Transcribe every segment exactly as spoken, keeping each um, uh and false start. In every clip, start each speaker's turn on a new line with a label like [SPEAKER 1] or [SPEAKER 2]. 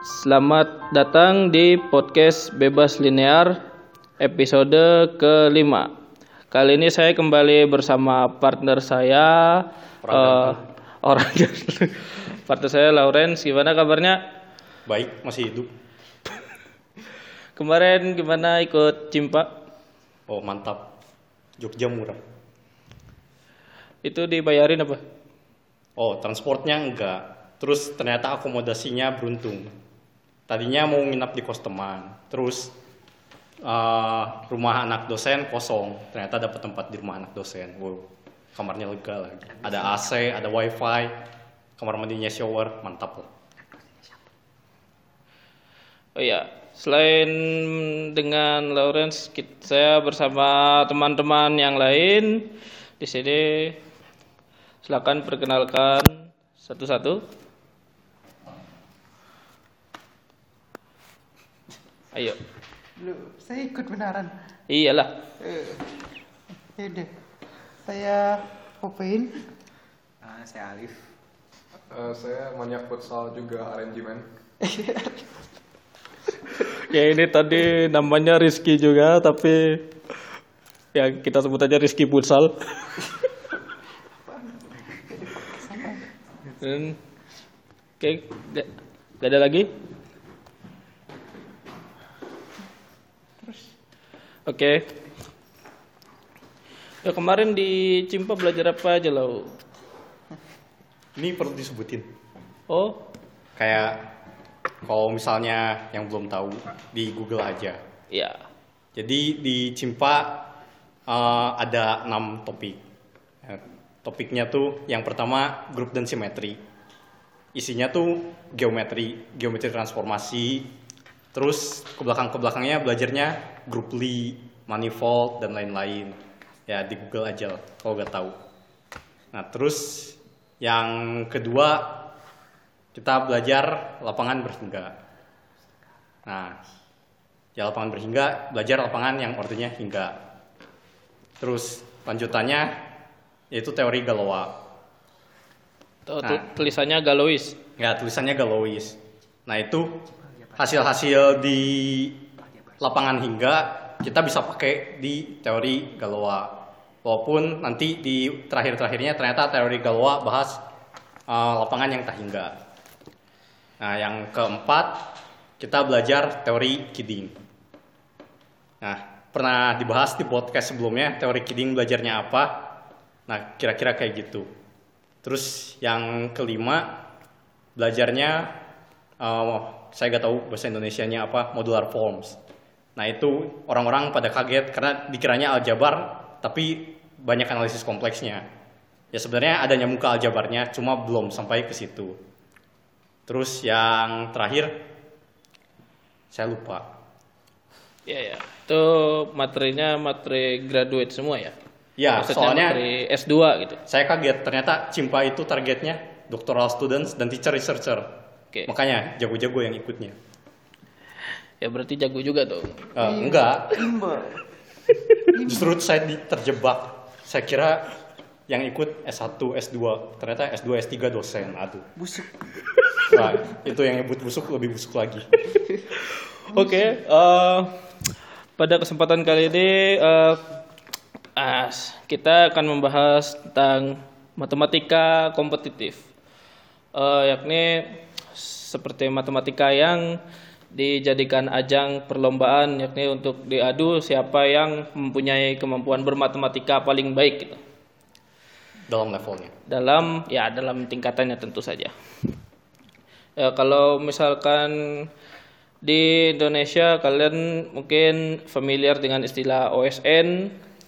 [SPEAKER 1] Selamat datang di podcast Bebas Linear episode kelima. Kali ini saya kembali bersama partner saya uh, orang partner saya Lawrence. Gimana kabarnya?
[SPEAKER 2] Baik, masih hidup.
[SPEAKER 1] Kemarin gimana ikut Cimpa?
[SPEAKER 2] Oh mantap, Jogja murah.
[SPEAKER 1] Itu dibayarin apa?
[SPEAKER 2] Oh transportnya enggak. Terus ternyata akomodasinya beruntung. Tadinya mau nginap di kos teman, terus uh, rumah anak dosen kosong, ternyata dapat tempat di rumah anak dosen. Wow, kamarnya lega lagi. Ada A C, ada wifi, kamar mandinya shower, mantap lah.
[SPEAKER 1] Oh iya, selain dengan Lawrence, saya bersama teman-teman yang lain di sini. Silakan perkenalkan satu-satu. Ayo.
[SPEAKER 3] Lu, saya ikut beneran.
[SPEAKER 1] Iyalah.
[SPEAKER 3] Eh, yaudah. Saya Popin.
[SPEAKER 4] Ah, saya Alif.
[SPEAKER 5] Uh, saya maniak futsal juga aranjemen.
[SPEAKER 1] Ya ini tadi namanya Rizky juga, tapi ya kita sebut aja Rizky futsal. Dan oke, gak, gak ada lagi. Oke. Okay. Ya kemarin di Cimpa belajar apa aja lo?
[SPEAKER 2] Ini perlu disebutin.
[SPEAKER 1] Oh,
[SPEAKER 2] Kayak kalau misalnya yang belum tahu di Google aja.
[SPEAKER 1] ya.
[SPEAKER 2] Jadi di Cimpa uh, ada enam topik. Ya, topiknya tuh yang pertama grup dan simetri. Isinya tuh geometri, geometri transformasi. Terus ke belakang ke belakangnya belajarnya grup Lie, manifold dan lain-lain. Ya di Google aja lah, kalau nggak tahu. Nah terus yang kedua kita belajar lapangan berhingga. Nah ya lapangan berhingga belajar lapangan yang ordernya hingga. Terus lanjutannya yaitu teori Galois.
[SPEAKER 1] Nah, tulisannya Galois.
[SPEAKER 2] Ya tulisannya Galois. Nah itu hasil-hasil di lapangan hingga kita bisa pakai di teori Galois. Walaupun nanti di terakhir-terakhirnya ternyata teori Galois bahas uh, lapangan yang tak hingga. Nah yang keempat kita belajar teori Kidding. Nah pernah dibahas di podcast sebelumnya teori Kidding belajarnya apa. Nah kira-kira kayak gitu. Terus yang kelima belajarnya uh, saya gak tahu bahasa Indonesianya apa, modular forms. Nah itu orang-orang pada kaget karena dikiranya aljabar, tapi banyak analisis kompleksnya. Ya sebenarnya adanya muka aljabarnya, cuma belum sampai ke situ. Terus yang terakhir, saya lupa.
[SPEAKER 1] Ya ya. Itu materinya materi graduate semua ya?
[SPEAKER 2] Ya
[SPEAKER 1] Maksudnya
[SPEAKER 2] soalnya
[SPEAKER 1] materi S dua gitu.
[SPEAKER 2] saya kaget ternyata Cimpa itu targetnya doctoral students dan teacher researcher.
[SPEAKER 1] Oke.
[SPEAKER 2] Makanya jago-jago yang ikutnya.
[SPEAKER 1] Ya berarti jago juga tuh.
[SPEAKER 2] Uh, enggak. Justru saya di- terjebak. Saya kira yang ikut S satu, S dua, ternyata S dua, S tiga dosen. Aduh.
[SPEAKER 3] Busuk.
[SPEAKER 2] Nah, itu yang nyebut busuk lebih busuk lagi.
[SPEAKER 1] Oke, okay, uh, pada kesempatan kali ini uh, uh, kita akan membahas tentang matematika kompetitif, uh, yakni seperti matematika yang dijadikan ajang perlombaan, yakni untuk diadu siapa yang mempunyai kemampuan bermatematika paling baik gitu.
[SPEAKER 2] Dalam levelnya.
[SPEAKER 1] Dalam ya dalam tingkatannya tentu saja. Ya, kalau misalkan di Indonesia kalian mungkin familiar dengan istilah O S N.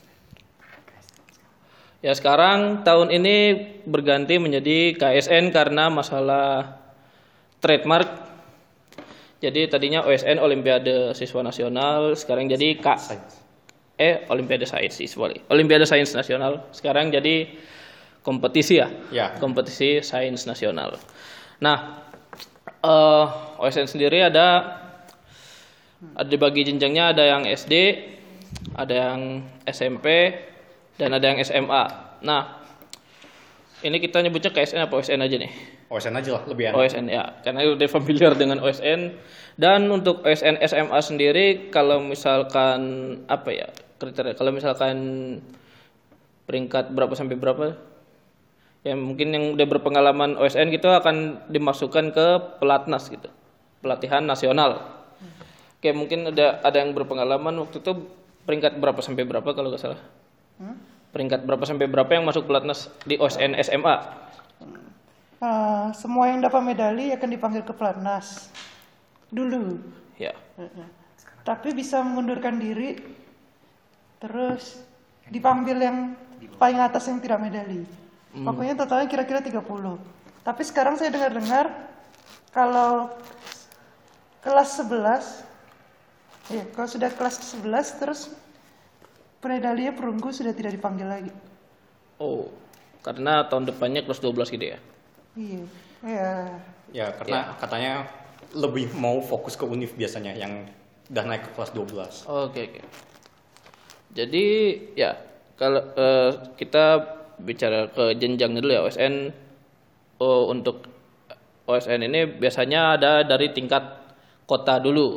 [SPEAKER 1] Ya sekarang tahun ini berganti menjadi K S N karena masalah trademark. Jadi tadinya O S N Olimpiade Siswa Nasional, sekarang jadi K eh Olimpiade Sains Siswa. Olimpiade Sains Nasional, sekarang jadi kompetisi ya.
[SPEAKER 2] Ya.
[SPEAKER 1] Kompetisi Sains Nasional. Nah, uh, O S N sendiri ada ada dibagi jenjangnya, ada yang S D, ada yang S M P, dan ada yang S M A. Nah, ini kita nyebutnya K S N apa O S N aja nih?
[SPEAKER 2] O S N aja lah lebih enak.
[SPEAKER 1] O S N ya, karena udah familiar dengan O S N. Dan untuk O S N S M A sendiri, kalau misalkan apa ya kriteria? Kalau misalkan peringkat berapa sampai berapa? Ya mungkin yang udah berpengalaman O S N gitu akan dimasukkan ke pelatnas gitu, pelatihan nasional. Kayak mungkin ada ada yang berpengalaman waktu itu peringkat berapa sampai berapa kalau nggak salah? Peringkat berapa sampai berapa yang masuk pelatnas di O S N S M A?
[SPEAKER 3] Ah, semua yang dapat medali akan dipanggil ke pelatnas dulu.
[SPEAKER 1] Ya.
[SPEAKER 3] Tapi bisa mengundurkan diri, terus dipanggil yang paling atas yang tidak medali. Pokoknya totalnya kira-kira tiga puluh. Tapi sekarang saya dengar-dengar kalau kelas sebelas, ya kalau sudah kelas sebelas terus medalinya perunggu sudah tidak dipanggil lagi.
[SPEAKER 1] Oh, karena tahun depannya kelas dua belas gitu ya?
[SPEAKER 3] Iya, ya.
[SPEAKER 2] Ya karena katanya lebih mau fokus ke univ biasanya yang udah naik ke kelas dua belas.
[SPEAKER 1] Oke oke. Jadi ya kalau eh, kita bicara ke jenjangnya dulu ya O S N. Oh, untuk O S N ini biasanya ada dari tingkat kota dulu.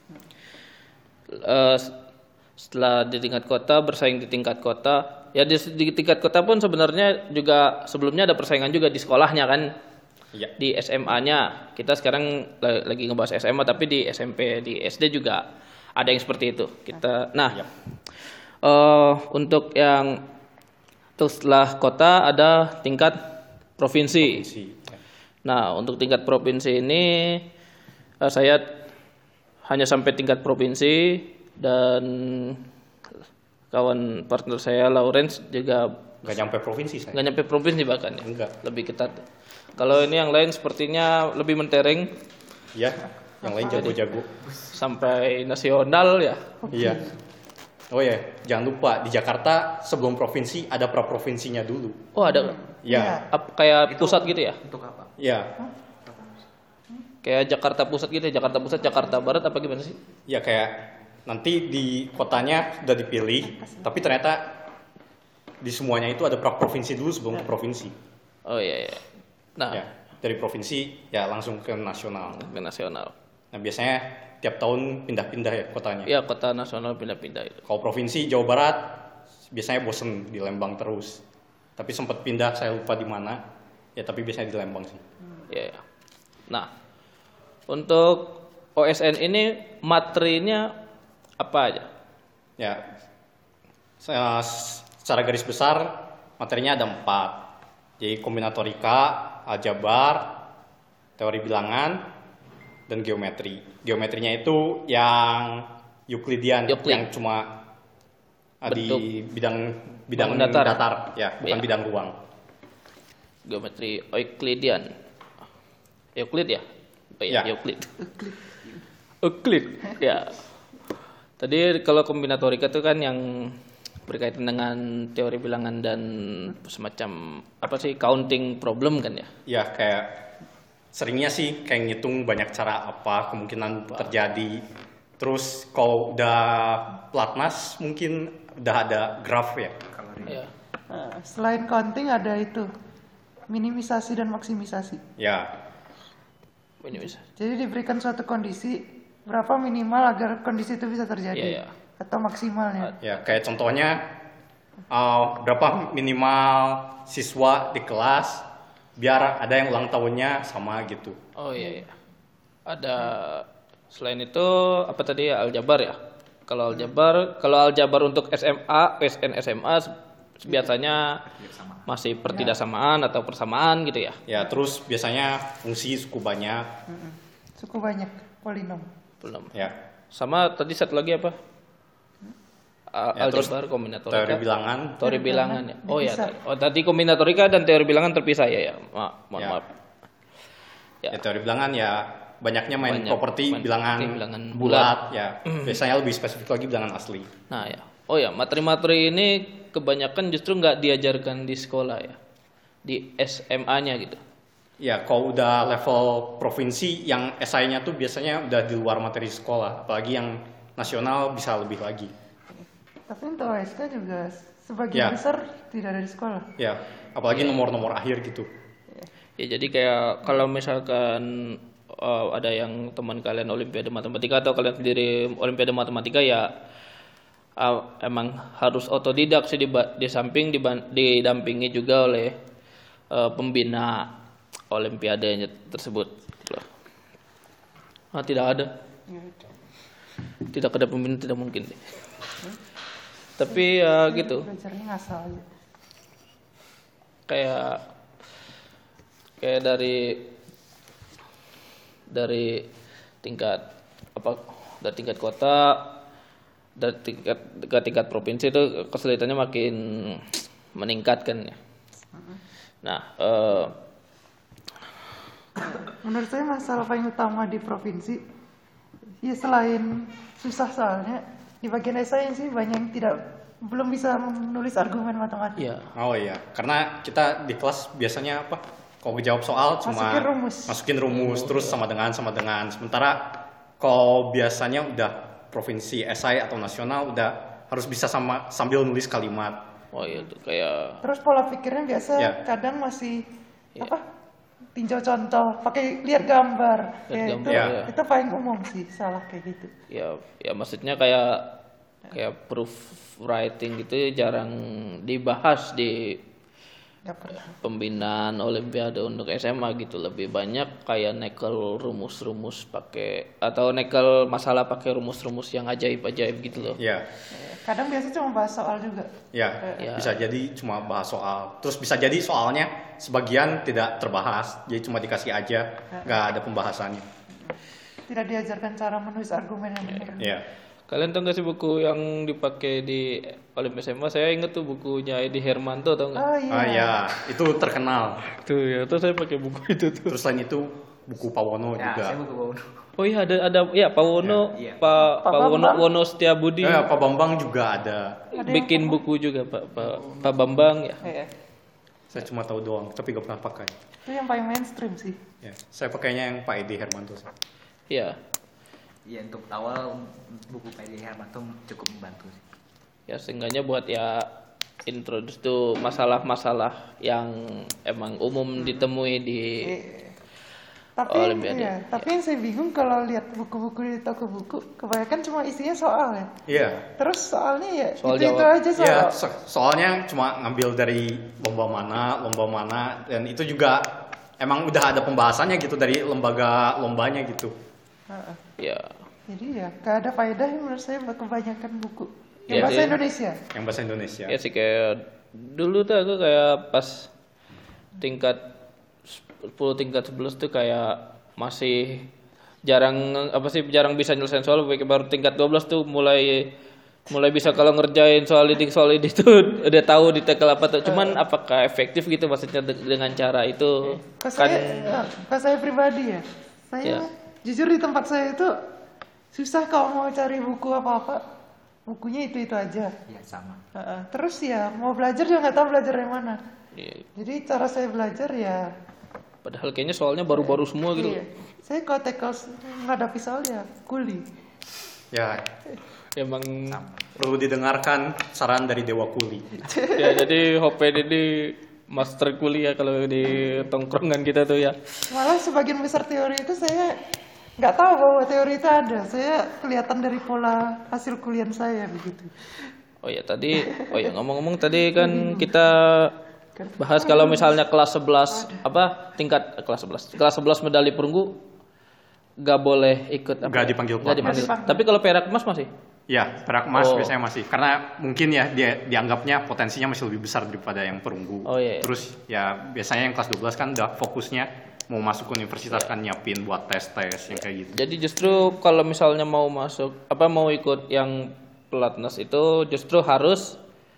[SPEAKER 1] Eh, setelah di tingkat kota bersaing di tingkat kota. Ya di, di tingkat kota pun sebenarnya juga sebelumnya ada persaingan juga di sekolahnya kan.
[SPEAKER 2] Iya.
[SPEAKER 1] Di S M A-nya. Kita sekarang lagi ngebahas S M A tapi di S M P, di S D juga ada yang seperti itu. Kita nah
[SPEAKER 2] Iya.
[SPEAKER 1] eh, untuk yang terus setelah kota ada tingkat provinsi.
[SPEAKER 2] Si, ya.
[SPEAKER 1] Nah, untuk tingkat provinsi ini eh, saya hanya sampai tingkat provinsi dan kawan partner saya Lawrence juga
[SPEAKER 2] Nggak nyampe provinsi saya.
[SPEAKER 1] nggak nyampe provinsi bahkan ya.
[SPEAKER 2] Enggak.
[SPEAKER 1] Lebih ketat. Kalau ini yang lain sepertinya lebih mentereng
[SPEAKER 2] Iya, yang lain jago-jago.
[SPEAKER 1] sampai nasional ya.
[SPEAKER 2] Iya. Oh ya, jangan lupa di Jakarta sebelum provinsi ada praprovinsinya dulu.
[SPEAKER 1] Oh, ada
[SPEAKER 2] Iya.
[SPEAKER 1] ap- kayak pusat gitu ya?
[SPEAKER 4] Untuk apa?
[SPEAKER 2] Iya.
[SPEAKER 1] Kayak Jakarta Pusat gitu ya, Jakarta Pusat, Jakarta Barat apa gimana sih?
[SPEAKER 2] Ya kayak nanti di kotanya sudah dipilih, tapi ternyata di semuanya itu ada praprovinsi dulu sebelum ke provinsi.
[SPEAKER 1] Oh iya iya. Nah,
[SPEAKER 2] Ya, dari provinsi ya langsung ke nasional.
[SPEAKER 1] ke nasional.
[SPEAKER 2] Nah, biasanya tiap tahun pindah-pindah ya kotanya.
[SPEAKER 1] Iya, kota nasional pindah-pindah itu.
[SPEAKER 2] Kalau provinsi Jawa Barat biasanya bosen di Lembang terus. Tapi sempat pindah saya lupa di mana. Ya tapi biasanya di Lembang sih.
[SPEAKER 1] Iya. iya. Nah, untuk O S N ini materinya apa aja?
[SPEAKER 2] Ya, se- secara garis besar materinya ada empat. Jadi kombinatorika, aljabar, teori bilangan, dan geometri. Geometrinya itu yang Euclidean,
[SPEAKER 1] Euclid.
[SPEAKER 2] yang cuma ah, di
[SPEAKER 1] Bentuk
[SPEAKER 2] bidang bidang
[SPEAKER 1] bangun datar.
[SPEAKER 2] ya, bukan
[SPEAKER 1] Ya.
[SPEAKER 2] bidang ruang.
[SPEAKER 1] Geometri Euclidean. Euclid ya? Oh iya,
[SPEAKER 2] Ya.
[SPEAKER 1] Euclid. Euclid. Ya. Tadi kalau kombinatorika itu kan yang berkaitan dengan teori bilangan dan semacam apa sih counting problem kan ya?
[SPEAKER 2] Ya kayak seringnya sih kayak ngitung banyak cara apa kemungkinan terjadi. Terus kalau udah pelatnas mungkin udah ada graf ya.
[SPEAKER 1] Ya.
[SPEAKER 3] Nah, selain counting ada itu minimisasi dan maksimisasi.
[SPEAKER 2] Ya,
[SPEAKER 1] Ini bisa.
[SPEAKER 3] Jadi diberikan suatu kondisi berapa minimal agar kondisi itu bisa terjadi
[SPEAKER 1] Iya, iya.
[SPEAKER 3] atau maksimalnya.
[SPEAKER 2] ya kayak contohnya uh, berapa minimal siswa di kelas biar ada yang ulang tahunnya sama gitu.
[SPEAKER 1] Oh iya, iya. Ada selain itu apa tadi ya aljabar ya? Kalau aljabar, kalau aljabar untuk S M A, S N S M A biasanya masih pertidaksamaan atau persamaan gitu ya?
[SPEAKER 2] Ya terus biasanya fungsi suku banyak.
[SPEAKER 3] Mm-mm. Suku banyak polinom.
[SPEAKER 1] Belum.
[SPEAKER 2] Ya,
[SPEAKER 1] Sama tadi satu lagi apa? A-
[SPEAKER 2] Ya, terus
[SPEAKER 1] aljabar, kombinatorika.
[SPEAKER 2] teori bilangan.
[SPEAKER 1] Teori bilangan ya. Oh ya.
[SPEAKER 3] Dipisah.
[SPEAKER 1] Oh tadi kombinatorika dan teori bilangan terpisah ya ya. Ma- mohon
[SPEAKER 2] Ya.
[SPEAKER 1] maaf. Ya.
[SPEAKER 2] Ya teori bilangan ya banyaknya main
[SPEAKER 1] Banyak
[SPEAKER 2] properti
[SPEAKER 1] main
[SPEAKER 2] bilangan,
[SPEAKER 1] properti bilangan
[SPEAKER 2] bulat ya. Biasanya lebih spesifik lagi bilangan asli.
[SPEAKER 1] Nah ya. Oh ya, materi-materi ini kebanyakan justru nggak diajarkan di sekolah ya. Di S M A-nya gitu.
[SPEAKER 2] Ya, kalau udah level provinsi yang S I-nya tuh biasanya udah di luar materi sekolah, apalagi yang nasional bisa lebih lagi.
[SPEAKER 3] Tapi untuk O S K juga sebagian
[SPEAKER 2] Ya.
[SPEAKER 3] besar tidak ada di sekolah.
[SPEAKER 2] Ya, apalagi nomor-nomor akhir gitu.
[SPEAKER 1] Ya jadi kayak kalau misalkan eh, ada yang teman kalian olimpiade matematika atau kalian sendiri olimpiade matematika ya eh, emang harus otodidak sih di, di samping diban- didampingi juga oleh eh, pembina olimpiadenya tersebut. Ah, tidak ada. Tidak ada pembina tidak mungkin deh. Tapi ya gitu.
[SPEAKER 3] Belajarnya ngasal aja.
[SPEAKER 1] Kayak kayak dari dari tingkat apa dari tingkat kota dari tingkat ke tingkat provinsi itu kesulitannya makin meningkat kan ya. Nah, eh,
[SPEAKER 3] Menurut saya masalah paling utama di provinsi, ya selain susah soalnya, di bagian esai sih banyak yang tidak belum bisa menulis argumen matematika.
[SPEAKER 1] ya
[SPEAKER 2] Oh iya, karena kita di kelas biasanya apa? Kalau jawab soal cuma
[SPEAKER 3] Masukin rumus.
[SPEAKER 2] masukin rumus terus sama dengan sama dengan. Sementara kalau biasanya udah provinsi esai atau nasional udah harus bisa sama sambil nulis kalimat.
[SPEAKER 1] oh iya tuh kayak
[SPEAKER 3] Terus pola pikirnya biasa
[SPEAKER 2] Ya.
[SPEAKER 3] kadang masih apa? Tinjau contoh, pakai lihat gambar.
[SPEAKER 1] Lihat
[SPEAKER 3] Ya,
[SPEAKER 1] gambar,
[SPEAKER 3] itu,
[SPEAKER 2] ya.
[SPEAKER 3] itu paling umum sih salah kayak gitu.
[SPEAKER 1] ya ya maksudnya kayak kayak proof writing gitu jarang dibahas di
[SPEAKER 3] Gak pernah.
[SPEAKER 1] pembinaan olimpiade untuk S M A gitu, lebih banyak kayak nekel rumus-rumus pakai atau nekel masalah pakai rumus-rumus yang ajaib-ajaib gitu loh.
[SPEAKER 2] Ya,
[SPEAKER 3] Kadang biasa cuma bahas soal juga.
[SPEAKER 2] ya,
[SPEAKER 1] Ya.
[SPEAKER 2] bisa jadi cuma bahas soal. Terus bisa jadi soalnya sebagian tidak terbahas, jadi cuma dikasih aja, nggak ada pembahasannya.
[SPEAKER 3] Tidak diajarkan cara menulis argumen yang benar.
[SPEAKER 2] Ya,
[SPEAKER 1] Kalian tahu nggak sih buku yang dipakai di Olimpiade S M A? Saya inget tuh bukunya Edi Hermanto, tau nggak?
[SPEAKER 3] Oh iya.
[SPEAKER 2] ah ya, itu terkenal.
[SPEAKER 1] Tuh ya, tuh saya pakai buku itu tuh.
[SPEAKER 2] Terus selain itu buku Pawono
[SPEAKER 4] Ya,
[SPEAKER 2] juga.
[SPEAKER 4] saya buku Pawono.
[SPEAKER 1] Oh iya ada ada ya Pak Wono,
[SPEAKER 4] Ya, iya.
[SPEAKER 1] Pak
[SPEAKER 3] Pak
[SPEAKER 1] Pak Wono
[SPEAKER 3] Bambang.
[SPEAKER 1] Wono Setiabudi
[SPEAKER 2] Eh, Pak Bambang juga ada.
[SPEAKER 3] Ada yang
[SPEAKER 1] bikin buku juga Pak Pak Pak Bambang ya.
[SPEAKER 3] Iya.
[SPEAKER 2] Saya cuma tahu doang, tapi gak pernah pakai.
[SPEAKER 3] Itu yang paling mainstream sih.
[SPEAKER 2] Ya, saya pakainya yang Pak Edi Hermanto.
[SPEAKER 1] Iya.
[SPEAKER 4] Ya untuk awal buku P D Hermanto cukup membantu sih.
[SPEAKER 1] Ya seenggaknya buat ya introduce tuh masalah-masalah yang emang umum ditemui di
[SPEAKER 3] Iya. Tapi
[SPEAKER 1] Olimpiade.
[SPEAKER 3] iya, tapi yang saya bingung kalau lihat buku-buku di toko buku, kebanyakan cuma isinya soal ya.
[SPEAKER 2] Iya.
[SPEAKER 3] Terus soalnya ya
[SPEAKER 1] Soal
[SPEAKER 3] itu itu
[SPEAKER 1] jawab.
[SPEAKER 3] aja soal.
[SPEAKER 2] Ya, so- soalnya cuma ngambil dari lomba mana, lomba mana, dan itu juga emang udah ada pembahasannya gitu dari lembaga lombanya gitu.
[SPEAKER 3] Heeh.
[SPEAKER 1] ya
[SPEAKER 3] Jadi ya gak ada faedahnya menurut saya kebanyakan buku. Yang
[SPEAKER 1] Iya
[SPEAKER 3] bahasa
[SPEAKER 1] sih.
[SPEAKER 3] Indonesia.
[SPEAKER 2] Yang bahasa Indonesia.
[SPEAKER 1] ya sih kayak dulu tuh aku kayak pas tingkat sepuluh tingkat sebelas tuh kayak masih jarang apa sih jarang bisa nyelesain soal, baru tingkat dua belas tuh mulai mulai bisa kalau ngerjain soal ini soal ini tuh udah tahu detail apa tuh, cuman apakah efektif gitu maksudnya de- dengan cara itu
[SPEAKER 3] Kalau
[SPEAKER 1] kan
[SPEAKER 3] saya, eh, kalau saya pribadi ya, saya
[SPEAKER 1] Ya.
[SPEAKER 3] jujur di tempat saya itu susah kalau mau cari buku apa-apa, bukunya itu-itu aja.
[SPEAKER 4] Ya sama.
[SPEAKER 3] Heeh. Terus ya mau belajar juga nggak tahu belajar yang mana.
[SPEAKER 1] Iya,
[SPEAKER 3] Jadi cara saya belajar ya,
[SPEAKER 1] padahal kayaknya soalnya baru-baru semua gitu.
[SPEAKER 3] iya. Saya kalau tackle menghadapi soal ya kuli.
[SPEAKER 2] Ya,
[SPEAKER 1] Emang
[SPEAKER 2] perlu didengarkan saran dari Dewa Kuli.
[SPEAKER 1] ya jadi Hopen ini master kuliah kalau di tongkrongan kita tuh ya.
[SPEAKER 3] Malah sebagian besar teori itu saya nggak tahu bahwa teori itu ada. Saya kelihatan dari pola hasil kuliah saya begitu.
[SPEAKER 1] Oh ya tadi, oh ya ngomong-ngomong tadi kan kita bahas kalau misalnya kelas sebelas apa tingkat eh, kelas sebelas kelas sebelas medali perunggu nggak boleh ikut apa?
[SPEAKER 2] Nggak dipanggil
[SPEAKER 1] Nggak dipanggil.
[SPEAKER 3] pelatnas.
[SPEAKER 1] Tapi kalau perak emas masih.
[SPEAKER 2] Ya, perak emas
[SPEAKER 1] Oh.
[SPEAKER 2] biasanya masih. Karena mungkin ya dia dianggapnya potensinya masih lebih besar daripada yang perunggu.
[SPEAKER 1] Oh, iya.
[SPEAKER 2] Terus ya biasanya yang kelas dua belas kan udah fokusnya mau masuk universitas kan nyiapin buat tes-tes yang kayak gitu.
[SPEAKER 1] Jadi justru kalau misalnya mau masuk apa mau ikut yang pelatnas itu justru harus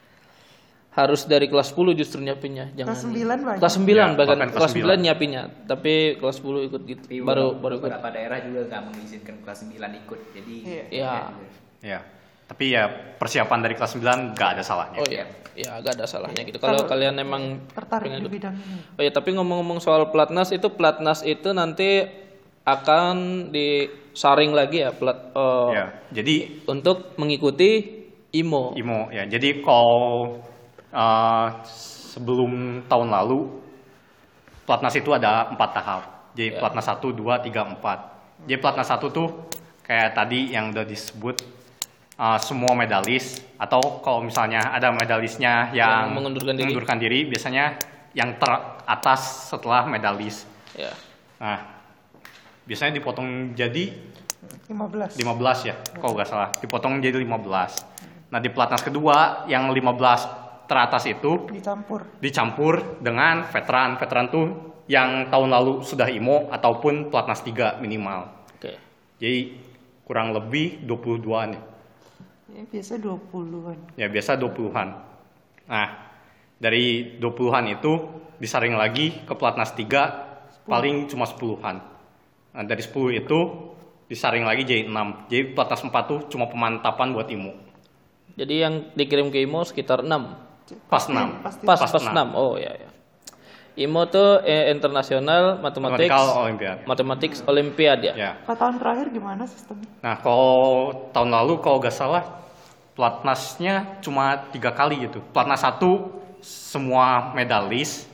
[SPEAKER 1] harus dari kelas sepuluh justru nyiapinnya, jangan
[SPEAKER 3] Kelas sembilan banyak.
[SPEAKER 1] kelas sembilan
[SPEAKER 2] Ya,
[SPEAKER 1] bahkan
[SPEAKER 2] bahkan kelas
[SPEAKER 1] kelas sembilan
[SPEAKER 2] sembilan.
[SPEAKER 1] nyiapinnya, tapi kelas sepuluh ikut gitu.
[SPEAKER 4] Tapi
[SPEAKER 1] baru baru ikut.
[SPEAKER 4] beberapa daerah juga nggak mengizinkan kelas sembilan ikut. Jadi
[SPEAKER 3] Iya.
[SPEAKER 1] Iya.
[SPEAKER 2] Ya. Tapi ya persiapan dari kelas sembilan nggak ada salahnya.
[SPEAKER 1] Oh iya, ya agak ada salahnya gitu. Kalau
[SPEAKER 3] Kalau
[SPEAKER 1] kalian emang
[SPEAKER 3] Tertarik
[SPEAKER 1] pengen
[SPEAKER 3] di
[SPEAKER 1] ikut.
[SPEAKER 3] bidang ini.
[SPEAKER 1] Oh ya, tapi ngomong-ngomong soal pelatnas itu pelatnas itu nanti akan disaring lagi ya plat eh,
[SPEAKER 2] Ya. Jadi
[SPEAKER 1] untuk mengikuti I M O.
[SPEAKER 2] I M O ya. Jadi kalau uh, sebelum tahun lalu Pelatnas itu ada empat tahap. Jadi
[SPEAKER 1] Ya.
[SPEAKER 2] pelatnas satu, dua, tiga, empat. Jadi pelatnas satu tuh kayak tadi yang udah disebut uh, semua medalis atau kalau misalnya ada medalisnya yang,
[SPEAKER 1] Yang mengundurkan diri.
[SPEAKER 2] mengundurkan diri, biasanya yang teratas setelah medalis.
[SPEAKER 1] Ya.
[SPEAKER 2] Nah, biasanya dipotong jadi
[SPEAKER 3] lima belas.
[SPEAKER 2] lima belas ya, kalau nggak salah. Dipotong jadi lima belas. Nah, di pelatnas kedua yang lima belas teratas itu
[SPEAKER 3] Dicampur.
[SPEAKER 2] dicampur dengan veteran. Veteran tuh yang tahun lalu sudah I M O ataupun pelatnas tiga minimal.
[SPEAKER 1] Oke.
[SPEAKER 2] Jadi kurang lebih dua puluh dua-an ya.
[SPEAKER 3] Ya, biasa dua puluhan.
[SPEAKER 2] Ya, biasa dua puluhan. Nah, dari dua puluhan itu disaring lagi ke pelatnas tiga paling cuma sepuluhan. Nah, dari sepuluh itu disaring lagi jadi enam. Jadi pelatnas empat tuh cuma pemantapan buat I M O.
[SPEAKER 1] Jadi yang dikirim ke I M O sekitar enam.
[SPEAKER 2] Pas enam.
[SPEAKER 3] Pasti.
[SPEAKER 1] Pas
[SPEAKER 2] Pas
[SPEAKER 1] pas
[SPEAKER 2] enam.
[SPEAKER 1] enam. Oh ya ya. I M O tuh eh, International Mathematics
[SPEAKER 2] Mathematical Olympiad.
[SPEAKER 1] Mathematics Olympiad ya.
[SPEAKER 2] Ya.
[SPEAKER 3] Kalau tahun terakhir gimana sistemnya?
[SPEAKER 2] Nah, kalau tahun lalu kalau nggak salah pelatnasnya cuma tiga kali gitu. Pelatnas satu semua medalis.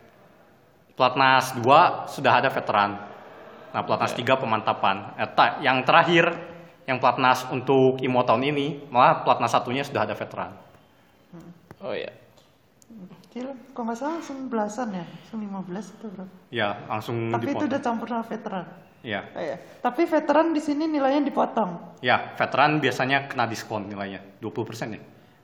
[SPEAKER 2] Pelatnas dua sudah ada veteran. Nah, pelatnas tiga pemantapan. Eh, ta- yang terakhir yang pelatnas untuk I M O tahun ini malah pelatnas satunya sudah ada veteran.
[SPEAKER 1] Oh ya.
[SPEAKER 3] Gila, kalau nggak salah langsung belasan ya, langsung lima belas itu berapa?
[SPEAKER 2] Ya, langsung
[SPEAKER 3] Tapi itu
[SPEAKER 2] dipotong.
[SPEAKER 3] udah campur sama veteran.
[SPEAKER 2] Ya.
[SPEAKER 3] Oh, iya. Tapi veteran di sini nilainya dipotong.
[SPEAKER 2] Ya, veteran biasanya kena diskon nilainya dua puluh persen ya.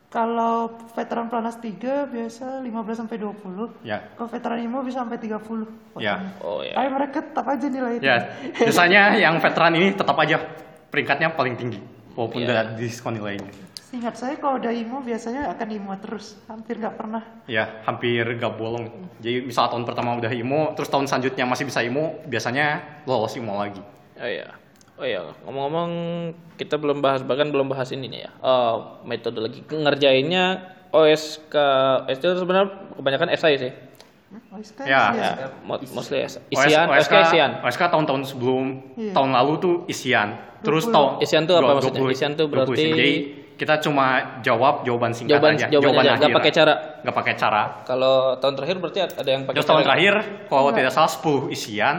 [SPEAKER 3] Kalau veteran Planas tiga biasa lima belas sampai dua puluh.
[SPEAKER 2] Ya.
[SPEAKER 3] Kalau veteran I M O bisa sampai tiga puluh.
[SPEAKER 2] Ya.
[SPEAKER 1] Oh ya.
[SPEAKER 3] Tapi mereka tetap aja nilai itu.
[SPEAKER 2] Ya, biasanya yang veteran ini tetap aja peringkatnya paling tinggi walaupun
[SPEAKER 1] Iya.
[SPEAKER 2] udah diskon nilainya.
[SPEAKER 3] Ingat saya kalau udah I M O biasanya akan I M O terus, hampir nggak pernah.
[SPEAKER 2] Ya, hampir gak bolong. Jadi misal tahun pertama udah I M O, terus tahun selanjutnya masih bisa I M O, biasanya lolos I M O lagi.
[SPEAKER 1] Oh ya. Oh ya, ngomong-ngomong kita belum bahas bahkan belum bahas ini nih ya. Oh, metodologi ngerjainnya O S K O S K itu sebenarnya kebanyakan esai sih.
[SPEAKER 3] Oh, S K
[SPEAKER 2] Ya.
[SPEAKER 3] isian.
[SPEAKER 1] Ya, mo- mostly esai.
[SPEAKER 2] O S-
[SPEAKER 1] Isian, O S K isian.
[SPEAKER 2] O S K tahun-tahun sebelum
[SPEAKER 3] Iya.
[SPEAKER 2] tahun lalu tuh isian. Terus
[SPEAKER 3] dua puluh.
[SPEAKER 2] tahun
[SPEAKER 1] Isian tuh apa
[SPEAKER 2] dua-
[SPEAKER 1] maksudnya?
[SPEAKER 2] dua puluh
[SPEAKER 1] Isian tuh
[SPEAKER 2] dua puluh
[SPEAKER 1] berarti-
[SPEAKER 2] Jadi kita cuma jawab jawaban singkat
[SPEAKER 1] Jawaban
[SPEAKER 2] aja.
[SPEAKER 1] jawaban aja, nggak
[SPEAKER 2] akhir.
[SPEAKER 1] pakai cara.
[SPEAKER 2] Nggak pakai cara.
[SPEAKER 1] Kalau tahun terakhir berarti ada yang pakai
[SPEAKER 2] Terus tahun
[SPEAKER 1] cara.
[SPEAKER 2] terakhir kalau
[SPEAKER 3] Enggak.
[SPEAKER 2] tidak salah sepuluh isian,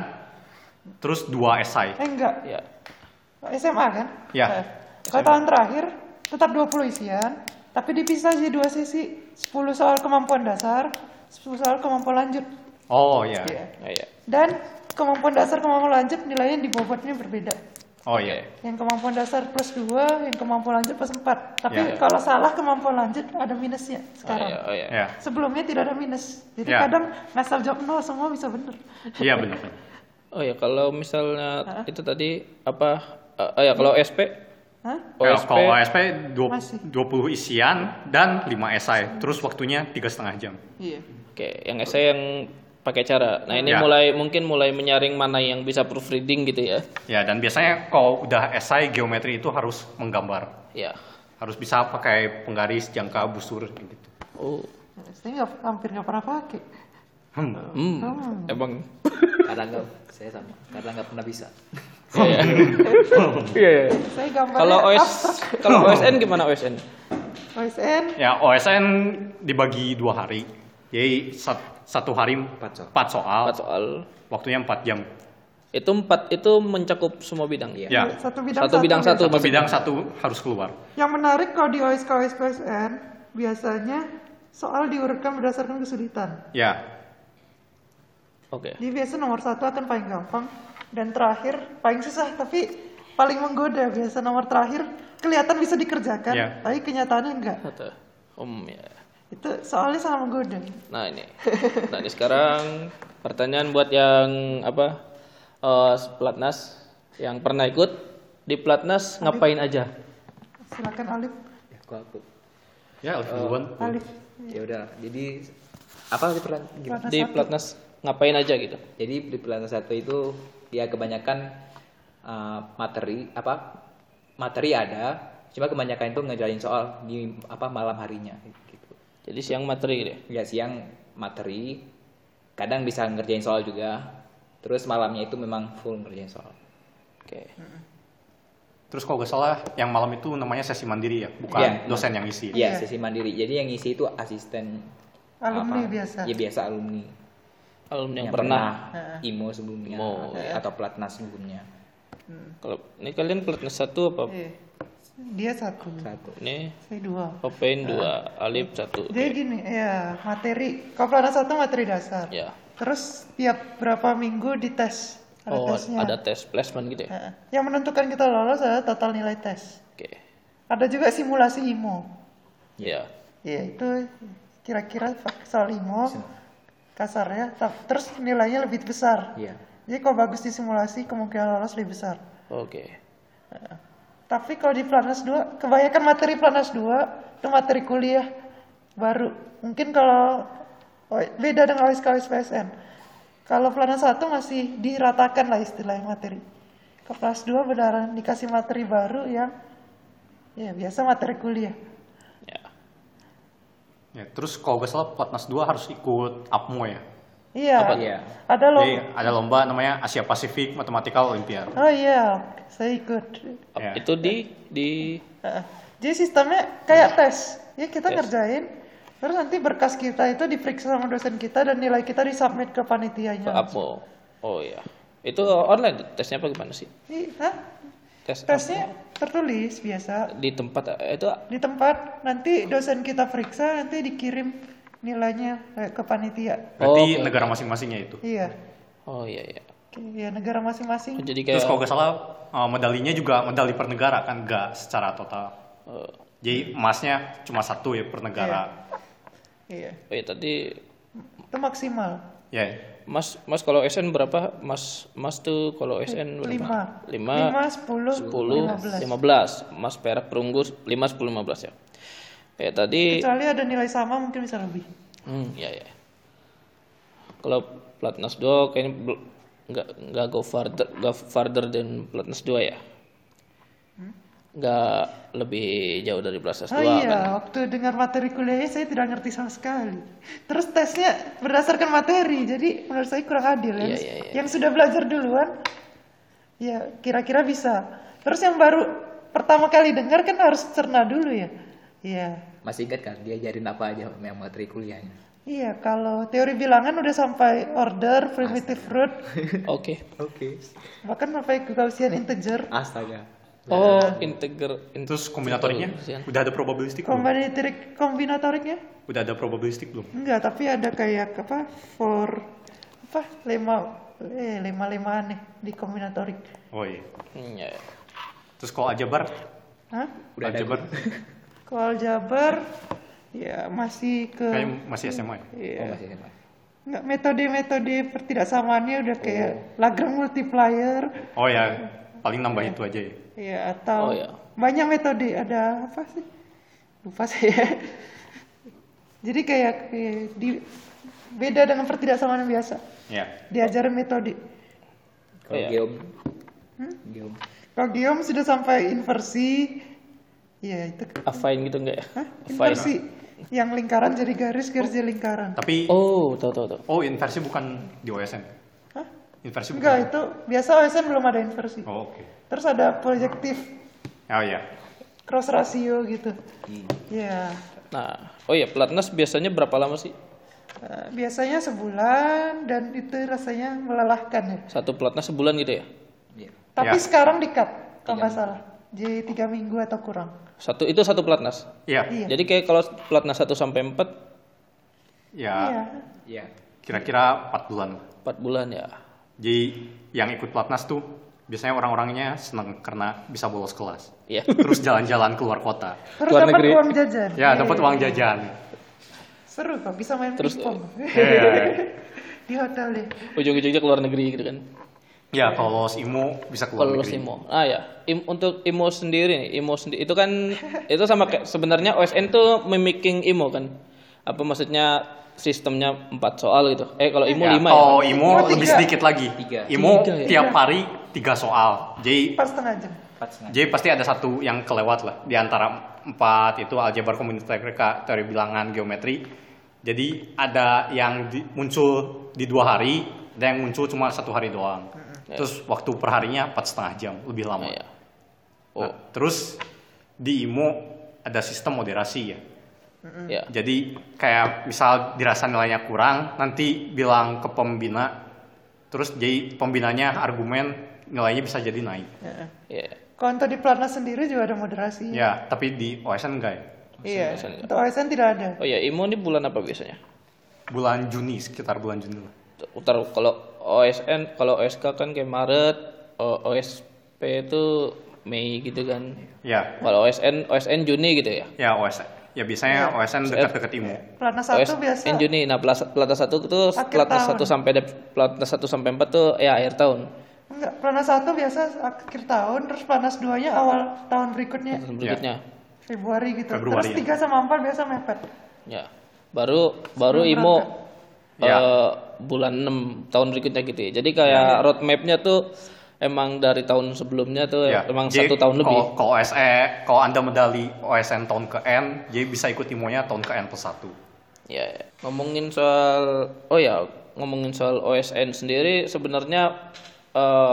[SPEAKER 2] terus dua esai.
[SPEAKER 3] Eh enggak,
[SPEAKER 1] Ya.
[SPEAKER 3] S M A kan?
[SPEAKER 2] Ya.
[SPEAKER 3] Eh, Kalau tahun terakhir tetap dua puluh isian, tapi dipisah jadi dua sesi, sepuluh soal kemampuan dasar, sepuluh soal kemampuan lanjut.
[SPEAKER 2] Oh iya.
[SPEAKER 3] Iya.
[SPEAKER 1] Oh, ya.
[SPEAKER 3] Dan kemampuan dasar kemampuan lanjut nilainya di bobotnya berbeda.
[SPEAKER 2] Oh iya.
[SPEAKER 3] Yang kemampuan dasar plus dua, yang kemampuan lanjut plus empat. Tapi
[SPEAKER 2] Ya.
[SPEAKER 3] kalau salah kemampuan lanjut ada minusnya
[SPEAKER 1] Oh,
[SPEAKER 3] sekarang.
[SPEAKER 1] ya, oh, ya.
[SPEAKER 2] Ya.
[SPEAKER 3] Sebelumnya tidak ada minus. Jadi
[SPEAKER 2] Ya.
[SPEAKER 3] kadang ngasal jawab nol semua bisa bener.
[SPEAKER 2] Iya benar.
[SPEAKER 1] Oh ya, kalau misalnya itu tadi apa? eh, oh ya, kalau S P
[SPEAKER 3] Hah?
[SPEAKER 1] O
[SPEAKER 2] Ya,
[SPEAKER 1] S P
[SPEAKER 2] kalau O S P dua-
[SPEAKER 3] Masih.
[SPEAKER 2] dua puluh isian dan lima esai. Terus waktunya tiga setengah jam.
[SPEAKER 3] Iya.
[SPEAKER 1] Oke, yang esai yang pakai cara. Nah, ini
[SPEAKER 2] Ya.
[SPEAKER 1] mulai mungkin mulai menyaring mana yang bisa proofreading gitu ya.
[SPEAKER 2] Ya, dan biasanya kalau udah esai geometri itu harus menggambar.
[SPEAKER 1] Ya.
[SPEAKER 2] Harus bisa pakai penggaris, jangka, busur gitu.
[SPEAKER 1] Oh.
[SPEAKER 3] Saya nggak hampir nggak pernah pakai.
[SPEAKER 2] Hmm.
[SPEAKER 1] Hmm. Emang
[SPEAKER 4] Kadang nggak, saya sama. Kadang nggak pernah bisa.
[SPEAKER 1] Iya. Iya. iya.
[SPEAKER 3] Saya gambarnya
[SPEAKER 1] Kalau O S
[SPEAKER 3] abstrak.
[SPEAKER 1] kalau O S N gimana O S N?
[SPEAKER 3] O S N
[SPEAKER 2] Ya, O S N dibagi dua hari. Jadi sat- satu hari
[SPEAKER 4] Empat soal.
[SPEAKER 2] empat soal.
[SPEAKER 1] Empat soal.
[SPEAKER 2] Waktunya empat jam.
[SPEAKER 1] Itu empat itu mencakup semua bidang.
[SPEAKER 4] Iya.
[SPEAKER 2] Ya.
[SPEAKER 3] satu bidang
[SPEAKER 1] Satu bidang satu.
[SPEAKER 2] Satu
[SPEAKER 1] maksudnya.
[SPEAKER 2] bidang satu harus keluar.
[SPEAKER 3] Yang menarik kalau di O S K O S K O S N biasanya soal diurutkan berdasarkan kesulitan.
[SPEAKER 2] Ya.
[SPEAKER 1] Oke.
[SPEAKER 3] Jadi biasa nomor satu akan paling gampang dan terakhir paling susah tapi paling menggoda. Biasa nomor terakhir kelihatan bisa dikerjakan,
[SPEAKER 2] Ya.
[SPEAKER 3] tapi kenyataannya enggak.
[SPEAKER 1] Satu. Om ya.
[SPEAKER 3] Itu soalnya sangat menggoda.
[SPEAKER 1] Nah ini. Nah ini sekarang pertanyaan buat yang apa? eh, Platnas yang pernah ikut di Platnas ngapain aja?
[SPEAKER 3] Silakan Alif.
[SPEAKER 4] Ya, aku aku.
[SPEAKER 2] Ya, Alif duluan.
[SPEAKER 3] Alif.
[SPEAKER 4] Ya udah. Jadi apa sih pelan? gimana?
[SPEAKER 3] Platnas
[SPEAKER 1] Di
[SPEAKER 3] satu.
[SPEAKER 1] Platnas ngapain aja gitu?
[SPEAKER 4] Jadi di Pelatnas satu itu ya kebanyakan uh, materi apa materi ada, cuma kebanyakan itu ngejalin soal di apa malam harinya gitu.
[SPEAKER 1] Jadi siang materi gitu ya?
[SPEAKER 4] Ya siang materi, kadang bisa ngerjain soal juga. Terus malamnya itu memang full ngerjain soal.
[SPEAKER 1] Oke.
[SPEAKER 2] Terus kalau nggak salah yang malam itu namanya sesi mandiri ya, bukan
[SPEAKER 4] Iya.
[SPEAKER 2] dosen yang isi.
[SPEAKER 4] Iya,
[SPEAKER 3] Iya.
[SPEAKER 4] sesi mandiri. Jadi yang ngisi itu asisten
[SPEAKER 3] Alumni
[SPEAKER 4] apa?
[SPEAKER 3] biasa.
[SPEAKER 4] Ya biasa alumni.
[SPEAKER 1] alumni yang,
[SPEAKER 4] yang
[SPEAKER 1] pernah.
[SPEAKER 4] pernah I M O sebelumnya
[SPEAKER 1] Imo,
[SPEAKER 4] atau pelatnas sebelumnya.
[SPEAKER 1] Kalau ini kalian pelatnas satu apa?
[SPEAKER 3] Iya. Dia satu,
[SPEAKER 4] Satu.
[SPEAKER 1] Ini
[SPEAKER 3] saya dua.
[SPEAKER 1] Open dua, Alip satu.
[SPEAKER 3] Jadi gini, ya materi. Kalau pelatnas satu materi dasar.
[SPEAKER 1] Ya.
[SPEAKER 3] Terus tiap berapa minggu dites. Ada
[SPEAKER 1] Oh,
[SPEAKER 3] tesnya.
[SPEAKER 1] ada tes placement gitu ya.
[SPEAKER 3] Heeh. Yang menentukan kita lolos adalah total nilai tes.
[SPEAKER 1] Oke.
[SPEAKER 3] Ada juga simulasi I M O.
[SPEAKER 1] Ya.
[SPEAKER 3] Ya itu kira-kira soal I M O kasarnya. ta- Terus nilainya lebih besar.
[SPEAKER 4] Iya.
[SPEAKER 3] Jadi kalau bagus di simulasi kemungkinan lolos lebih besar.
[SPEAKER 1] Oke.
[SPEAKER 3] Tapi kalau di Planas dua, kebanyakan materi Planas dua itu materi kuliah baru. Mungkin kalau oh, beda dengan O S K O S P S N. Kalau Planas satu masih diratakan lah istilahnya materi. Ke Planas dua beneran dikasih materi baru yang ya biasa materi kuliah.
[SPEAKER 1] Ya.
[SPEAKER 2] Ya, terus kalau nggak salah Platnas dua harus ikut A P M O ya.
[SPEAKER 3] Iya.
[SPEAKER 1] Apa
[SPEAKER 4] Iya.
[SPEAKER 3] Ada loh.
[SPEAKER 2] Jadi ada lomba namanya Asia Pacific Mathematical Olympiad.
[SPEAKER 3] Oh iya, saya ikut.
[SPEAKER 2] Ya.
[SPEAKER 1] Itu di di
[SPEAKER 3] Heeh. Jadi sistemnya kayak tes. Ya kita
[SPEAKER 1] Tes.
[SPEAKER 3] ngerjain. Terus nanti berkas kita itu diperiksa sama dosen kita dan nilai kita disubmit ke panitianya.
[SPEAKER 1] ke A P M O. Oh iya. Itu online tesnya apa gimana sih?
[SPEAKER 3] Ih, hah?
[SPEAKER 1] Tes
[SPEAKER 3] Tesnya tertulis biasa
[SPEAKER 1] di tempat eh, itu
[SPEAKER 3] di tempat. Nanti dosen kita periksa, nanti dikirim nilainya eh, ke panitia.
[SPEAKER 2] Berarti
[SPEAKER 1] Oh, oke.
[SPEAKER 2] negara masing-masingnya itu.
[SPEAKER 3] Iya.
[SPEAKER 1] Oh iya iya.
[SPEAKER 3] Oke, ya negara masing-masing.
[SPEAKER 1] Jadi kayak
[SPEAKER 2] Terus kalau nggak salah uh, medalinya juga medali per negara kan, nggak secara total.
[SPEAKER 1] eh,
[SPEAKER 2] Jadi emasnya cuma satu ya per negara.
[SPEAKER 3] Iya.
[SPEAKER 1] oh iya tadi
[SPEAKER 3] Itu maksimal.
[SPEAKER 2] Ya.
[SPEAKER 1] Mas Mas kalau S N berapa? Mas Mas tuh kalau S N berapa?
[SPEAKER 3] Lima.
[SPEAKER 1] Lima,
[SPEAKER 3] Lima, sepuluh,
[SPEAKER 1] sepuluh,
[SPEAKER 3] lima belas.
[SPEAKER 1] lima belas. Mas perak perunggu lima, sepuluh, lima belas ya. Kayak tadi
[SPEAKER 3] Kecuali ada nilai sama mungkin bisa lebih.
[SPEAKER 1] hmm ya ya. Kalau Platnas dua kayaknya bel- nggak nggak go further nggak further dan Platnas dua ya. Nggak lebih jauh dari Platnas
[SPEAKER 3] Oh
[SPEAKER 1] dua
[SPEAKER 3] iya,
[SPEAKER 1] kan.
[SPEAKER 3] waktu dengar materi kuliahnya saya tidak ngerti sama sekali. Terus tesnya berdasarkan materi, jadi menurut saya kurang adil.
[SPEAKER 1] Iya,
[SPEAKER 3] Yang,
[SPEAKER 1] iya, iya.
[SPEAKER 3] yang sudah belajar duluan, ya kira-kira bisa. Terus yang baru pertama kali dengar kan harus cerna dulu ya. Iya,
[SPEAKER 4] Masih ingat kan diajarin apa aja yang materi kuliahnya?
[SPEAKER 3] iya. Kalau teori bilangan udah sampai order, primitive root,
[SPEAKER 1] Oke.
[SPEAKER 4] Oke.
[SPEAKER 3] bahkan sampai Gaussian integer.
[SPEAKER 4] Astaga.
[SPEAKER 1] Oh, integer, in-
[SPEAKER 2] Terus kombinatorinya
[SPEAKER 1] Gaussian.
[SPEAKER 2] udah ada probabilistik belum?
[SPEAKER 3] Kombinatorik, kombinatoriknya
[SPEAKER 2] Udah ada probabilistik belum?
[SPEAKER 3] enggak, tapi ada kayak apa for apa lema eh lema lema aneh di kombinatorik.
[SPEAKER 2] Oh iya.
[SPEAKER 1] Hmm, ya.
[SPEAKER 2] Terus kalau aljabar?
[SPEAKER 3] Hah?
[SPEAKER 4] Udah ada
[SPEAKER 2] aljabar?
[SPEAKER 3] Kalau aljabar ya masih ke
[SPEAKER 2] Kayak masih S M A ya?
[SPEAKER 3] iya.
[SPEAKER 4] Oh, masih sama.
[SPEAKER 3] Enggak, metode-metode pertidaksamaannya udah kayak Lagrange multiplier
[SPEAKER 2] Oh ya, paling nambah itu aja ya.
[SPEAKER 3] ya atau
[SPEAKER 1] Oh, ya.
[SPEAKER 3] banyak metode, ada apa sih? Lupa saya. Jadi kayak, kayak di beda dengan pertidaksamaan yang biasa.
[SPEAKER 2] Ya.
[SPEAKER 3] Diajarin metode.
[SPEAKER 4] Kalau
[SPEAKER 1] Iya.
[SPEAKER 4] geom. Geom.
[SPEAKER 3] Kalau geom sudah sampai inversi, ya itu
[SPEAKER 1] Affine gitu enggak ya?
[SPEAKER 3] Hah?
[SPEAKER 1] Affine.
[SPEAKER 3] Inversi. Yang lingkaran jadi garis, garis jadi lingkaran.
[SPEAKER 2] Tapi
[SPEAKER 1] Oh, tahu tahu tahu.
[SPEAKER 2] oh inversi bukan di O S N.
[SPEAKER 3] Hah?
[SPEAKER 2] Inversi bukan.
[SPEAKER 3] Enggak, itu biasa O S N belum ada inversi.
[SPEAKER 2] Oh, oke.
[SPEAKER 3] Terus ada proyektif,
[SPEAKER 2] Oh iya.
[SPEAKER 3] cross ratio gitu.
[SPEAKER 4] Hmm.
[SPEAKER 3] Ya,
[SPEAKER 1] Nah, oh iya, Platnas biasanya berapa lama sih?
[SPEAKER 3] eh, biasanya sebulan dan itu rasanya melelahkan ya.
[SPEAKER 1] Satu Platnas sebulan gitu ya?
[SPEAKER 4] Iya.
[SPEAKER 3] Tapi
[SPEAKER 2] Ya.
[SPEAKER 3] sekarang di-cut, kalau nggak salah. Jadi tiga minggu atau kurang.
[SPEAKER 1] Satu itu satu Platnas.
[SPEAKER 2] Iya.
[SPEAKER 3] Iya.
[SPEAKER 1] Jadi kayak kalau Platnas satu sampai empat,
[SPEAKER 2] Ya,
[SPEAKER 3] Iya.
[SPEAKER 4] Iya.
[SPEAKER 2] kira-kira empat bulan.
[SPEAKER 1] empat bulan ya.
[SPEAKER 2] Jadi yang ikut Platnas tuh biasanya orang-orangnya seneng karena bisa bolos kelas.
[SPEAKER 1] Iya.
[SPEAKER 2] Terus jalan-jalan keluar kota.
[SPEAKER 3] Terus
[SPEAKER 1] Luar
[SPEAKER 3] dapat
[SPEAKER 1] negeri.
[SPEAKER 3] uang jajan.
[SPEAKER 2] Ya, dapat uang jajan.
[SPEAKER 3] Seru kok, bisa main
[SPEAKER 1] Terus,
[SPEAKER 3] pingpong.
[SPEAKER 2] Iya.
[SPEAKER 3] Di hotel deh.
[SPEAKER 1] Ujung-ujungnya ke luar negeri gitu kan.
[SPEAKER 2] Ya, kalau lolos I M O bisa keluar
[SPEAKER 1] Kalau lulus
[SPEAKER 2] negeri.
[SPEAKER 1] I M O. Ah ya, Im- untuk I M O sendiri nih, I M O sendiri itu kan itu sama kayak sebenarnya O S N tuh mimicking I M O kan. Apa maksudnya sistemnya empat soal gitu. Eh kalau I M O
[SPEAKER 2] Ya,
[SPEAKER 1] lima
[SPEAKER 2] kalau
[SPEAKER 1] ya.
[SPEAKER 2] I M O
[SPEAKER 3] Oh,
[SPEAKER 2] lebih
[SPEAKER 3] tiga.
[SPEAKER 2] sedikit lagi.
[SPEAKER 4] Tiga.
[SPEAKER 2] I M O
[SPEAKER 1] Tiga ya?
[SPEAKER 2] tiap hari tiga soal. Jadi
[SPEAKER 3] Pas setengah jam.
[SPEAKER 4] Empat setengah.
[SPEAKER 2] jadi pasti ada satu yang kelewat lah di antara empat itu aljabar kombinatorika, teori bilangan, geometri. Jadi ada yang di- muncul di dua hari, ada yang muncul cuma satu hari doang. Terus waktu perharinya empat setengah jam, lebih lama.
[SPEAKER 1] Ah, ya.
[SPEAKER 2] Nah, terus di I M O ada sistem moderasi ya.
[SPEAKER 1] Ya.
[SPEAKER 2] Jadi kayak misal dirasa nilainya kurang, nanti bilang ke pembina, terus jadi pembinanya argumen nilainya bisa jadi naik.
[SPEAKER 3] Heeh.
[SPEAKER 1] Ya.
[SPEAKER 3] Kalau untuk di Platnas sendiri juga ada moderasi.
[SPEAKER 2] Ya, tapi di O S N enggak ya?
[SPEAKER 3] Iya.
[SPEAKER 1] O S N enggak.
[SPEAKER 3] Untuk O S N tidak ada.
[SPEAKER 1] Oh ya, I M O ini bulan apa biasanya?
[SPEAKER 2] Bulan Juni, sekitar bulan Juni lah.
[SPEAKER 1] Utar kalau O S N, kalau O S K kan kayak Maret, O- OSP itu Mei gitu kan.
[SPEAKER 2] Ya,
[SPEAKER 1] Kalau O S N, O S N Juni gitu ya.
[SPEAKER 2] ya O S N. Ya biasanya O S N dekat-dekat I M O.
[SPEAKER 3] Platnas
[SPEAKER 1] O S
[SPEAKER 3] satu biasa.
[SPEAKER 1] N Juni. Nah, pelas- Pelatnas satu itu
[SPEAKER 3] Akhir
[SPEAKER 1] Pelatnas
[SPEAKER 3] tahun.
[SPEAKER 1] satu sampai de- Pelatnas satu sampai empat tuh ya akhir tahun.
[SPEAKER 3] Enggak, Platnas satu biasa akhir tahun, terus Platnas dua-nya awal tahun berikutnya.
[SPEAKER 1] Tahun berikutnya.
[SPEAKER 3] Februari gitu.
[SPEAKER 2] Februari,
[SPEAKER 3] terus
[SPEAKER 2] ya.
[SPEAKER 3] tiga sama empat biasa mepet.
[SPEAKER 1] Ya. Baru baru I
[SPEAKER 3] Sebelum
[SPEAKER 1] M O
[SPEAKER 2] Ya.
[SPEAKER 1] eh, bulan enam tahun berikutnya gitu ya. Jadi kayak roadmap-nya tuh emang dari tahun sebelumnya tuh
[SPEAKER 2] Ya,
[SPEAKER 1] emang
[SPEAKER 2] jadi
[SPEAKER 1] satu tahun lebih.
[SPEAKER 2] Kalau kalau O S E, kalau Anda medali O S N tahun ke N, jadi bisa ikut I M O-nya tahun ke N plus satu.
[SPEAKER 1] Ya, ya. Ngomongin soal oh ya, ngomongin soal O S N sendiri sebenarnya eh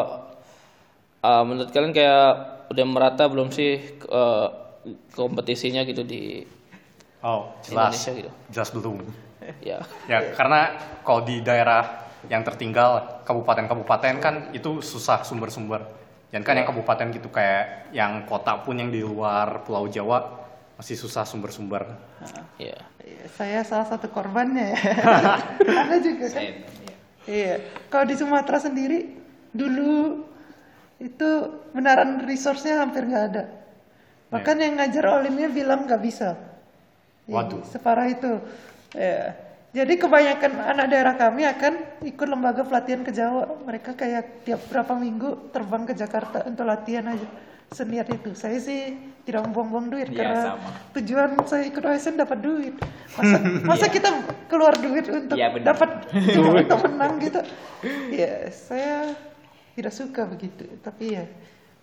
[SPEAKER 1] eh, menurut kalian kayak udah merata belum sih eh, kompetisinya gitu di
[SPEAKER 2] Oh, jelas.
[SPEAKER 1] Indonesia gitu.
[SPEAKER 2] Jelas belum.
[SPEAKER 1] Ya.
[SPEAKER 2] Ya, karena kalau di daerah yang tertinggal, kabupaten-kabupaten kan itu susah sumber-sumber. Dan kan yang kabupaten gitu kayak yang kota pun yang di luar Pulau Jawa masih susah sumber-sumber.
[SPEAKER 1] Ya.
[SPEAKER 3] Iya, saya salah satu korbannya ya. Ada juga kan.
[SPEAKER 4] Saya, ya.
[SPEAKER 3] Iya. Kalau di Sumatera sendiri dulu itu benaran resource-nya hampir nggak ada. Bahkan yang ngajar olimnya bilang nggak bisa. Iya,
[SPEAKER 2] Waduh.
[SPEAKER 3] separah itu. Ya. Jadi kebanyakan anak daerah kami akan ikut lembaga pelatihan ke Jawa. Mereka kayak tiap berapa minggu terbang ke Jakarta untuk latihan aja. Seniat itu. Saya sih tidak membuang-buang duit
[SPEAKER 4] Iya,
[SPEAKER 3] karena
[SPEAKER 4] sama.
[SPEAKER 3] tujuan saya ikut O S N dapat duit. Masa, masa kita keluar duit untuk
[SPEAKER 4] Iya, benar.
[SPEAKER 3] dapat untuk menang gitu. Ya, saya tidak suka begitu. Tapi ya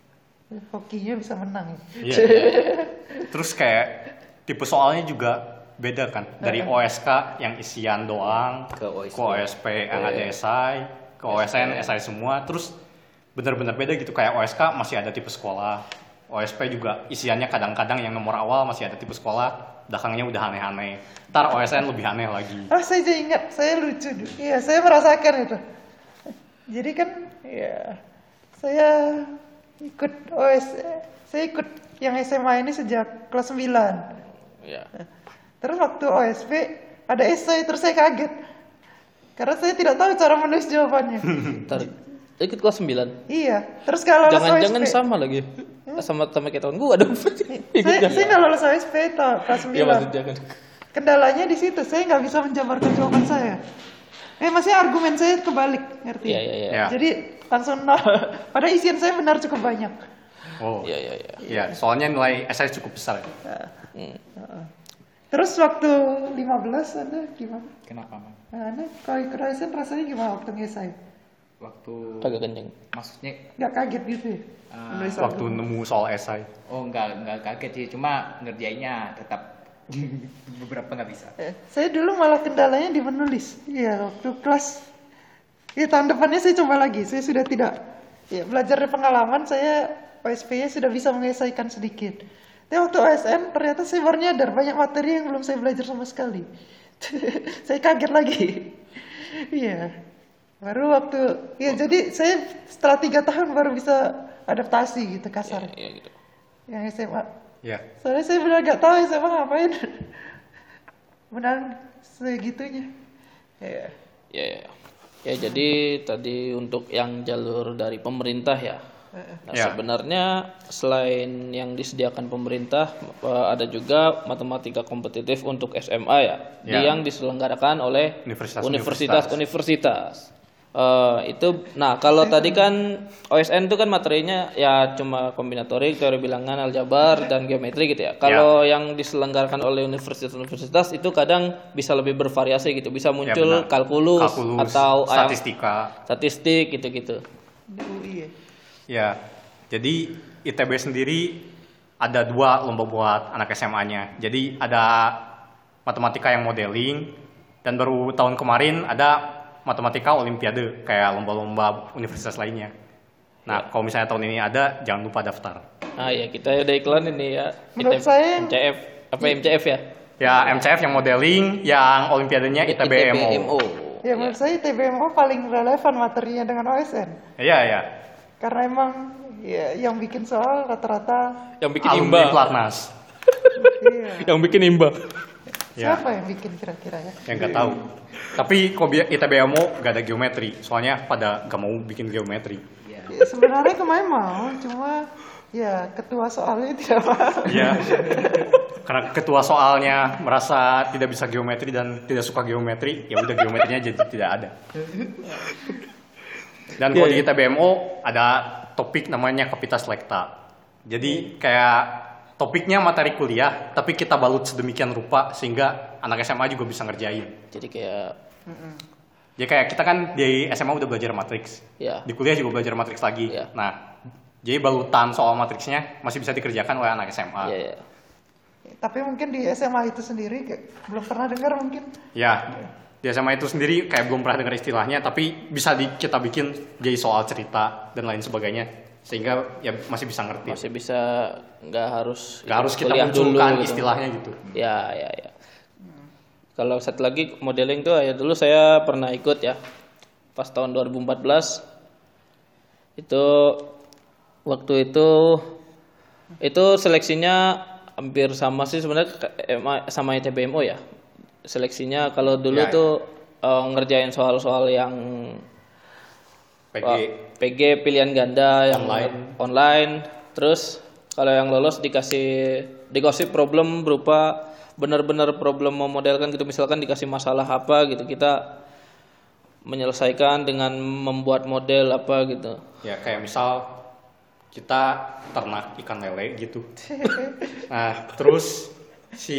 [SPEAKER 3] hokinya bisa menang.
[SPEAKER 2] Iya. iya. Terus kayak tipe soalnya juga beda kan. Dari O S K yang isian doang,
[SPEAKER 4] Ke O S P.
[SPEAKER 2] ke O S P yang ada esai, ke O S N esai semua. Terus benar-benar beda gitu. Kayak O S K masih ada tipe sekolah. O S P juga isiannya kadang-kadang yang nomor awal masih ada tipe sekolah, belakangnya udah aneh-aneh. Ntar O S N lebih aneh lagi.
[SPEAKER 3] Ah, saya jadi ingat, saya lucu. dulu. Iya, saya merasakan itu. Jadi kan, ya, saya ikut O S, saya ikut yang S M A ini sejak kelas sembilan.
[SPEAKER 1] Ya.
[SPEAKER 3] Terus waktu O S P ada esai, terus saya kaget. Karena saya tidak tahu cara menulis jawabannya.
[SPEAKER 1] Ntar ikut kelas sembilan.
[SPEAKER 3] Iya, terus kalau lolos O S P.
[SPEAKER 1] Jangan-jangan sama lagi. Sama sama kayak tahun gua dong.
[SPEAKER 3] Saya, saya nggak lolos O S P tahun kelas
[SPEAKER 1] Ya
[SPEAKER 3] sembilan.
[SPEAKER 1] maksudnya kan.
[SPEAKER 3] Kendalanya di situ, saya nggak bisa menjabarkan jawaban saya. Eh, masih argumen saya kebalik, ngerti?
[SPEAKER 1] Iya, iya, iya.
[SPEAKER 2] Ya.
[SPEAKER 3] Jadi langsung nol. Padahal isian saya benar cukup banyak.
[SPEAKER 2] Oh.
[SPEAKER 1] Iya, iya, iya.
[SPEAKER 2] Ya, soalnya nilai esai cukup besar.
[SPEAKER 3] Terus waktu lima belas Anda gimana?
[SPEAKER 4] Kenapa, Mang?
[SPEAKER 3] Nah, Anda kalau ikut O S N rasanya gimana waktu ngesai?
[SPEAKER 4] Waktu
[SPEAKER 1] Kagak kenceng.
[SPEAKER 4] maksudnya
[SPEAKER 3] Nggak kaget gitu ya?
[SPEAKER 4] Ah,
[SPEAKER 3] Menulis
[SPEAKER 2] Waktu
[SPEAKER 3] argumen.
[SPEAKER 2] nemu soal esai.
[SPEAKER 4] oh enggak enggak kaget sih, cuma ngerjainnya tetap beberapa nggak bisa.
[SPEAKER 3] Eh, saya dulu malah kendalanya di menulis. Iya, waktu kelas. Ya, tahun depannya saya coba lagi. Saya sudah tidak. Ya, belajar dari pengalaman, saya O S P-nya sudah bisa mengesaikan sedikit. Tapi waktu O S N, ternyata saya baru nyadar banyak materi yang belum saya belajar sama sekali. Saya kaget lagi. Iya. Baru waktu. Ya, jadi saya setelah tiga tahun baru bisa adaptasi gitu kasar.
[SPEAKER 1] Iya gitu.
[SPEAKER 3] Yang S M A.
[SPEAKER 2] Ya.
[SPEAKER 3] Soalnya saya benar gak tahu S M A ngapain. Benar segitunya. Ya.
[SPEAKER 1] Ya, ya. Ya jadi tadi untuk yang jalur dari pemerintah ya. Nah,
[SPEAKER 2] Ya.
[SPEAKER 1] sebenarnya selain yang disediakan pemerintah eh, ada juga matematika kompetitif untuk S M A ya,
[SPEAKER 2] Ya.
[SPEAKER 1] yang diselenggarakan oleh
[SPEAKER 2] Universitas-universitas.
[SPEAKER 1] universitas-universitas. Eh, itu nah kalau tadi kan O S N itu kan materinya ya cuma kombinatorik, teori bilangan, aljabar dan geometri gitu ya. Kalau yang diselenggarakan oleh universitas-universitas itu kadang bisa lebih bervariasi gitu, bisa
[SPEAKER 2] Ya,
[SPEAKER 1] muncul
[SPEAKER 2] benar.
[SPEAKER 1] kalkulus,
[SPEAKER 2] Kalkulus,
[SPEAKER 1] atau yang-
[SPEAKER 2] statistika.
[SPEAKER 1] statistik gitu-gitu.
[SPEAKER 3] Di U I ya.
[SPEAKER 2] Ya, jadi I T B sendiri ada dua lomba buat anak S M A-nya. Jadi ada matematika yang modeling, dan baru tahun kemarin ada matematika olimpiade kayak lomba-lomba universitas lainnya. Nah, kalau misalnya tahun ini ada, jangan lupa daftar.
[SPEAKER 1] Nah ya kita udah iklan ini ya.
[SPEAKER 3] Menurut
[SPEAKER 1] I T B,
[SPEAKER 3] saya-
[SPEAKER 1] M C F apa M C F ya?
[SPEAKER 2] Ya M C F yang modeling, yang olimpiadanya I T B M O.
[SPEAKER 3] Ya menurut saya I T B M O paling relevan materinya dengan O S N.
[SPEAKER 2] Iya, iya.
[SPEAKER 3] Karena emang ya, yang bikin soal rata-rata
[SPEAKER 1] Yang bikin
[SPEAKER 2] Alumni
[SPEAKER 1] imba.
[SPEAKER 2] Platnas.
[SPEAKER 3] iya.
[SPEAKER 1] Yang bikin imba.
[SPEAKER 2] Ya,
[SPEAKER 3] Siapa yang bikin kira-kira ya?
[SPEAKER 2] yang nggak tahu. Tapi kok bi- I T B M O nggak ada geometri, soalnya pada nggak mau bikin geometri.
[SPEAKER 3] Ya, sebenarnya kemarin mau, cuma ya ketua soalnya tidak mau.
[SPEAKER 2] Iya. Karena ketua soalnya merasa tidak bisa geometri dan tidak suka geometri, ya udah geometrinya jadi tidak ada. Dan kalau
[SPEAKER 1] Iya,
[SPEAKER 2] di I T B M O ada topik namanya Kapitas Lekta. Jadi kayak topiknya materi kuliah, tapi kita balut sedemikian rupa sehingga anak S M A juga bisa ngerjain.
[SPEAKER 1] Jadi kayak
[SPEAKER 2] Jadi kayak kita kan di S M A udah belajar matriks,
[SPEAKER 1] ya.
[SPEAKER 2] di kuliah juga belajar matriks lagi.
[SPEAKER 1] Iya.
[SPEAKER 2] Nah, jadi balutan soal matriksnya masih bisa dikerjakan oleh anak S M A.
[SPEAKER 1] Iya, iya.
[SPEAKER 3] Tapi mungkin di S M A itu sendiri kayak belum pernah dengar mungkin.
[SPEAKER 2] Ya, di S M A itu sendiri kayak belum pernah dengar istilahnya, tapi bisa di, kita bikin jadi soal cerita dan lain sebagainya, sehingga ya masih bisa ngerti.
[SPEAKER 1] Masih bisa nggak harus
[SPEAKER 2] Nggak harus kita
[SPEAKER 1] kuliah
[SPEAKER 2] munculkan
[SPEAKER 1] dulu gitu.
[SPEAKER 2] istilahnya gitu.
[SPEAKER 1] Ya, ya, ya. Kalau satu lagi modeling tuh ya dulu saya pernah ikut ya. Pas tahun dua ribu empat belas itu waktu itu itu seleksinya hampir sama sih sebenarnya ke- sama I T B M O ya. Seleksinya kalau dulu
[SPEAKER 2] Ya, ya.
[SPEAKER 1] tuh eh, ngerjain soal-soal yang
[SPEAKER 2] P G.
[SPEAKER 1] Wah, P G pilihan ganda yang
[SPEAKER 2] Online.
[SPEAKER 1] online. Terus kalau yang lolos dikasih dikasih problem berupa benar-benar problem memodelkan gitu, misalkan dikasih masalah apa gitu, kita menyelesaikan dengan membuat model apa gitu.
[SPEAKER 2] Ya kayak misal kita ternak ikan lele gitu. Nah, terus si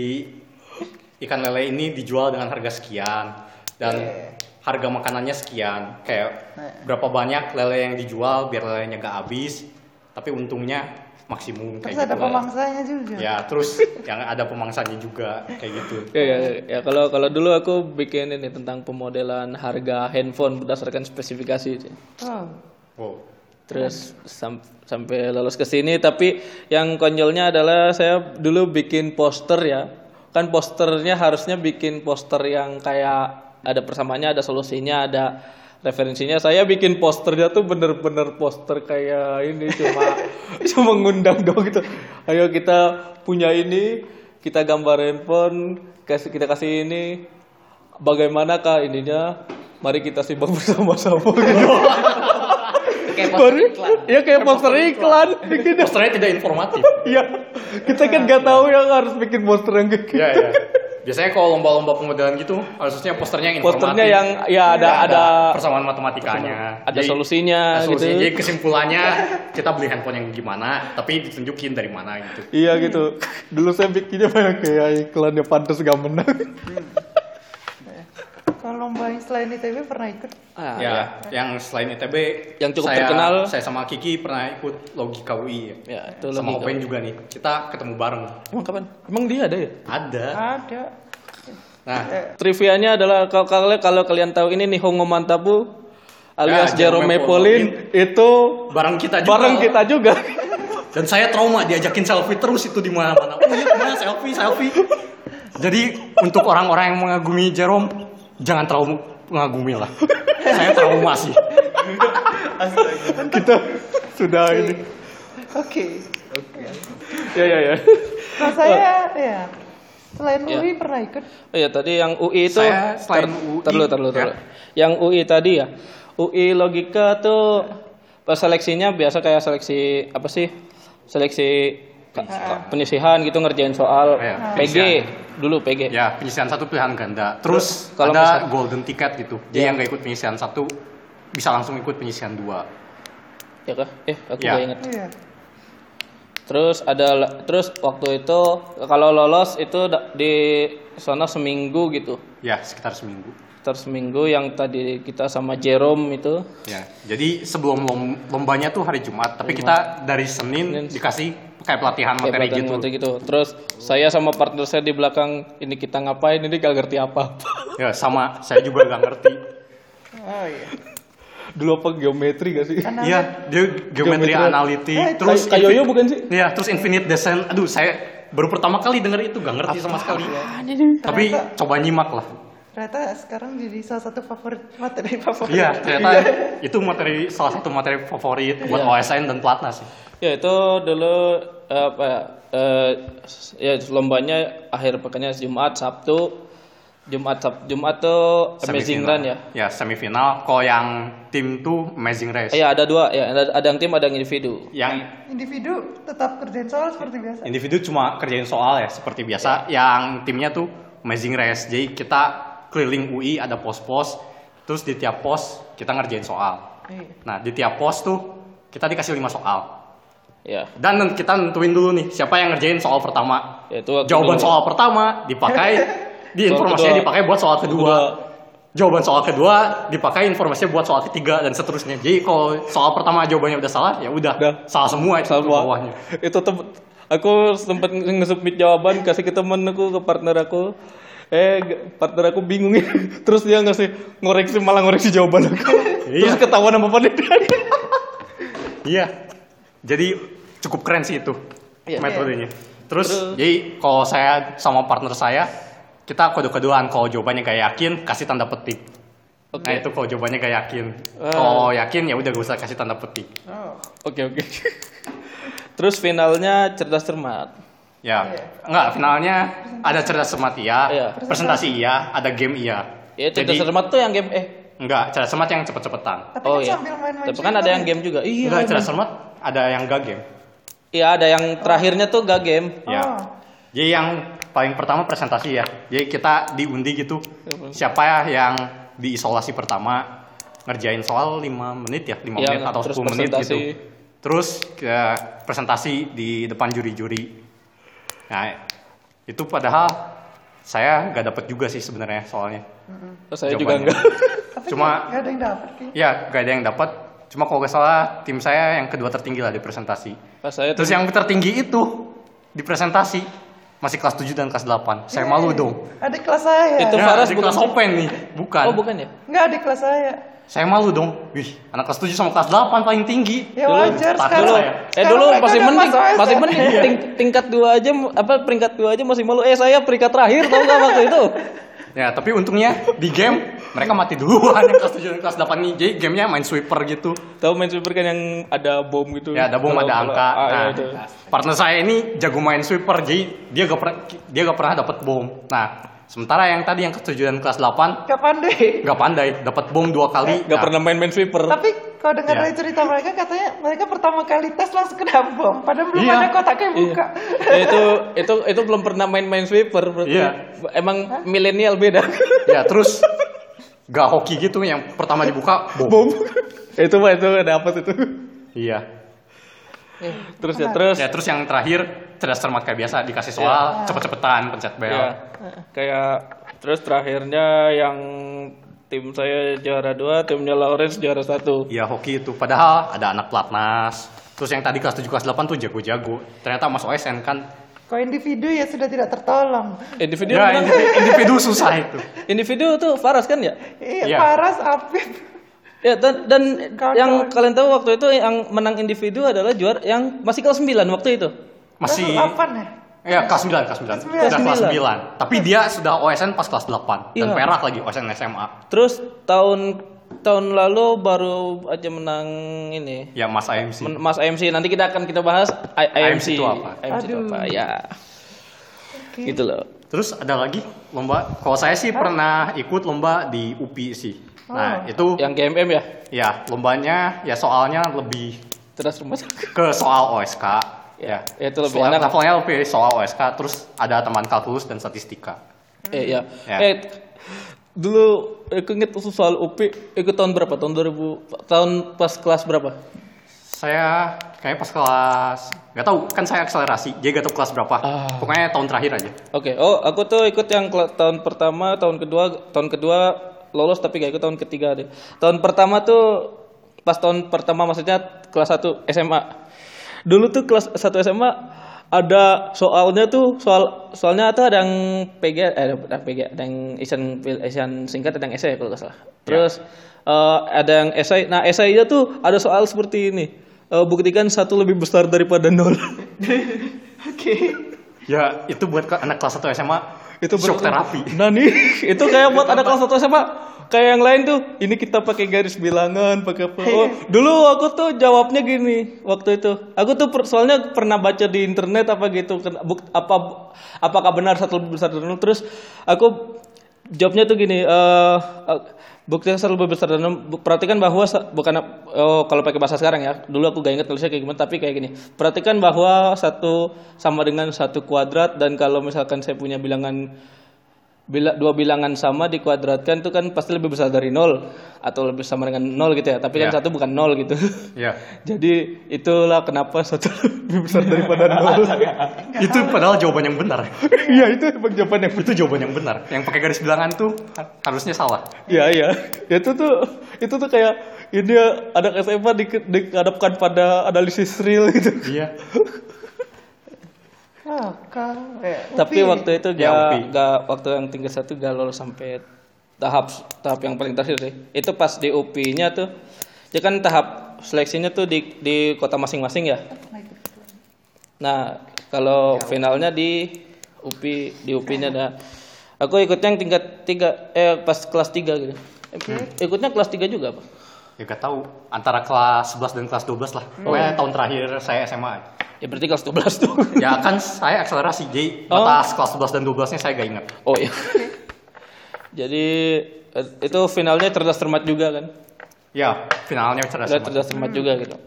[SPEAKER 2] ikan lele ini dijual dengan harga sekian dan harga makanannya sekian. Kayak berapa banyak lele yang dijual biar lelenya gak habis, tapi untungnya maksimum
[SPEAKER 3] Terus
[SPEAKER 2] kayak
[SPEAKER 3] ada
[SPEAKER 2] gitu.
[SPEAKER 3] pemangsanya juga.
[SPEAKER 2] Ya, terus yang ada pemangsanya juga kayak gitu.
[SPEAKER 1] Ya, ya, ya kalau kalau dulu aku bikin ini tentang pemodelan harga handphone berdasarkan spesifikasi.
[SPEAKER 3] Oh.
[SPEAKER 2] Wow.
[SPEAKER 1] Terus sam- sampai lolos ke sini, tapi yang konyolnya adalah saya dulu bikin poster ya. Kan posternya harusnya bikin poster yang kayak ada persamaannya, ada solusinya, ada referensinya. Saya bikin posternya tuh bener-bener poster kayak ini, cuma cuma ngundang doang gitu. Ayo kita punya ini, kita gambar handphone, kasih kita kasih ini. Bagaimanakah ininya? Mari kita simak bersama-sama gitu.
[SPEAKER 4] Kayak poster
[SPEAKER 1] Baru-
[SPEAKER 4] iklan.
[SPEAKER 1] Iya kayak poster iklan. Gitu.
[SPEAKER 2] Posternya tidak informatif.
[SPEAKER 1] Iya. Kita kan nggak tahu yang harus bikin poster yang kayak gitu.
[SPEAKER 2] Iya, iya. Biasanya kalau lomba-lomba pemodelan gitu, harusnya posternya yang informatif.
[SPEAKER 1] Posternya yang ya ada
[SPEAKER 2] Ya,
[SPEAKER 1] ada
[SPEAKER 2] persamaan matematikanya.
[SPEAKER 1] ada
[SPEAKER 2] Jadi,
[SPEAKER 1] solusinya
[SPEAKER 2] ada solusinya.
[SPEAKER 1] gitu.
[SPEAKER 2] Jadi kesimpulannya kita beli handphone yang gimana, tapi ditunjukin dari mana gitu.
[SPEAKER 1] Iya gitu. Dulu saya bikinnya banyak kayak iklan yang pantas gak menang.
[SPEAKER 3] Kalau lomba yang selain I T B pernah ikut?
[SPEAKER 1] Ah,
[SPEAKER 2] ya, yang selain I T B,
[SPEAKER 1] Yang cukup
[SPEAKER 2] saya,
[SPEAKER 1] terkenal.
[SPEAKER 2] Saya sama Kiki pernah ikut Logika U I ya.
[SPEAKER 1] Ya, itu
[SPEAKER 2] Sama
[SPEAKER 1] Logika.
[SPEAKER 2] Open juga nih. Kita ketemu bareng.
[SPEAKER 1] Emang kapan? Emang dia ada ya?
[SPEAKER 2] Ada.
[SPEAKER 3] Ada.
[SPEAKER 2] Nah,
[SPEAKER 1] Trivianya adalah kalau kalau, kalau kalian tahu ini nih Hongo Mantapu alias
[SPEAKER 2] Ya,
[SPEAKER 1] Jerome
[SPEAKER 2] Jerome
[SPEAKER 1] Pauline itu
[SPEAKER 2] bareng kita juga.
[SPEAKER 1] bareng kita juga.
[SPEAKER 2] Dan saya trauma diajakin selfie terus itu di mana-mana. Oh iya, mana selfie, selfie. Jadi untuk orang-orang yang mengagumi Jerome, jangan terlalu mengagumi lah. Saya trauma sih.
[SPEAKER 1] Kita sudah ini.
[SPEAKER 3] Oke.
[SPEAKER 1] Ya ya ya.
[SPEAKER 3] Nah saya ya selain
[SPEAKER 1] Ya.
[SPEAKER 3] U I pernah ikut.
[SPEAKER 1] Oh ya tadi yang U I itu
[SPEAKER 2] Saya selain U I,
[SPEAKER 1] terlalu terlalu
[SPEAKER 2] ya.
[SPEAKER 1] Yang U I tadi ya. U I logika tuh pas seleksinya biasa kayak seleksi apa sih? Seleksi ka- ka- penyisihan gitu ngerjain soal
[SPEAKER 2] Ya,
[SPEAKER 1] P G
[SPEAKER 2] penyisihan.
[SPEAKER 1] dulu P G.
[SPEAKER 2] Ya, penyisihan satu pilihan ganda. Terus
[SPEAKER 1] Kalau
[SPEAKER 2] ada
[SPEAKER 1] misal-
[SPEAKER 2] golden ticket gitu. Jadi
[SPEAKER 1] Ya.
[SPEAKER 2] yang nggak ikut penyisihan satu bisa langsung ikut penyisihan dua.
[SPEAKER 1] Ya kah? Eh aku
[SPEAKER 2] Ya.
[SPEAKER 1] gak inget.
[SPEAKER 3] Iya.
[SPEAKER 1] Terus ada la- terus waktu itu kalau lolos itu da- di sana seminggu gitu.
[SPEAKER 2] Ya, sekitar seminggu.
[SPEAKER 1] Terus seminggu yang tadi kita sama Jerome itu
[SPEAKER 2] Ya, jadi sebelum lom- lombanya tuh hari Jumat, tapi kita dari Senin
[SPEAKER 1] Senin.
[SPEAKER 2] dikasih kayak pelatihan
[SPEAKER 1] kayak
[SPEAKER 2] materi
[SPEAKER 1] pelatihan
[SPEAKER 2] gitu.
[SPEAKER 1] materi gitu. Terus saya sama partner saya di belakang ini kita ngapain ini gak ngerti apa-apa.
[SPEAKER 2] Ya, sama saya juga nggak ngerti.
[SPEAKER 3] Oh iya.
[SPEAKER 1] Dulu apa geometri gak sih?
[SPEAKER 2] Iya, dia geometri
[SPEAKER 1] Geometri.
[SPEAKER 2] analitik,
[SPEAKER 3] Eh,
[SPEAKER 2] terus
[SPEAKER 1] Kayak Yoyo bukan sih?
[SPEAKER 2] Iya, terus infinite descent. Aduh, saya baru pertama kali denger itu, gak ngerti sama sekali. Tapi coba nyimak lah.
[SPEAKER 3] Ternyata sekarang jadi salah satu favorit materi favorit.
[SPEAKER 2] Iya, ternyata itu materi salah satu materi favorit buat
[SPEAKER 1] Iya.
[SPEAKER 2] O S N dan Platnas sih.
[SPEAKER 1] Ya itu dulu eh, apa ya? eh, ya lombanya akhir pekannya Jumat, Sabtu. Jumat Sab Jumat tuh Amazing Run ya.
[SPEAKER 2] Ya, semifinal. Kalau yang tim tuh Amazing Race.
[SPEAKER 1] Eh, ya ada dua ya, ada, ada yang tim, ada yang individu.
[SPEAKER 2] Yang
[SPEAKER 3] Individu tetap kerjain soal seperti biasa.
[SPEAKER 2] individu cuma kerjain soal ya seperti biasa. Yang timnya tuh Amazing Race. Jadi kita keliling U I ada pos-pos. Terus di tiap pos kita ngerjain soal.
[SPEAKER 3] Iya.
[SPEAKER 2] Nah, di tiap pos tuh kita dikasih lima soal.
[SPEAKER 1] Ya.
[SPEAKER 2] Dan kita nentuin dulu nih siapa yang ngerjain soal pertama.
[SPEAKER 1] Ya, itu waktu
[SPEAKER 2] Jawaban
[SPEAKER 1] dulu.
[SPEAKER 2] soal pertama dipakai di
[SPEAKER 1] Soal
[SPEAKER 2] informasinya
[SPEAKER 1] kedua.
[SPEAKER 2] dipakai buat soal kedua.
[SPEAKER 1] Kedua.
[SPEAKER 2] Jawaban soal kedua dipakai informasinya buat soal ketiga dan seterusnya. Jadi kalau soal pertama jawabannya udah salah, ya udah
[SPEAKER 1] Udah.
[SPEAKER 2] salah semua itu
[SPEAKER 1] Sama.
[SPEAKER 2] ke bawahnya.
[SPEAKER 1] Itu tem aku sempat nge-submit jawaban kasih ke temen aku, ke partner aku. Eh, g- partner aku bingung ya. Terus dia ngasih ngoreksi, malah ngoreksi jawaban aku. Terus
[SPEAKER 2] Iya.
[SPEAKER 1] ketahuan sama panitia.
[SPEAKER 2] Iya. Jadi cukup keren sih itu
[SPEAKER 1] Iya.
[SPEAKER 2] metodenya. Terus,
[SPEAKER 1] Terus-
[SPEAKER 2] jadi kalau saya sama partner saya kita kode-kodean kalau jawabannya gak yakin kasih tanda petik.
[SPEAKER 1] Oke.
[SPEAKER 2] Nah itu kalau jawabannya gak yakin.
[SPEAKER 1] Ah.
[SPEAKER 2] Kalau yakin ya udah gak usah kasih tanda petik.
[SPEAKER 3] Oh.
[SPEAKER 1] Oke, oke. Terus finalnya cerdas cermat.
[SPEAKER 2] Ya, enggak finalnya ada cerdas cermat iya,
[SPEAKER 1] Iya.
[SPEAKER 2] presentasi iya, ada game iya.
[SPEAKER 1] Ya cerdas
[SPEAKER 2] Jadi
[SPEAKER 1] cermat tuh yang game eh
[SPEAKER 2] enggak, cerdas cermat yang cepet-cepetan.
[SPEAKER 3] Tapi
[SPEAKER 1] oh
[SPEAKER 3] kan
[SPEAKER 1] iya.
[SPEAKER 3] sambil main-main
[SPEAKER 1] Tapi kan ada
[SPEAKER 3] cerita
[SPEAKER 1] yang
[SPEAKER 3] ya?
[SPEAKER 1] game juga. Iya.
[SPEAKER 2] Enggak, cerdas cermat ada yang gak game.
[SPEAKER 1] Iya, ada yang terakhirnya tuh gak game.
[SPEAKER 2] Ya.
[SPEAKER 3] Oh.
[SPEAKER 2] Jadi yang paling pertama presentasi ya. Jadi kita diundi gitu. Siapa ya yang diisolasi pertama ngerjain soal lima menit ya, lima
[SPEAKER 1] Iya,
[SPEAKER 2] menit atau
[SPEAKER 1] terus
[SPEAKER 2] sepuluh menit
[SPEAKER 1] presentasi.
[SPEAKER 2] gitu. Terus ke presentasi di depan juri-juri. Nah, itu padahal saya nggak dapet juga sih sebenarnya soalnya.
[SPEAKER 1] Terus saya juga
[SPEAKER 2] Jawabannya.
[SPEAKER 1] enggak.
[SPEAKER 3] Tapi
[SPEAKER 2] Cuma
[SPEAKER 3] gak ada yang dapat kayaknya.
[SPEAKER 2] ya gak ada yang dapat. Cuma kalau nggak salah tim saya yang kedua tertinggi lah di presentasi.
[SPEAKER 1] Pas saya
[SPEAKER 2] Terus
[SPEAKER 1] tuh
[SPEAKER 2] yang tertinggi itu di presentasi masih kelas tujuh dan kelas delapan. Saya malu dong.
[SPEAKER 3] Adik kelas saya.
[SPEAKER 1] Itu
[SPEAKER 2] Ya,
[SPEAKER 1] Faras
[SPEAKER 2] di
[SPEAKER 1] bukan
[SPEAKER 2] kelas
[SPEAKER 1] sih?
[SPEAKER 2] open nih, bukan.
[SPEAKER 1] Oh, bukan ya?
[SPEAKER 3] Enggak, adik kelas saya.
[SPEAKER 2] Saya malu dong. Wih, anak kelas tujuh sama kelas delapan paling tinggi.
[SPEAKER 3] Ya
[SPEAKER 1] Dulu,
[SPEAKER 3] wajar
[SPEAKER 2] takut
[SPEAKER 3] sekarang.
[SPEAKER 2] saya.
[SPEAKER 1] Eh
[SPEAKER 3] sekarang
[SPEAKER 1] dulu
[SPEAKER 3] mereka
[SPEAKER 1] masih
[SPEAKER 3] udah
[SPEAKER 1] mending,
[SPEAKER 3] masuk S M.
[SPEAKER 1] masih mending ting- tingkat dua aja apa peringkat dua aja masih malu. Eh saya peringkat terakhir tau gak waktu itu?
[SPEAKER 2] Ya, tapi untungnya di game mereka mati duluan yang kelas tujuh dan kelas delapan nih. Jadi gamenya main sweeper gitu.
[SPEAKER 1] Tahu main super kan yang ada bom gitu.
[SPEAKER 2] Ya, ada bom,
[SPEAKER 1] Kalau-
[SPEAKER 2] ada
[SPEAKER 1] kalau-
[SPEAKER 2] angka.
[SPEAKER 1] Ah, iya,
[SPEAKER 2] Nah,
[SPEAKER 1] itu.
[SPEAKER 2] partner saya ini jago main sweeper, jadi dia gak pernah dia gak pernah dapat bom. Nah, sementara yang tadi yang kelas tujuh dan kelas delapan
[SPEAKER 3] Gak pandai.
[SPEAKER 2] gak pandai, dapat bom dua kali.
[SPEAKER 1] Gak
[SPEAKER 2] Nah,
[SPEAKER 1] pernah main main sweeper.
[SPEAKER 3] Tapi kalau dengar
[SPEAKER 2] Ya.
[SPEAKER 3] dari cerita mereka katanya mereka pertama kali tes langsung kena bom. Padahal belum
[SPEAKER 2] Iya.
[SPEAKER 3] ada kotaknya buka.
[SPEAKER 1] Ya, itu itu itu belum pernah main main sweeper berarti.
[SPEAKER 2] Iya.
[SPEAKER 1] Emang milenial beda.
[SPEAKER 2] Ya, terus gak hoki gitu yang pertama dibuka bom.
[SPEAKER 1] Bom. itu mah itu dapat itu.
[SPEAKER 2] Iya.
[SPEAKER 1] Terus ya terus.
[SPEAKER 2] Ya, terus yang terakhir cerdas cermat kayak biasa dikasih soal cepet-cepetan pencet bel.
[SPEAKER 1] Ya, kayak terus terakhirnya yang tim saya juara dua, timnya Lawrence juara satu.
[SPEAKER 2] Iya, hoki itu. Padahal ada anak pelatnas. Terus yang tadi kelas tujuh kelas delapan tuh jago-jago. Ternyata masuk O S N kan.
[SPEAKER 3] Kalau individu ya sudah tidak tertolong.
[SPEAKER 1] Individu
[SPEAKER 2] Ya,
[SPEAKER 1] menang.
[SPEAKER 2] individu, individu susah itu.
[SPEAKER 1] Individu tuh Faras kan ya?
[SPEAKER 3] Iya,
[SPEAKER 2] Iya.
[SPEAKER 3] Paras, Apip.
[SPEAKER 1] Ya dan, dan
[SPEAKER 3] Kawan-kawan.
[SPEAKER 1] yang kalian tahu waktu itu yang menang individu adalah juara yang masih kelas sembilan waktu itu.
[SPEAKER 2] Masih
[SPEAKER 3] delapan ya?
[SPEAKER 2] ya kelas sembilan, kelas sembilan.
[SPEAKER 3] Kelas
[SPEAKER 2] Udah kelas
[SPEAKER 1] sembilan.
[SPEAKER 2] sembilan. Tapi dia sudah O S N pas kelas delapan dan
[SPEAKER 1] Iya.
[SPEAKER 2] perak lagi O S N S M A.
[SPEAKER 1] Terus tahun tahun lalu baru aja menang ini.
[SPEAKER 2] Ya Mas A M C.
[SPEAKER 1] Men- Mas I M C nanti kita akan kita bahas I-
[SPEAKER 2] I M
[SPEAKER 1] IMC.
[SPEAKER 2] C itu apa?
[SPEAKER 1] I M C itu
[SPEAKER 3] Aduh.
[SPEAKER 1] apa? Ya. Gitu loh.
[SPEAKER 2] Terus ada lagi lomba. Kalau saya sih pernah ikut lomba di U P I sih. Nah, itu
[SPEAKER 1] Yang G M M ya?
[SPEAKER 2] ya lombanya ya soalnya lebih
[SPEAKER 1] Terus rumah
[SPEAKER 2] ke soal O S K. Ya,
[SPEAKER 1] Ya, itu lebih
[SPEAKER 2] Soal-
[SPEAKER 1] enak.
[SPEAKER 2] Levelnya lebih soal O S K. Terus ada teman kalkulus dan statistika.
[SPEAKER 1] Eh ya.
[SPEAKER 2] Ya.
[SPEAKER 1] Eh dulu aku inget soal U P I ikut tahun berapa? Tahun dua ribu tahun pas kelas berapa?
[SPEAKER 2] Saya kayaknya pas kelas nggak tahu kan saya akselerasi, jadi nggak tahu kelas berapa.
[SPEAKER 1] Ah.
[SPEAKER 2] Pokoknya tahun terakhir aja.
[SPEAKER 1] Oke. Oh, aku tuh ikut yang kela- tahun pertama, tahun kedua, tahun kedua lolos tapi gak ikut tahun ketiga deh. Tahun pertama tuh pas tahun pertama maksudnya kelas satu S M A. Dulu tuh kelas satu S M A ada soalnya tuh soal soalnya tuh ada yang P G eh ada P G ada yang isian isian singkat ada yang esai kalau nggak salah. Terus eh, ada yang esai. Nah, esainya tuh ada soal seperti ini. Eh, buktikan satu lebih besar daripada nol.
[SPEAKER 3] Oke.
[SPEAKER 2] Ya itu buat ke- anak kelas satu S M A
[SPEAKER 1] Itu
[SPEAKER 2] shock
[SPEAKER 1] bener-
[SPEAKER 2] terapi.
[SPEAKER 1] Nah nih, itu kayak buat anak kelas satu S M A. Kayak yang lain tuh, ini kita pakai garis bilangan, pakai apa? Oh, dulu aku tuh jawabnya gini waktu itu. Aku tuh per- soalnya pernah baca di internet apa gitu, ken- buk- apa apakah benar satu lebih besar dari nol. Terus aku jawabnya tuh gini, eh eh, bukti satu lebih besar dari nol. Bu- Perhatikan bahwa sa- bukan oh, kalau pakai bahasa sekarang ya. Dulu aku gak ingat tulisnya kayak gimana, tapi kayak gini. Perhatikan bahwa satu sama dengan satu kuadrat, dan kalau misalkan saya punya bilangan bila dua bilangan sama dikuadratkan itu kan pasti lebih besar dari nol atau lebih sama dengan nol gitu ya. Tapi kan
[SPEAKER 2] Ya.
[SPEAKER 1] satu bukan nol gitu.
[SPEAKER 2] Ya.
[SPEAKER 1] Jadi itulah kenapa satu lebih besar daripada nol.
[SPEAKER 2] Itu padahal jawaban yang benar.
[SPEAKER 1] Iya, itu emang jawaban yang
[SPEAKER 2] Itu jawaban yang benar. Yang pakai garis bilangan tuh ha- harusnya salah.
[SPEAKER 1] Iya, iya. Itu tuh itu tuh kayak ini anak S M A di, dihadapkan pada analisis real gitu.
[SPEAKER 2] Iya.
[SPEAKER 3] Ah, kak. Eh,
[SPEAKER 1] Tapi
[SPEAKER 3] Upi.
[SPEAKER 1] waktu itu
[SPEAKER 2] Ya,
[SPEAKER 1] gak,
[SPEAKER 2] Upi.
[SPEAKER 1] gak waktu yang tingkat satu gak lolos sampai tahap tahap yang paling terakhir sih. Itu pas di U P nya tuh, ya kan tahap seleksinya tuh di di kota masing-masing ya. Nah kalau finalnya di U P di U P nya ada. Aku ikutnya yang tingkat tiga eh pas kelas tiga gitu. Eh, Ikutnya kelas tiga juga apa?
[SPEAKER 2] Ya gak tahu antara kelas sebelas dan kelas dua belas lah. Pokoknya tahun terakhir saya S M A.
[SPEAKER 1] Ya berarti kelas dua belas tuh.
[SPEAKER 2] Ya kan saya akselerasi, jadi batas kelas sebelas dan dua belasnya saya gak ingat.
[SPEAKER 1] Oh iya. Jadi eh, itu finalnya cerdas cermat juga kan?
[SPEAKER 2] Ya, finalnya cerdas
[SPEAKER 1] Udah
[SPEAKER 2] cermat.
[SPEAKER 1] cerdas cermat juga gitu.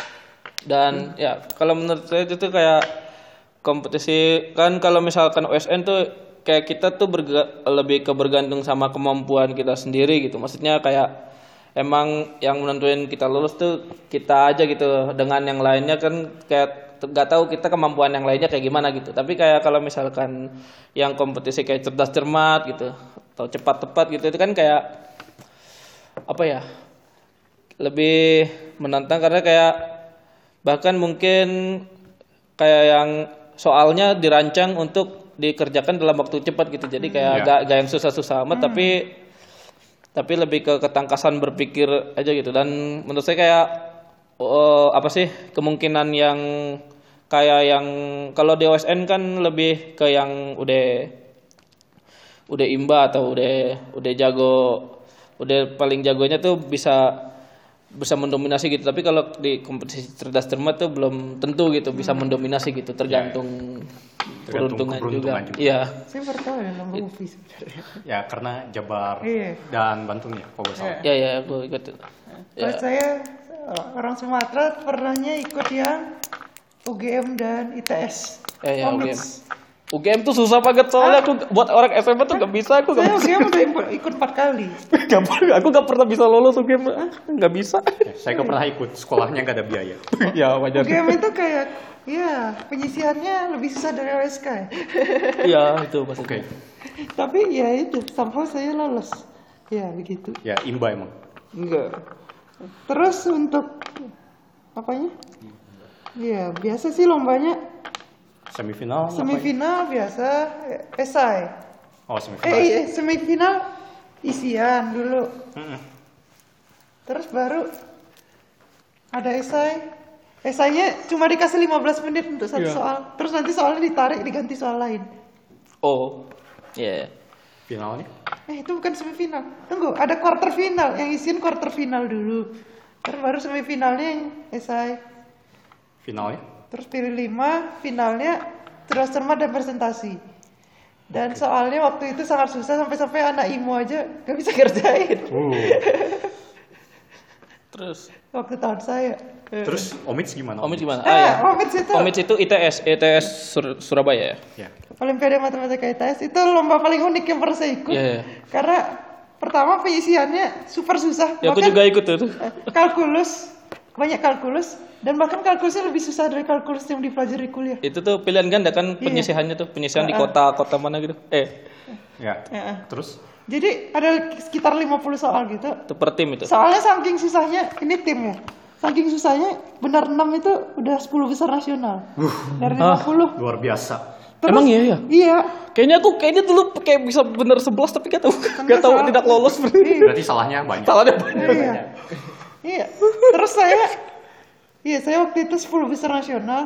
[SPEAKER 1] Dan ya kalau menurut saya itu tuh kayak kompetisi kan, kalau misalkan O S N tuh kayak kita tuh berga- lebih ke bergantung sama kemampuan kita sendiri gitu. Maksudnya kayak emang yang menentuin kita lulus tuh kita aja gitu. Dengan yang lainnya kan kayak nggak tahu kita kemampuan yang lainnya kayak gimana gitu. Tapi kayak kalau misalkan yang kompetisi kayak cerdas cermat gitu atau cepat tepat gitu, itu kan kayak apa ya, lebih menantang karena kayak bahkan mungkin kayak yang soalnya dirancang untuk dikerjakan dalam waktu cepat gitu. Jadi kayak
[SPEAKER 2] Ya.
[SPEAKER 1] gak, gak yang susah-susah amat, tapi tapi lebih ke ketangkasan berpikir aja gitu. Dan menurut saya kayak oh, apa sih kemungkinan yang kayak yang kalau di O S N kan lebih ke yang udah udah imba atau udah udah jago, udah paling jagonya tuh bisa bisa mendominasi gitu. Tapi kalau di kompetisi cerdas cermat tuh belum tentu gitu bisa mendominasi gitu, tergantung
[SPEAKER 2] Tergantung
[SPEAKER 1] peruntungan juga.
[SPEAKER 2] keberuntungan juga.
[SPEAKER 1] Iya.
[SPEAKER 3] Saya baru tahu ya lomba Upi sebenarnya.
[SPEAKER 2] Ya karena Jabar
[SPEAKER 3] Iya.
[SPEAKER 2] dan Bantul ya, kalau nggak salah.
[SPEAKER 1] Ya ya aku ikut. Ya.
[SPEAKER 3] Kalau saya orang Sumatera pernahnya ikut yang U G M dan I T S.
[SPEAKER 1] Ya ya U G M.
[SPEAKER 3] Komix.
[SPEAKER 1] U G M tuh susah banget soalnya aku buat orang S M A tuh gak bisa, aku
[SPEAKER 3] Saya
[SPEAKER 1] gak
[SPEAKER 3] U G M udah ikut, ikut empat kali.
[SPEAKER 1] Gak pernah, aku gak pernah bisa lolos U G M, ah, gak bisa.
[SPEAKER 2] Ya, saya nggak pernah ikut, sekolahnya nggak ada biaya.
[SPEAKER 1] Ya wajar.
[SPEAKER 3] U G M itu kayak ya penyisihannya lebih susah dari O S K ya.
[SPEAKER 1] Iya itu maksudnya.
[SPEAKER 2] Oke,
[SPEAKER 3] Tapi ya itu somehow saya lolos. Ya begitu.
[SPEAKER 2] ya imba emang.
[SPEAKER 3] Enggak. Terus untuk apanya? Ya biasa sih lombanya
[SPEAKER 2] Semifinal. apa ya?
[SPEAKER 3] semifinal biasa eh, esai.
[SPEAKER 2] Oh semifinal.
[SPEAKER 3] Eh, eh semifinal isian dulu.
[SPEAKER 2] Mm-mm.
[SPEAKER 3] Terus baru ada esai. Esainya cuma dikasih lima belas menit untuk satu
[SPEAKER 1] Iya.
[SPEAKER 3] soal. Terus nanti soalnya ditarik diganti soal lain.
[SPEAKER 1] Oh, ya.
[SPEAKER 2] Finalnya?
[SPEAKER 3] Eh itu bukan semifinal. Tunggu, ada quarter final. Yang isian quarter final dulu. Terus baru semifinalnya yang esai.
[SPEAKER 2] Finalnya?
[SPEAKER 3] Terus pilih lima, finalnya cerdas cermat dan presentasi. Dan soalnya waktu itu sangat susah sampai-sampai anak I M O aja gak bisa kerjain.
[SPEAKER 2] Uh.
[SPEAKER 1] Terus
[SPEAKER 3] Waktu tahun saya.
[SPEAKER 2] Terus Omits gimana?
[SPEAKER 1] Omid gimana?
[SPEAKER 3] Eh,
[SPEAKER 1] Ah ya.
[SPEAKER 3] Omid itu
[SPEAKER 1] Omid itu I T S, I T S Sur- Surabaya ya.
[SPEAKER 2] Ya.
[SPEAKER 3] Olimpiade Matematika I T S itu lomba paling unik yang pernah saya ikut.
[SPEAKER 1] Iya, iya.
[SPEAKER 3] Karena pertama pengisiannya super susah.
[SPEAKER 1] Ya aku
[SPEAKER 3] Bahkan,
[SPEAKER 1] juga ikut tuh.
[SPEAKER 3] eh, kalkulus, banyak kalkulus. Dan bahkan kalkulusnya lebih susah dari kalkulus yang dipelajari kuliah.
[SPEAKER 1] Itu tuh pilihan ganda kan
[SPEAKER 3] Iya.
[SPEAKER 1] penyisihannya tuh, penyisihan di
[SPEAKER 3] Ah, ah.
[SPEAKER 1] kota-kota mana gitu. Eh,
[SPEAKER 2] Ya.
[SPEAKER 3] Ya.
[SPEAKER 2] Terus?
[SPEAKER 3] Jadi ada sekitar lima puluh soal gitu.
[SPEAKER 1] itu per tim itu.
[SPEAKER 3] Soalnya saking susahnya, ini tim ya. Saking susahnya, benar enam itu udah sepuluh besar nasional. Dari lima puluh.
[SPEAKER 2] Luar biasa.
[SPEAKER 3] Terus,
[SPEAKER 1] Emang iya ya?
[SPEAKER 3] Iya.
[SPEAKER 1] Kayaknya aku kayaknya dulu kayak bisa bener sebelas tapi gak tahu gak tahu
[SPEAKER 3] salah.
[SPEAKER 1] tidak lolos.
[SPEAKER 3] Iya.
[SPEAKER 2] Berarti salahnya banyak.
[SPEAKER 1] Salahnya banyak.
[SPEAKER 3] Iya. Iya. Terus saya, iya saya waktu itu sepuluh besar nasional.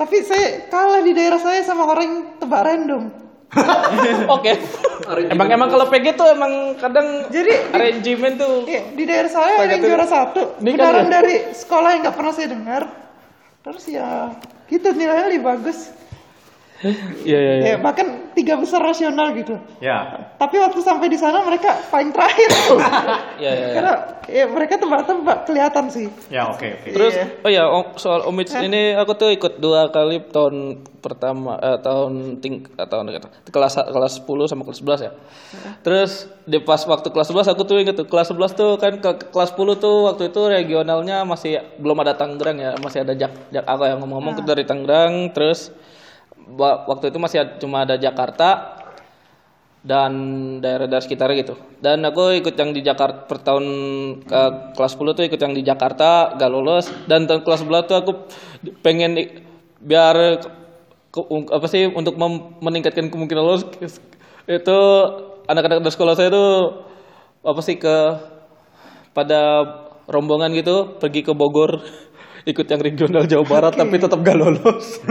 [SPEAKER 3] Tapi saya kalah di daerah saya sama orang yang tebak random.
[SPEAKER 1] Oke. Emang emang kalau P G tuh emang kadang
[SPEAKER 3] Jadi
[SPEAKER 1] aranjemen tuh.
[SPEAKER 3] Iya, di daerah saya ada yang juara satu.
[SPEAKER 1] Ini kan
[SPEAKER 3] Beneran
[SPEAKER 1] ya?
[SPEAKER 3] dari sekolah yang nggak pernah saya dengar. Terus ya, gitu nilainya lebih bagus.
[SPEAKER 1] Iya iya iya.
[SPEAKER 3] Ya, bahkan tiga besar nasional gitu.
[SPEAKER 2] Ya.
[SPEAKER 3] Tapi waktu sampai di sana mereka paling terakhir.
[SPEAKER 1] Iya iya. iya.
[SPEAKER 3] Karena ya, mereka tebak-tebak kelihatan sih.
[SPEAKER 2] Ya, oke oke.
[SPEAKER 1] Terus
[SPEAKER 3] Iya.
[SPEAKER 1] oh ya om- soal Omid ini aku tuh ikut dua kali tahun pertama eh, tahun ting eh, tahun kelas kelas sepuluh sama kelas sebelas ya. Terus di pas waktu kelas sebelas aku tuh inget tuh kelas sebelas tuh kan ke, ke kelas sepuluh tuh waktu itu regionalnya masih belum ada Tangerang ya, masih ada Jak, Jak aku yang ngomong-ngomong tuh dari Tangerang. Terus wa- waktu itu masih ada- cuma ada Jakarta dan daerah-daerah sekitar gitu. Dan aku ikut yang di Jakarta per tahun ke kelas sepuluh tuh ikut yang di Jakarta gak lolos, dan tahun kelas sebelas tuh aku pengen i- biar ke- un- apa sih untuk mem- meningkatkan kemungkinan lolos itu anak-anak dari sekolah saya tuh apa sih ke pada rombongan gitu pergi ke Bogor ikut yang regional Jawa Barat tapi tetap gak lolos.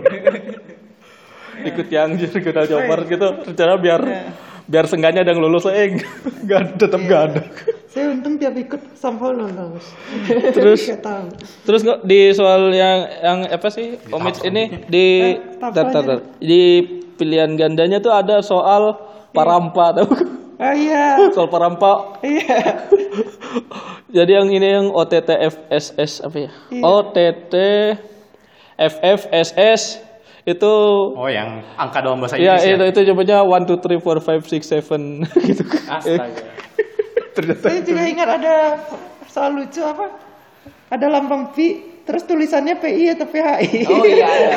[SPEAKER 1] Ikut yang regional Jawa Barat gitu rencana biar biar seenggaknya ada yang lulus eh nggak tetap nggak ada.
[SPEAKER 3] Saya untung tiap ikut somehow lolos.
[SPEAKER 1] Terus
[SPEAKER 3] Nggak tahu.
[SPEAKER 1] terus nggak di soal yang yang apa sih Omid ini di
[SPEAKER 3] tahap
[SPEAKER 1] tar, tar, tar. di pilihan gandanya tuh ada soal parampa tahu?
[SPEAKER 3] Oh iya.
[SPEAKER 1] Soal parampa.
[SPEAKER 3] Iya.
[SPEAKER 1] Jadi yang ini yang O T T F S S apa ya?
[SPEAKER 3] Iya.
[SPEAKER 1] O T T F F S S itu
[SPEAKER 2] Oh, yang angka dalam bahasa
[SPEAKER 1] ya
[SPEAKER 2] Inggris ya.
[SPEAKER 1] itu itu coba one two three four five six seven gitu.
[SPEAKER 4] Astaga.
[SPEAKER 3] Saya juga ingat ada soal lucu apa? Ada lambang Pi, terus tulisannya P I atau P H I.
[SPEAKER 4] Oh iya. iya.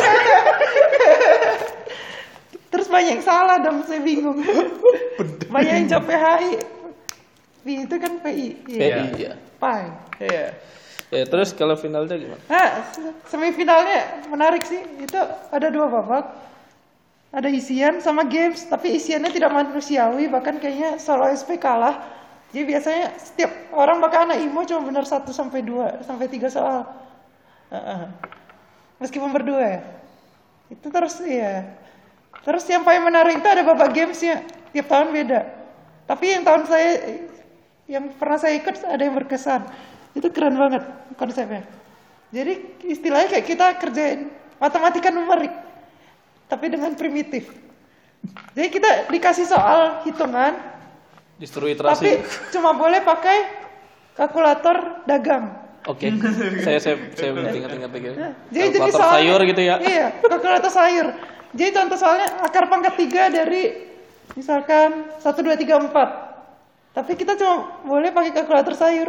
[SPEAKER 3] Terus banyak yang salah dong, saya bingung. Banyak yang jawab P H I. Pi itu kan P I.
[SPEAKER 1] P I ya.
[SPEAKER 3] Pi. Iya.
[SPEAKER 1] Ya, terus kalau finalnya gimana?
[SPEAKER 3] Nah, semifinalnya menarik sih. Itu ada dua babak. Ada isian sama games, tapi isiannya tidak manusiawi, bahkan kayaknya solo S P kalah. Jadi biasanya setiap orang bakal anak imo cuma benar satu sampai dua sampai tiga soal. Uh-uh. Meskipun berdua ya. Itu terus ya. Terus yang paling menarik itu ada babak gamesnya. Tiap tahun beda. Tapi yang tahun saya yang pernah saya ikut ada yang berkesan. Itu keren banget konsepnya. Jadi istilahnya kayak kita kerjain matematika numerik, tapi dengan primitif. Jadi kita dikasih soal hitungan,
[SPEAKER 1] Disuruh
[SPEAKER 3] tapi
[SPEAKER 1] iterasi.
[SPEAKER 3] cuma boleh pakai kalkulator dagang.
[SPEAKER 1] Oke. saya saya saya ingat-ingat lagi.
[SPEAKER 3] Jadi jadi
[SPEAKER 1] Kalkulator
[SPEAKER 3] soalnya,
[SPEAKER 1] sayur gitu ya.
[SPEAKER 3] Iya, kalkulator sayur. Jadi contoh soalnya akar pangkat tiga dari misalkan satu, dua, tiga, empat. Tapi kita cuma boleh pakai kalkulator sayur.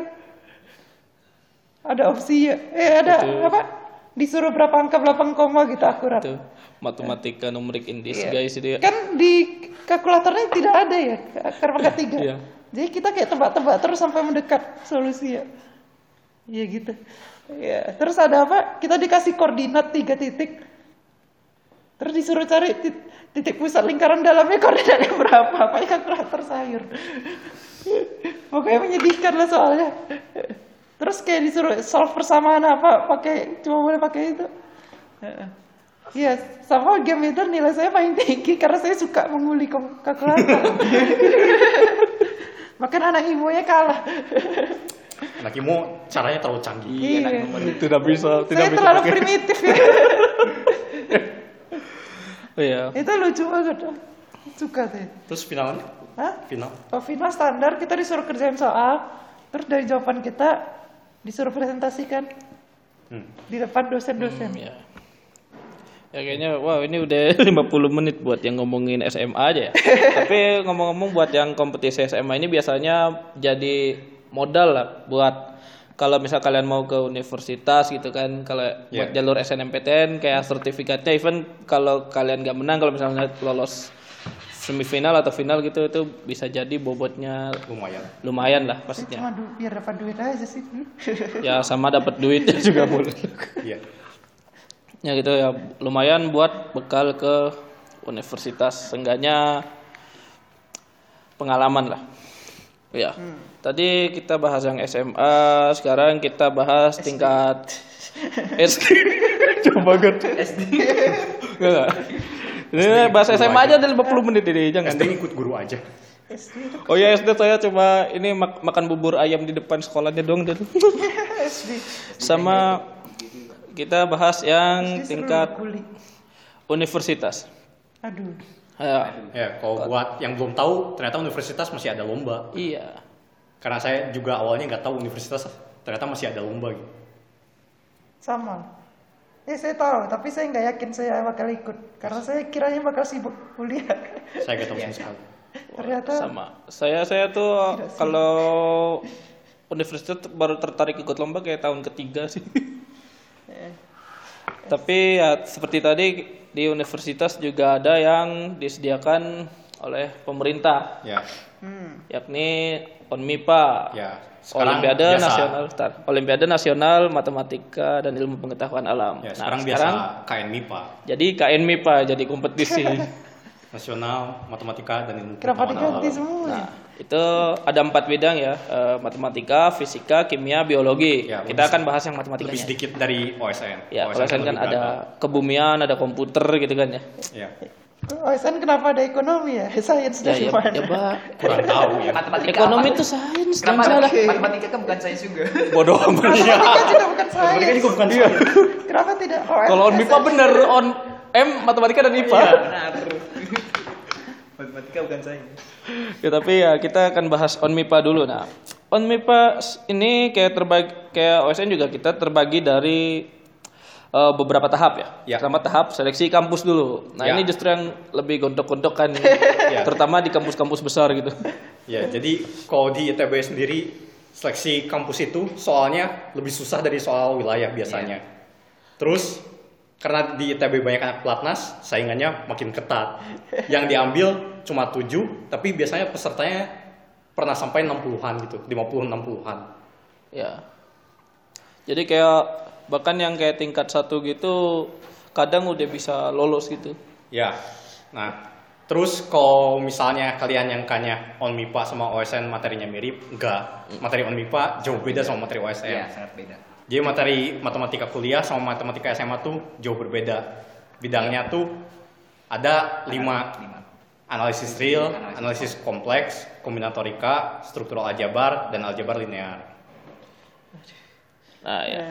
[SPEAKER 3] Ada opsi ya. Eh ada
[SPEAKER 1] Betul.
[SPEAKER 3] apa? Disuruh berapa angka belakang koma gitu akurat.
[SPEAKER 1] Itu matematika numerik in
[SPEAKER 3] Iya.
[SPEAKER 1] disguise itu ya.
[SPEAKER 3] Kan di kalkulatornya tidak ada ya akar pangkat tiga.
[SPEAKER 1] Iya.
[SPEAKER 3] Jadi kita kayak tebak-tebak terus sampai mendekat solusi ya. Iya gitu. Ya, terus ada apa? Kita dikasih koordinat tiga titik. Terus disuruh cari tit- titik pusat lingkaran dalamnya koordinatnya berapa? Pakai kalkulator sayur. Pokoknya menyedihkan lah soalnya. Terus kayak disuruh solve persamaan apa? Pakai cuma boleh pakai itu. Iya, sama game itu nilai saya paling tinggi karena saya suka menguli kom- kalkulator. Bahkan anak ibunya kalah.
[SPEAKER 2] Anak Imo caranya terlalu canggih.
[SPEAKER 3] Iya.
[SPEAKER 1] Tidak bisa, tidak
[SPEAKER 3] Saya
[SPEAKER 1] bisa
[SPEAKER 3] terlalu
[SPEAKER 1] pakai.
[SPEAKER 3] primitif ya.
[SPEAKER 1] Oh, iya.
[SPEAKER 3] Itu lucu banget. Suka saya.
[SPEAKER 2] Terus finalnya?
[SPEAKER 3] Hah?
[SPEAKER 2] Final.
[SPEAKER 3] Oh, final standar kita disuruh kerjain soal, terus dari jawaban kita disuruh presentasikan
[SPEAKER 2] Hmm.
[SPEAKER 3] di depan dosen-dosen.
[SPEAKER 1] Ya. Ya kayaknya wow ini udah lima puluh menit buat yang ngomongin S M A aja ya. Tapi ngomong-ngomong buat yang kompetisi S M A ini biasanya jadi modal lah buat kalau misal kalian mau ke universitas gitu kan, kalau buat
[SPEAKER 2] Yeah.
[SPEAKER 1] jalur S N M P T N kayak sertifikatnya even kalau kalian nggak menang, kalau misalnya lolos semifinal atau final gitu itu bisa jadi bobotnya
[SPEAKER 2] Lumayan.
[SPEAKER 1] lumayan lah
[SPEAKER 3] Saya
[SPEAKER 1] pastinya.
[SPEAKER 3] cuma du- biar dapat duit aja sih.
[SPEAKER 1] Ya sama dapat duitnya juga boleh.
[SPEAKER 2] Iya.
[SPEAKER 1] Ya gitu ya lumayan buat bekal ke universitas, seenggaknya pengalaman lah. Ya. Tadi kita bahas yang S M A, sekarang kita bahas tingkat S D. Jauh banget.
[SPEAKER 4] S D.
[SPEAKER 1] Enggak. Ini bahasa S M A aja ada lima puluh menit ini, jangan.
[SPEAKER 2] S D ikut guru aja.
[SPEAKER 3] S D itu
[SPEAKER 1] Oh ya S D saya coba ini mak- makan bubur ayam di depan sekolahnya dong dulu.
[SPEAKER 3] S D.
[SPEAKER 1] Sama kita bahas yang
[SPEAKER 3] S D seru
[SPEAKER 1] tingkat
[SPEAKER 3] kuli.
[SPEAKER 1] universitas.
[SPEAKER 3] Aduh.
[SPEAKER 1] Ya,
[SPEAKER 2] Ya, kalau buat yang belum tahu, ternyata universitas masih ada lomba.
[SPEAKER 1] iya.
[SPEAKER 2] Karena saya juga awalnya nggak tahu universitas ternyata masih ada lomba gitu.
[SPEAKER 3] Sama. Ya saya tahu, tapi saya nggak yakin saya bakal ikut karena saya kiranya bakal sibuk kuliah.
[SPEAKER 2] Saya nggak tahu sama sekali.
[SPEAKER 3] Ternyata
[SPEAKER 1] Sama. Saya saya tuh kalau universitas baru tertarik ikut lomba kayak tahun ketiga sih. Tapi ya seperti tadi di universitas juga ada yang disediakan oleh pemerintah,
[SPEAKER 2] Ya,
[SPEAKER 3] hmm,
[SPEAKER 1] yakni ONMIPA.
[SPEAKER 2] ya. Sekarang
[SPEAKER 1] Olimpiade
[SPEAKER 2] biasa.
[SPEAKER 1] Nasional, tar, Olimpiade Nasional Matematika dan Ilmu Pengetahuan Alam.
[SPEAKER 2] Ya,
[SPEAKER 1] Nah,
[SPEAKER 2] sekarang,
[SPEAKER 1] sekarang
[SPEAKER 2] biasa K N M I P A,
[SPEAKER 1] jadi K N MIPA jadi kompetisi.
[SPEAKER 2] Nasional Matematika dan Ilmu
[SPEAKER 3] kenapa
[SPEAKER 2] Pengetahuan
[SPEAKER 3] diganti
[SPEAKER 2] Alam.
[SPEAKER 3] semua?
[SPEAKER 1] Nah, itu ada empat bidang ya, eh, matematika, fisika, kimia, biologi.
[SPEAKER 2] Ya,
[SPEAKER 1] Kita
[SPEAKER 2] lebih-
[SPEAKER 1] akan bahas yang matematikanya.
[SPEAKER 2] Lebih sedikit dari O S N.
[SPEAKER 1] Ya, kalau saya kan
[SPEAKER 2] lebih
[SPEAKER 1] ada
[SPEAKER 2] berat.
[SPEAKER 1] kebumian, ada komputer gitu kan ya.
[SPEAKER 2] Ya,
[SPEAKER 3] O S N kenapa ada ekonomi ya? Sains
[SPEAKER 1] Ya,
[SPEAKER 3] dari
[SPEAKER 1] ya,
[SPEAKER 3] mana?
[SPEAKER 1] ya, Pak.
[SPEAKER 2] kurang tahu ya.
[SPEAKER 4] Matematika
[SPEAKER 1] Ekonomi
[SPEAKER 4] apa?
[SPEAKER 1] itu sains,
[SPEAKER 4] Kenapa
[SPEAKER 1] jangan
[SPEAKER 4] ada
[SPEAKER 1] salah.
[SPEAKER 4] matematika kan bukan sains juga?
[SPEAKER 1] Bodoh amat.
[SPEAKER 3] Matematika juga bukan
[SPEAKER 2] Matematika
[SPEAKER 3] sains.
[SPEAKER 2] juga bukan sains.
[SPEAKER 3] Kenapa tidak O S N?
[SPEAKER 1] Kalau on MIPA bener, on M matematika dan I P A.
[SPEAKER 2] Iya.
[SPEAKER 4] Benar. Matematika bukan sains.
[SPEAKER 1] Ya, tapi ya kita akan bahas on MIPA dulu. Nah, on MIPA ini kayak terbagi kayak O S N juga kita terbagi dari eh, beberapa tahap ya.
[SPEAKER 2] Ya.
[SPEAKER 1] Pertama tahap seleksi kampus dulu. Nah,
[SPEAKER 2] Ya.
[SPEAKER 1] ini justru yang lebih gontok-gontok kan,
[SPEAKER 2] Ya.
[SPEAKER 1] terutama di kampus-kampus besar gitu.
[SPEAKER 2] Ya, jadi kalau di I T B sendiri seleksi kampus itu soalnya lebih susah dari soal wilayah biasanya. Terus karena di I T B banyak anak pelatnas, saingannya makin ketat. Yang diambil cuma tujuh, tapi biasanya pesertanya pernah sampai enam puluhan gitu, lima puluh enam puluhan.
[SPEAKER 1] Ya. Jadi kayak bahkan yang kayak tingkat satu gitu kadang udah bisa lolos gitu.
[SPEAKER 2] Ya. Nah, terus kalau misalnya kalian nyangkanya on MIPA sama O S N materinya mirip, enggak. Materi on MIPA jauh beda sama materi O S N.
[SPEAKER 4] Iya, sangat beda.
[SPEAKER 2] Jadi materi matematika kuliah sama matematika S M A tuh jauh berbeda. Bidangnya tuh ada lima.
[SPEAKER 4] Lima.
[SPEAKER 2] Analisis real,
[SPEAKER 4] Analisis
[SPEAKER 2] analisis kompleks, kombinatorika, struktural aljabar, dan aljabar linear.
[SPEAKER 1] Nah, ya.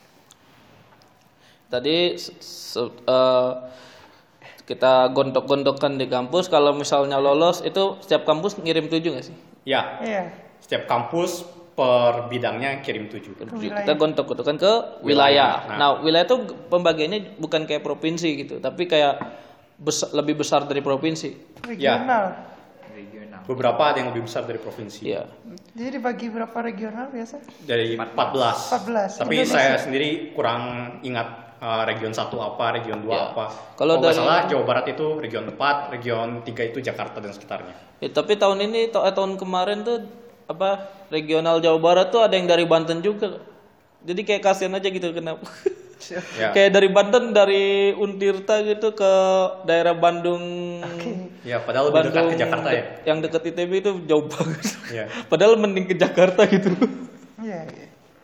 [SPEAKER 1] Tadi se- se- eh, kita gontok-gontokkan di kampus. Kalau misalnya lolos itu setiap kampus ngirim tujuh nggak sih?
[SPEAKER 2] Ya,
[SPEAKER 3] Iya.
[SPEAKER 2] setiap kampus per bidangnya kirim tujuh.
[SPEAKER 1] Tujuh.
[SPEAKER 3] Wilayah.
[SPEAKER 1] Kita gontok-gontokan ke wilayah.
[SPEAKER 2] Nah.
[SPEAKER 1] Nah, wilayah itu pembagiannya bukan kayak provinsi gitu, tapi kayak bes- lebih besar dari provinsi.
[SPEAKER 3] Regional.
[SPEAKER 4] Regional.
[SPEAKER 2] Beberapa ada yang lebih besar dari provinsi.
[SPEAKER 1] Iya.
[SPEAKER 3] Jadi dibagi berapa regional biasa?
[SPEAKER 2] Dari empat belas.
[SPEAKER 3] empat belas.
[SPEAKER 2] Tapi
[SPEAKER 3] Indonesia.
[SPEAKER 2] saya sendiri kurang ingat uh, region satu apa, region dua
[SPEAKER 1] Ya.
[SPEAKER 2] apa.
[SPEAKER 1] Kalau
[SPEAKER 2] Kalau nggak
[SPEAKER 1] dari-
[SPEAKER 2] salah Jawa Barat itu region empat, region tiga itu Jakarta dan sekitarnya.
[SPEAKER 1] Ya, tapi tahun ini to- eh, tahun kemarin tuh apa regional Jawa Barat tuh ada yang dari Banten juga. Jadi kayak kasihan aja gitu kenapa.
[SPEAKER 2] Ya.
[SPEAKER 1] Kayak dari Banten dari Untirta gitu ke daerah Bandung.
[SPEAKER 2] Ya, padahal lebih dekat ke Jakarta ya.
[SPEAKER 1] de- Yang dekat I T B itu jauh banget.
[SPEAKER 2] Ya.
[SPEAKER 1] Padahal mending ke Jakarta gitu.
[SPEAKER 3] Iya, iya.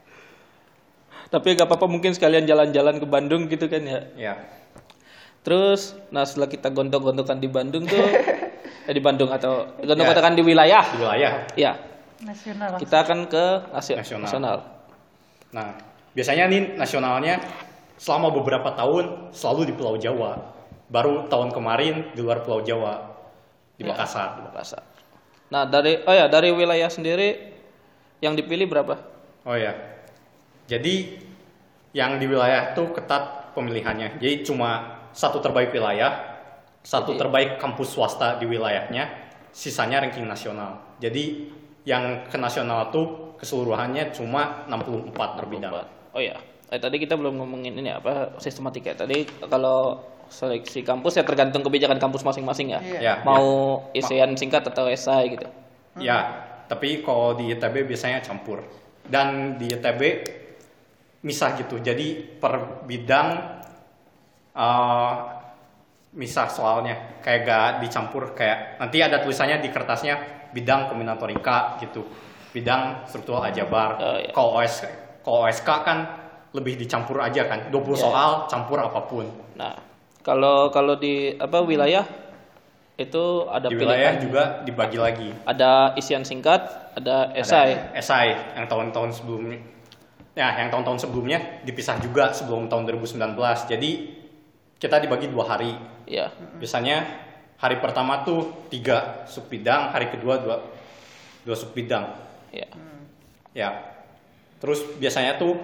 [SPEAKER 1] Tapi gak apa-apa mungkin sekalian jalan-jalan ke Bandung gitu kan ya.
[SPEAKER 2] Ya.
[SPEAKER 1] Terus, nah setelah kita gontok-gontokan di Bandung tuh, eh di Bandung atau gontok-gontokan di wilayah,
[SPEAKER 2] Di wilayah.
[SPEAKER 1] ya
[SPEAKER 3] Nasional.
[SPEAKER 1] kita akan ke nasio-
[SPEAKER 2] Nasional.
[SPEAKER 1] nasional.
[SPEAKER 2] Nah, biasanya nih nasionalnya selama beberapa tahun selalu di Pulau Jawa. Baru tahun kemarin di luar Pulau Jawa, di
[SPEAKER 1] Ya,
[SPEAKER 2] Makassar.
[SPEAKER 1] di Makassar. Nah dari, oh ya dari wilayah sendiri yang dipilih berapa?
[SPEAKER 2] Oh ya, jadi yang di wilayah tuh ketat pemilihannya. Jadi cuma satu terbaik wilayah, satu
[SPEAKER 1] Jadi-
[SPEAKER 2] terbaik kampus swasta di wilayahnya, sisanya ranking nasional. Jadi yang ke nasional tuh keseluruhannya cuma enam puluh empat per bidang.
[SPEAKER 1] Oh ya, eh, tadi kita belum ngomongin ini apa sistematika. Tadi kalau seleksi kampus ya tergantung kebijakan kampus masing-masing ya.
[SPEAKER 3] Iya.
[SPEAKER 2] Ya,
[SPEAKER 1] Mau isian singkat atau esai gitu.
[SPEAKER 2] ya, tapi kalau di I T B biasanya campur. Dan di I T B misah gitu. Jadi per bidang eh misah soalnya. Kayak gak dicampur kayak nanti ada tulisannya di kertasnya bidang kombinatorika gitu. Bidang struktural aljabar.
[SPEAKER 1] Oh, iya.
[SPEAKER 2] Kalau O S kalau O S K kan lebih dicampur aja kan. dua puluh
[SPEAKER 1] Ya.
[SPEAKER 2] soal campur apapun.
[SPEAKER 1] Nah, kalau kalau di apa wilayah itu ada
[SPEAKER 2] Di wilayah
[SPEAKER 1] pilihan,
[SPEAKER 2] juga dibagi lagi.
[SPEAKER 1] ada isian singkat, ada esai.
[SPEAKER 2] Ada esai yang tahun-tahun sebelumnya. Ya, yang tahun-tahun sebelumnya dipisah juga sebelum tahun dua ribu sembilan belas. Jadi kita dibagi dua hari.
[SPEAKER 1] Ya.
[SPEAKER 2] Biasanya hari pertama tuh tiga sub bidang, hari kedua dua dua sub bidang.
[SPEAKER 1] Ya.
[SPEAKER 2] Ya. Terus biasanya tuh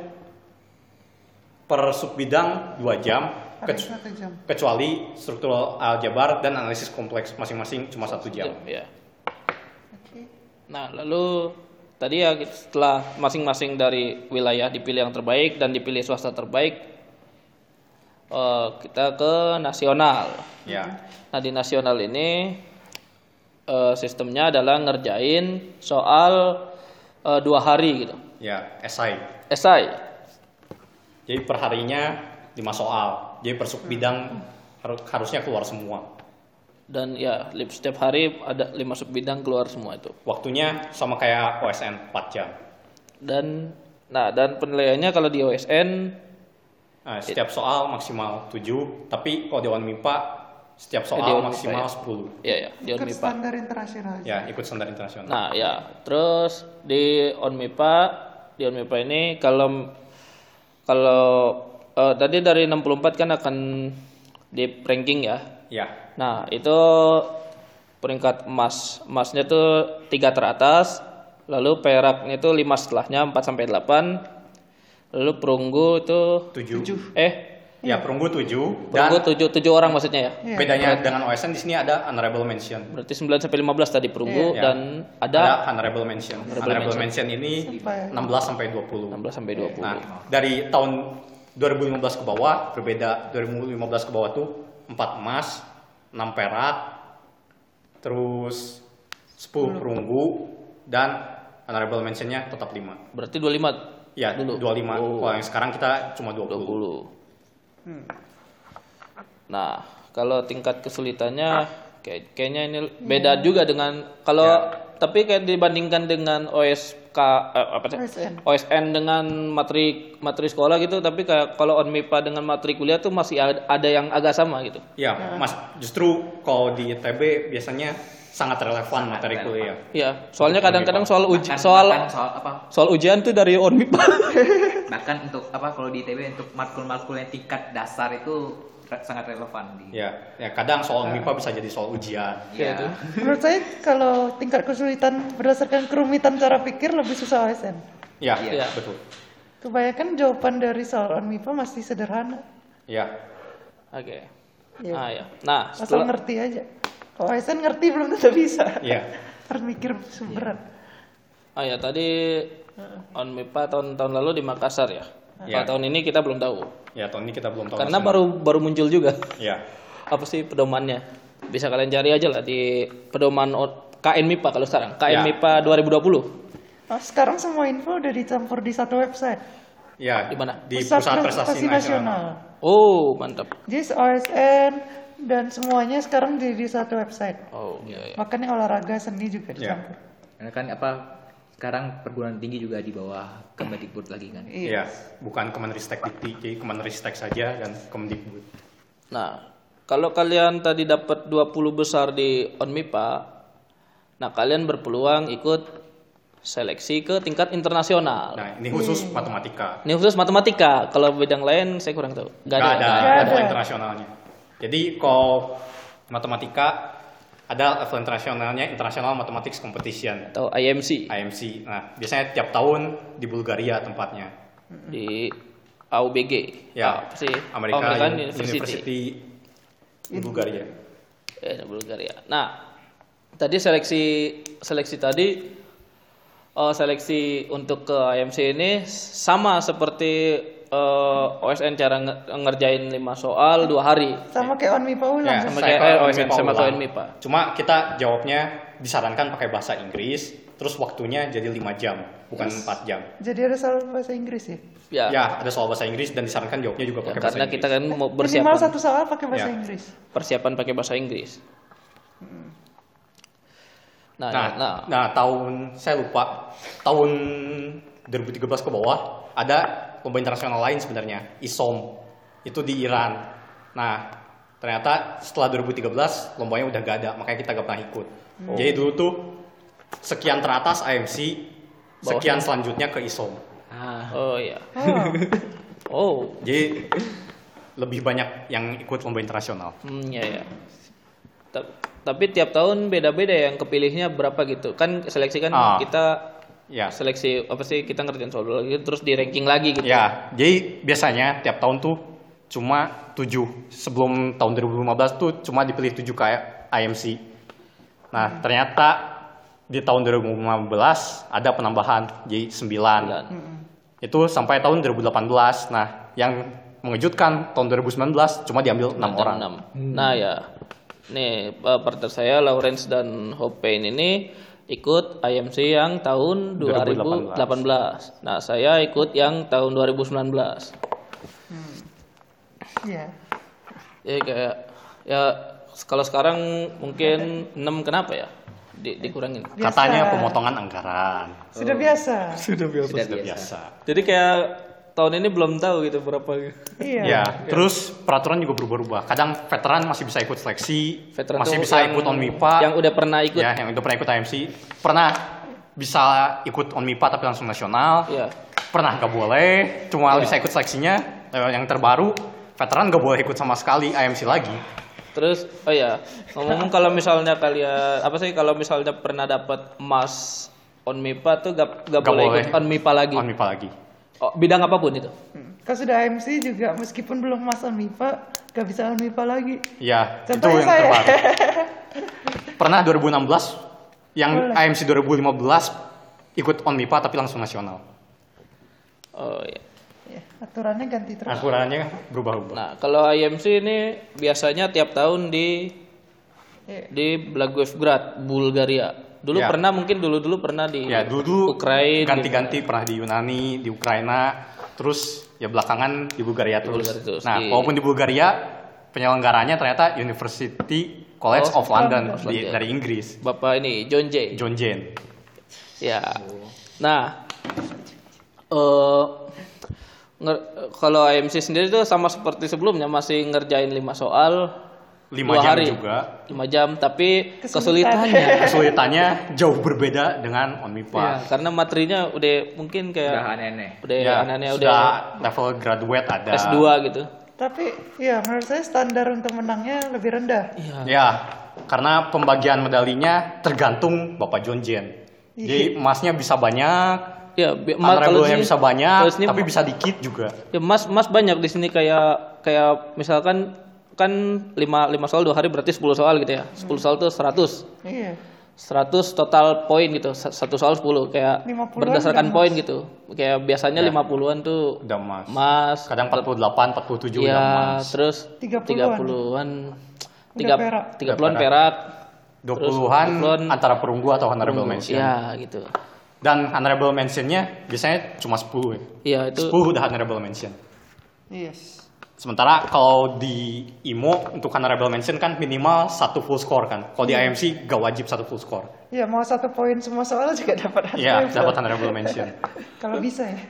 [SPEAKER 2] per sub bidang dua jam,
[SPEAKER 3] Ada
[SPEAKER 2] kecu-
[SPEAKER 3] satu jam.
[SPEAKER 2] kecuali struktural aljabar dan analisis kompleks masing-masing cuma satu jam.
[SPEAKER 1] Ya.
[SPEAKER 3] Oke.
[SPEAKER 1] Nah, lalu tadi ya setelah masing-masing dari wilayah dipilih yang terbaik dan dipilih swasta terbaik, eh, kita ke nasional.
[SPEAKER 2] Ya.
[SPEAKER 1] Nah, di nasional ini eh, sistemnya adalah ngerjain soal eh, dua hari gitu.
[SPEAKER 2] Ya, esai.
[SPEAKER 1] Esai.
[SPEAKER 2] Jadi perharinya lima soal. Jadi per sub bidang har- harusnya keluar semua.
[SPEAKER 1] Dan ya lip- setiap hari ada lima sub bidang keluar semua itu.
[SPEAKER 2] Waktunya sama kayak O S N empat jam.
[SPEAKER 1] Dan nah dan penilaiannya kalau di O S N
[SPEAKER 2] Nah, setiap soal maksimal tujuh, tapi kalau di Unmipa setiap
[SPEAKER 1] di
[SPEAKER 2] soal
[SPEAKER 1] Unmipa
[SPEAKER 2] maksimal
[SPEAKER 1] ya.
[SPEAKER 2] sepuluh.
[SPEAKER 1] ya ya di
[SPEAKER 3] Ikut
[SPEAKER 1] Unmipa.
[SPEAKER 3] standar internasional.
[SPEAKER 2] Ya, ikut standar internasional.
[SPEAKER 1] Nah, ya. Terus di Unmipa, di Unmipa ini kalau kalau eh, tadi dari enam puluh empat kan akan di ranking ya.
[SPEAKER 2] Ya.
[SPEAKER 1] Nah, itu peringkat emas. Emasnya tuh tiga teratas, lalu peraknya itu lima setelahnya empat sampai delapan. Lalu perunggu itu
[SPEAKER 2] tujuh.
[SPEAKER 1] eh
[SPEAKER 2] Ya, perunggu tujuh dan
[SPEAKER 1] perunggu tujuh tujuh orang maksudnya ya.
[SPEAKER 3] Iya.
[SPEAKER 2] bedanya dengan O S N di sini ada honorable mention.
[SPEAKER 1] Berarti sembilan sampai lima belas tadi perunggu
[SPEAKER 2] Iya.
[SPEAKER 1] dan
[SPEAKER 2] Ada
[SPEAKER 1] ada
[SPEAKER 2] honorable mention.
[SPEAKER 1] Honorable
[SPEAKER 2] Honorable
[SPEAKER 1] mention.
[SPEAKER 2] mention ini
[SPEAKER 3] Sampai-
[SPEAKER 2] enam belas sampai dua puluh.
[SPEAKER 1] enam belas sampai dua puluh.
[SPEAKER 2] Nah, dari tahun dua ribu lima belas ke bawah berbeda. dua ribu lima belas ke bawah tuh empat emas, enam perak, terus sepuluh perunggu dan honorable mentionnya tetap lima.
[SPEAKER 1] Berarti dua puluh lima
[SPEAKER 2] Ya,
[SPEAKER 1] dulu.
[SPEAKER 2] dua puluh lima.
[SPEAKER 1] Oh.
[SPEAKER 2] Kalau yang sekarang kita cuma dua
[SPEAKER 1] dua
[SPEAKER 2] puluh.
[SPEAKER 1] puluh. Nah, kalau tingkat kesulitannya kayak kayaknya ini beda juga dengan kalau
[SPEAKER 2] Ya.
[SPEAKER 1] tapi kayak dibandingkan dengan O S K eh, apa sih?
[SPEAKER 3] O S N.
[SPEAKER 1] O S N dengan materi materi sekolah gitu, tapi kayak kalau Unmipa dengan materi kuliah tuh masih ada, ada yang agak sama gitu.
[SPEAKER 2] Ya, Mas, justru kalau di I T B biasanya sangat relevan materi
[SPEAKER 4] relevan.
[SPEAKER 2] kuliah.
[SPEAKER 1] Iya, soalnya kadang-kadang soal uji
[SPEAKER 4] Bahkan-
[SPEAKER 1] soal
[SPEAKER 4] bahkan soal apa
[SPEAKER 1] soal ujian tuh dari Unmipa.
[SPEAKER 4] bahkan untuk apa kalau di I T B untuk matkul-matkul yang tingkat dasar itu re- sangat relevan di
[SPEAKER 2] Ya, ya kadang soal M I P A bisa jadi soal ujian.
[SPEAKER 1] Iya,
[SPEAKER 4] ya.
[SPEAKER 1] itu.
[SPEAKER 3] Menurut saya kalau tingkat kesulitan berdasarkan kerumitan cara pikir lebih susah O S N.
[SPEAKER 2] Ya,
[SPEAKER 1] Iya.
[SPEAKER 2] betul.
[SPEAKER 3] Kebanyakan jawaban dari soal M I P A masih sederhana.
[SPEAKER 2] Ya,
[SPEAKER 1] Oke.
[SPEAKER 3] Iya.
[SPEAKER 1] Ah ya. Nah,
[SPEAKER 3] Asal
[SPEAKER 1] setelah
[SPEAKER 3] ngerti aja. Kalau O S N ngerti belum tentu bisa.
[SPEAKER 2] ya.
[SPEAKER 3] Harus mikir berat.
[SPEAKER 1] ah ya tadi Unmipa tahun-tahun lalu di Makassar ya.
[SPEAKER 2] Iya.
[SPEAKER 1] Kalau tahun ini kita belum tahu.
[SPEAKER 2] Ya, tahun ini kita belum tahu.
[SPEAKER 1] Karena
[SPEAKER 2] hasilnya.
[SPEAKER 1] baru baru muncul juga.
[SPEAKER 2] Ya,
[SPEAKER 1] Apa sih pedomannya? Bisa kalian cari aja lah di pedoman O- K N M I P A kalau sekarang. K N M I P A dua ribu dua puluh.
[SPEAKER 3] Oh, sekarang semua info udah dicampur di satu website.
[SPEAKER 2] ya.
[SPEAKER 1] Di mana?
[SPEAKER 2] Di Pusat Prestasi Nasional.
[SPEAKER 1] Oh, mantap.
[SPEAKER 3] Jadi O S N dan semuanya sekarang di, di satu website.
[SPEAKER 1] Oh, iya iya.
[SPEAKER 3] Makanya olahraga seni juga
[SPEAKER 2] Ya.
[SPEAKER 3] dicampur.
[SPEAKER 4] Karena kan apa sekarang perguruan tinggi juga di bawah Kemendikbud lagi kan.
[SPEAKER 3] Iya.
[SPEAKER 2] Ya, bukan Kemenristek Dikti, jadi Kemenristek saja dan Kemendikbud.
[SPEAKER 1] Nah, kalau kalian tadi dapat dua puluh besar di Unmipa, nah kalian berpeluang ikut seleksi ke tingkat internasional.
[SPEAKER 2] Nah, ini khusus matematika.
[SPEAKER 1] Ini khusus matematika. Kalau bidang lain saya kurang tahu. Gak
[SPEAKER 2] Nggak
[SPEAKER 1] ada.
[SPEAKER 2] ada
[SPEAKER 1] Nggak
[SPEAKER 3] Nggak
[SPEAKER 2] level
[SPEAKER 3] ada.
[SPEAKER 2] internasionalnya. Jadi kalau matematika ada level internasionalnya, International Mathematics Competition,
[SPEAKER 1] Atau I M C
[SPEAKER 2] I M C. Nah, biasanya tiap tahun di Bulgaria tempatnya.
[SPEAKER 1] di A U B G.
[SPEAKER 2] Ya,
[SPEAKER 1] Apa sih?
[SPEAKER 2] Amerika
[SPEAKER 1] American
[SPEAKER 2] Uni-
[SPEAKER 1] University.
[SPEAKER 2] University di Bulgaria.
[SPEAKER 1] Eh, di Bulgaria. Nah, tadi seleksi seleksi tadi eh, seleksi untuk ke I M C ini sama seperti eh, O S N cara nge- ngerjain lima soal dua hari.
[SPEAKER 3] Sama kayak on M I P A ulang.
[SPEAKER 2] Ya,
[SPEAKER 1] Sama
[SPEAKER 2] saya
[SPEAKER 1] kayak
[SPEAKER 2] kalau
[SPEAKER 1] O S N,
[SPEAKER 2] M I P A
[SPEAKER 1] sama
[SPEAKER 2] ulang.
[SPEAKER 1] kayak M I P A.
[SPEAKER 2] Cuma kita jawabnya disarankan pakai bahasa Inggris, terus waktunya jadi lima jam, bukan empat jam.
[SPEAKER 3] Jadi ada soal bahasa Inggris ya.
[SPEAKER 1] Ya,
[SPEAKER 2] Ya, ada soal bahasa Inggris dan disarankan jawabnya juga
[SPEAKER 1] ya,
[SPEAKER 2] pakai bahasa
[SPEAKER 1] karena
[SPEAKER 2] Inggris.
[SPEAKER 1] kita kan mau
[SPEAKER 3] Minimal
[SPEAKER 1] bersiapan
[SPEAKER 3] satu soal pakai bahasa
[SPEAKER 2] Ya.
[SPEAKER 3] Inggris.
[SPEAKER 1] persiapan pakai bahasa Inggris. Nah,
[SPEAKER 2] Nah,
[SPEAKER 1] nah,
[SPEAKER 2] nah, tahun saya lupa tahun dua ribu tiga belas ke bawah ada lomba internasional lain sebenarnya, I S O M. Itu di Iran. Nah, ternyata setelah dua ribu tiga belas lombanya udah gak ada, makanya kita gak pernah ikut.
[SPEAKER 1] Oh.
[SPEAKER 2] Jadi dulu tuh sekian teratas I M C, sekian selanjutnya ke I S O M.
[SPEAKER 4] Ah,
[SPEAKER 1] Oh iya.
[SPEAKER 3] Oh,
[SPEAKER 1] Oh.
[SPEAKER 2] Jadi lebih banyak yang ikut lomba internasional.
[SPEAKER 1] Hmm, ya ya. Ta- Tapi tiap tahun beda-beda yang kepilihnya berapa gitu. Kan seleksi kan
[SPEAKER 2] Ah.
[SPEAKER 1] kita
[SPEAKER 2] Ya.
[SPEAKER 1] seleksi apa sih kita ngerjain soal dulu gitu, terus di ranking lagi gitu.
[SPEAKER 2] Ya, jadi biasanya tiap tahun tuh cuma tujuh. Sebelum tahun dua ribu lima belas tuh cuma dipilih tujuh kayak I M C. Nah, ternyata di tahun dua ribu lima belas ada penambahan jadi sembilan.
[SPEAKER 1] Sembilan.
[SPEAKER 2] Itu sampai tahun dua ribu delapan belas. Nah, yang mengejutkan tahun dua ribu sembilan belas cuma diambil enam orang.
[SPEAKER 1] Enam. Nah ya, nih eh, partner saya Lawrence dan Hopein ini ikut I M C yang tahun dua ribu delapan belas. Nah saya ikut yang tahun dua ribu sembilan belas.
[SPEAKER 3] iya.
[SPEAKER 1] Jadi kayak ya kalau sekarang mungkin enam kenapa ya? Di, dikurangin.
[SPEAKER 3] Biasa.
[SPEAKER 2] Katanya pemotongan anggaran.
[SPEAKER 3] Sudah biasa.
[SPEAKER 1] Sudah biasa.
[SPEAKER 4] sudah
[SPEAKER 2] Sudah
[SPEAKER 4] biasa.
[SPEAKER 2] biasa.
[SPEAKER 1] Jadi kayak tahun ini belum tahu gitu berapa gitu.
[SPEAKER 3] Iya.
[SPEAKER 2] Ya, terus peraturan juga berubah-ubah. Kadang veteran masih bisa ikut seleksi,
[SPEAKER 1] Veteran
[SPEAKER 2] masih
[SPEAKER 1] tuh
[SPEAKER 2] bisa
[SPEAKER 1] yang-
[SPEAKER 2] ikut on MIPA.
[SPEAKER 1] Yang udah pernah ikut.
[SPEAKER 2] Ya, yang udah pernah ikut I M C, pernah bisa ikut on MIPA tapi langsung nasional.
[SPEAKER 1] Iya.
[SPEAKER 2] Pernah nggak boleh, cuma
[SPEAKER 1] Ya.
[SPEAKER 2] bisa ikut seleksinya. Eh, Yang terbaru, veteran nggak boleh ikut sama sekali I M C lagi.
[SPEAKER 1] Terus oh ya, ngomong kalau misalnya kalian apa sih kalau misalnya pernah dapat emas on MIPA tuh gak, gak,
[SPEAKER 2] Nggak
[SPEAKER 1] boleh,
[SPEAKER 2] boleh.
[SPEAKER 1] ikut on MIPA lagi.
[SPEAKER 2] On MIPA lagi.
[SPEAKER 1] Oh, bidang apapun itu.
[SPEAKER 3] Hmm. Kalau sudah I M C juga meskipun belum masuk MIPA, gak bisa MIPA lagi.
[SPEAKER 2] Ya, itu
[SPEAKER 3] Contohnya
[SPEAKER 2] yang
[SPEAKER 3] saya.
[SPEAKER 2] terbaru. Pernah dua ribu enam belas, yang
[SPEAKER 3] Boleh.
[SPEAKER 2] I M C dua ribu lima belas ikut on MIPA tapi langsung nasional.
[SPEAKER 1] Oh iya.
[SPEAKER 3] Ya, aturannya ganti terus.
[SPEAKER 2] Aturannya berubah-ubah.
[SPEAKER 1] Nah, kalau I M C ini biasanya tiap tahun di
[SPEAKER 3] Iya.
[SPEAKER 1] di Blagoevgrad, Bulgaria. Dulu
[SPEAKER 2] Ya.
[SPEAKER 1] pernah mungkin dulu-dulu pernah di
[SPEAKER 2] Ya, dulu
[SPEAKER 1] Ukraina
[SPEAKER 2] ganti-ganti pernah di Yunani, di Ukraina, terus ya belakangan di Bulgaria terus.
[SPEAKER 1] Bulgaria terus.
[SPEAKER 2] Nah,
[SPEAKER 1] Di-
[SPEAKER 2] walaupun di Bulgaria penyelenggaranya ternyata University College
[SPEAKER 1] Oh,
[SPEAKER 2] of London
[SPEAKER 1] London.
[SPEAKER 2] di- dari Inggris,
[SPEAKER 1] Bapak ini John Jay.
[SPEAKER 2] John Jane.
[SPEAKER 1] Ya. Nah, eh nger- kalau I M C sendiri tuh sama seperti sebelumnya masih ngerjain lima soal
[SPEAKER 2] lima
[SPEAKER 1] dua
[SPEAKER 2] jam
[SPEAKER 1] hari.
[SPEAKER 2] juga.
[SPEAKER 1] lima jam, tapi
[SPEAKER 3] Kesulitan.
[SPEAKER 1] kesulitannya
[SPEAKER 2] Kesulitannya jauh berbeda dengan on MIPA.
[SPEAKER 1] ya, karena materinya udah mungkin kayak
[SPEAKER 4] udah aneh-aneh.
[SPEAKER 1] udah
[SPEAKER 2] Ya,
[SPEAKER 1] aneh-aneh udah
[SPEAKER 2] sudah level graduate ada.
[SPEAKER 1] S dua gitu.
[SPEAKER 3] Tapi ya menurut saya standar untuk menangnya lebih rendah.
[SPEAKER 1] Iya.
[SPEAKER 2] Ya, karena pembagian medalinya tergantung Bapak John Jane. Jadi emasnya bisa banyak,
[SPEAKER 1] Ya, bi- mas, kalau
[SPEAKER 2] honorable-nya
[SPEAKER 1] sini-
[SPEAKER 2] bisa
[SPEAKER 1] kalau
[SPEAKER 2] banyak,
[SPEAKER 1] sini
[SPEAKER 2] tapi bisa dikit juga.
[SPEAKER 1] ya mas mas banyak di sini kayak kayak misalkan kan lima lima soal dua hari berarti sepuluh soal gitu ya. sepuluh soal tuh seratus.
[SPEAKER 3] Iya.
[SPEAKER 1] seratus total poin gitu. Sa- Satu soal sepuluh kayak
[SPEAKER 3] lima puluhan
[SPEAKER 1] berdasarkan
[SPEAKER 3] udah
[SPEAKER 1] poin
[SPEAKER 3] emas.
[SPEAKER 1] gitu. Kayak biasanya lima puluhan tuh
[SPEAKER 2] Udah emas.
[SPEAKER 1] emas.
[SPEAKER 2] Kadang empat puluh delapan, empat puluh tujuh udah
[SPEAKER 1] Ya,
[SPEAKER 2] emas.
[SPEAKER 1] terus
[SPEAKER 3] tiga
[SPEAKER 1] tiga
[SPEAKER 3] puluhan.
[SPEAKER 1] puluhan.
[SPEAKER 3] Udah
[SPEAKER 1] Tiga
[SPEAKER 3] perak.
[SPEAKER 1] tiga
[SPEAKER 2] Udah
[SPEAKER 1] puluhan
[SPEAKER 2] perak.
[SPEAKER 1] perak.
[SPEAKER 2] dua
[SPEAKER 1] Terus
[SPEAKER 2] puluhan
[SPEAKER 1] dua puluhan
[SPEAKER 2] antara perunggu atau honorable mention.
[SPEAKER 1] Ya, gitu.
[SPEAKER 2] Dan honorable mentionnya biasanya cuma sepuluh. ya.
[SPEAKER 1] Iya, itu
[SPEAKER 2] sepuluh udah honorable mention.
[SPEAKER 3] Yes.
[SPEAKER 2] Sementara kalau di I M O untuk honorable mention kan minimal satu full score kan. Kalau di I M C gak wajib satu full score.
[SPEAKER 3] Ya mau satu poin semua soal juga dapat.
[SPEAKER 2] Iya,
[SPEAKER 3] honorable.
[SPEAKER 2] dapat honorable mention.
[SPEAKER 3] Kalau bisa ya.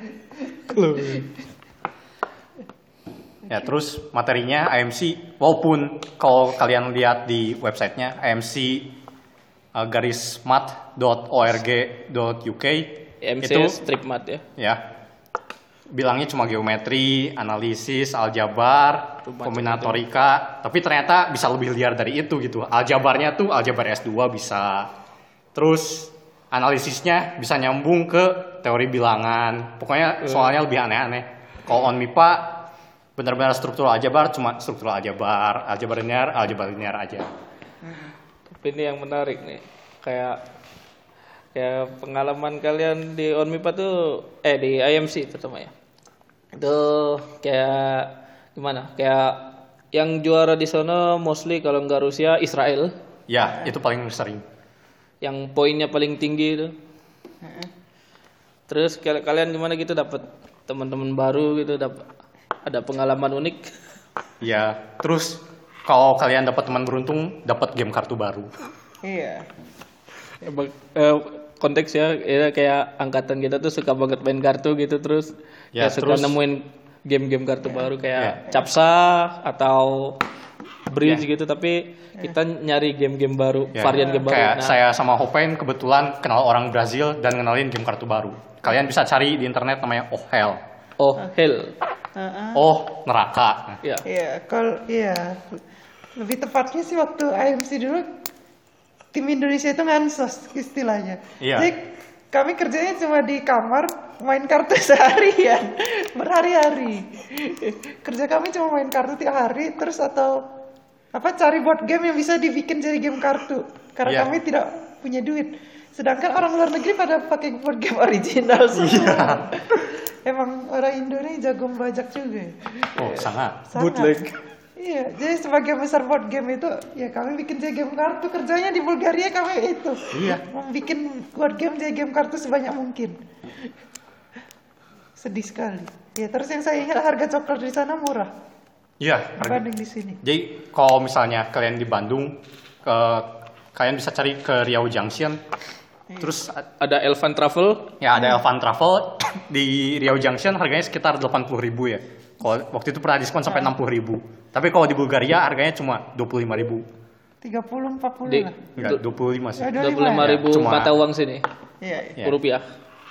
[SPEAKER 2] Ya, terus materinya I M C walaupun kalau kalian lihat di websitenya I M C uh, garis mat dot org dot U K
[SPEAKER 1] M C
[SPEAKER 2] itu
[SPEAKER 1] strip mat ya.
[SPEAKER 2] ya bilangnya cuma geometri, analisis, aljabar, kombinatorika, tapi ternyata bisa lebih liar dari itu gitu. Aljabarnya tuh aljabar S dua bisa. Terus analisisnya bisa nyambung ke teori bilangan. Pokoknya soalnya lebih aneh-aneh. Kalau on MIPA benar-benar struktural aljabar cuma struktural aljabar, aljabar linear, aljabar linear aja.
[SPEAKER 1] Tapi ini yang menarik nih. Kayak kayak pengalaman kalian di on MIPA tuh eh di I M C terutama ya. Itu kayak gimana? Kayak yang juara di sana mostly kalau nggak Rusia Israel
[SPEAKER 2] Ya, itu paling sering.
[SPEAKER 1] yang poinnya paling tinggi itu. Terus kal- kalian gimana gitu dapat teman-teman baru gitu, dapat ada pengalaman unik.
[SPEAKER 2] Ya, terus kalau kalian dapat teman beruntung, dapat game kartu baru.
[SPEAKER 3] Iya.
[SPEAKER 1] Eh, bag- eh, konteks ya, ya kayak angkatan kita tuh suka banget main kartu gitu terus
[SPEAKER 2] Ya,
[SPEAKER 1] ya suka
[SPEAKER 2] terus-
[SPEAKER 1] nemuin game-game kartu baru kayak
[SPEAKER 2] Ya.
[SPEAKER 1] Capsa atau Bridge gitu, tapi kita nyari game-game baru,
[SPEAKER 2] Ya,
[SPEAKER 1] varian game baru.
[SPEAKER 2] kayak
[SPEAKER 1] Nah,
[SPEAKER 2] saya sama Hopen kebetulan kenal orang Brazil dan kenalin game kartu baru. Kalian bisa cari di internet namanya Oh Hell.
[SPEAKER 1] oh hell,
[SPEAKER 3] Heeh.
[SPEAKER 2] Oh neraka.
[SPEAKER 1] ya.
[SPEAKER 3] Iya, kalau iya lebih tepatnya sih waktu I M C dulu tim Indonesia itu ngansos istilahnya.
[SPEAKER 2] Iya.
[SPEAKER 3] Jadi kami kerjanya cuma di kamar main kartu seharian berhari-hari. Kerja kami cuma main kartu tiap hari terus atau apa cari board game yang bisa dibikin jadi game kartu karena
[SPEAKER 2] Iya.
[SPEAKER 3] kami tidak punya duit. Sedangkan orang luar negeri pada pakai board game original semua. Emang orang Indonesia jago membajak juga. ya.
[SPEAKER 2] Oh sangat.
[SPEAKER 3] Sangat.
[SPEAKER 1] Bootleg.
[SPEAKER 3] Iya, jadi sebagai besar board game itu, ya kami bikin jadi game kartu. Kerjanya di Bulgaria kami itu.
[SPEAKER 2] Iya.
[SPEAKER 3] Membikin board game jadi game kartu sebanyak mungkin. Sedih sekali. Ya, terus yang saya ingat harga coklat di sana murah
[SPEAKER 2] Iya. harga-
[SPEAKER 3] dibanding di sini.
[SPEAKER 2] Jadi kalau misalnya kalian di Bandung, ke, kalian bisa cari ke Riau Junction. Terus
[SPEAKER 1] Ada Elvan Travel,
[SPEAKER 2] ya ada Elvan Travel di Riau Junction harganya sekitar delapan puluh ribu ya. Kalau waktu itu pernah diskon sampai enam puluh ribu. Tapi kalau di Bulgaria harganya cuma dua puluh lima ribu.
[SPEAKER 3] tiga puluh sampai empat puluh
[SPEAKER 1] Di-
[SPEAKER 3] lah.
[SPEAKER 2] Enggak, dua puluh lima sih.
[SPEAKER 3] Ya,
[SPEAKER 1] dua puluh lima ribu
[SPEAKER 2] Cuma-
[SPEAKER 1] mata uang sini,
[SPEAKER 3] Iya,
[SPEAKER 2] Ya.
[SPEAKER 1] rupiah.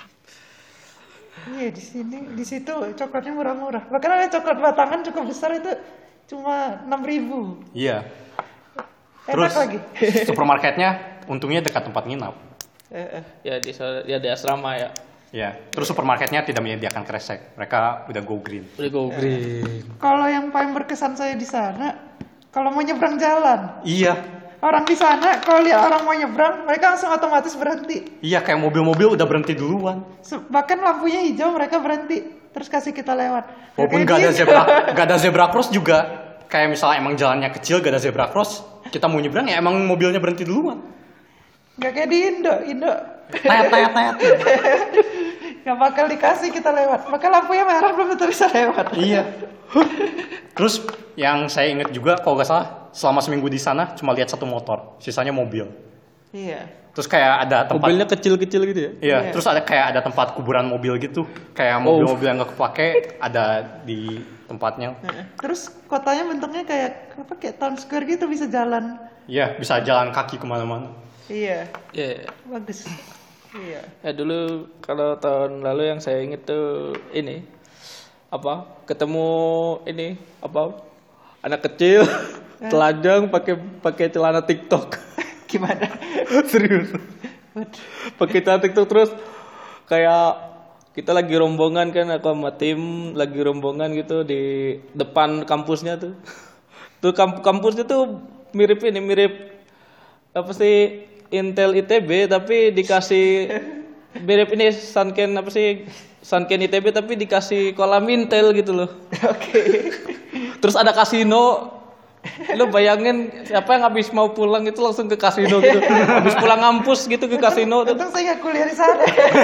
[SPEAKER 3] iya di sini, di situ coklatnya murah-murah. Bahkan ada coklat batangan cukup besar itu cuma enam ribu.
[SPEAKER 2] Iya.
[SPEAKER 3] Enak
[SPEAKER 2] Terus
[SPEAKER 3] lagi.
[SPEAKER 2] supermarketnya untungnya dekat tempat nginap.
[SPEAKER 3] Eh, eh.
[SPEAKER 1] Ya di ya di asrama ya.
[SPEAKER 2] Ya. Terus supermarketnya tidak menyediakan kresek. Mereka udah go green.
[SPEAKER 1] Udah go green.
[SPEAKER 3] Kalau yang paling berkesan saya di sana, kalau mau nyebrang jalan,
[SPEAKER 2] Iya.
[SPEAKER 3] orang di sana kalau lihat orang mau nyebrang, mereka langsung otomatis berhenti.
[SPEAKER 2] Iya kayak mobil-mobil udah berhenti duluan.
[SPEAKER 3] Se- Bahkan lampunya hijau mereka berhenti, terus kasih kita lewat.
[SPEAKER 2] Walaupun
[SPEAKER 3] Kayak
[SPEAKER 2] gak ada
[SPEAKER 3] di-
[SPEAKER 2] zebra, gak ada zebra cross juga. Kayak misalnya emang jalannya kecil gak ada zebra cross, kita mau nyebrang ya emang mobilnya berhenti duluan.
[SPEAKER 3] Nggak kayak di Indo, Indo
[SPEAKER 2] Tayat tayat tayat.
[SPEAKER 3] nggak bakal dikasih kita lewat. Maka lampunya merah belum tentu bisa lewat.
[SPEAKER 2] Iya. Terus yang saya ingat juga kalau gak salah selama seminggu di sana cuma lihat satu motor, sisanya mobil.
[SPEAKER 3] Iya.
[SPEAKER 2] Terus kayak ada tempat
[SPEAKER 1] Mobilnya kecil-kecil gitu ya.
[SPEAKER 2] Iya,
[SPEAKER 3] Iya.
[SPEAKER 2] terus ada kayak ada tempat kuburan mobil gitu. Kayak mobil-mobil yang gak kepake ada di tempatnya.
[SPEAKER 3] Heeh. Terus kotanya bentuknya kayak apa? Kayak town square gitu bisa jalan.
[SPEAKER 2] Iya, bisa jalan kaki kemana-mana.
[SPEAKER 3] Iya,
[SPEAKER 1] Ya.
[SPEAKER 3] bagus. Iya.
[SPEAKER 1] Ya dulu kalau tahun lalu yang saya inget tuh ini apa ketemu ini apa anak kecil telanjang pakai pakai celana TikTok.
[SPEAKER 3] Gimana?
[SPEAKER 1] Serius. Pakai celana TikTok terus kayak kita lagi rombongan kan aku sama tim lagi rombongan gitu di depan kampusnya tuh. Tuh kamp- kampusnya tuh mirip ini mirip apa sih Intel I T B tapi dikasih mirip ini Sanken apa sih Sanken I T B tapi dikasih kolam Intel gitu loh.
[SPEAKER 3] Oke.
[SPEAKER 1] Terus ada kasino. Lo bayangin siapa yang habis mau pulang itu langsung ke kasino gitu. Habis pulang ngampus gitu ke kasino tuh.
[SPEAKER 3] Untung saya nggak kuliah di sana.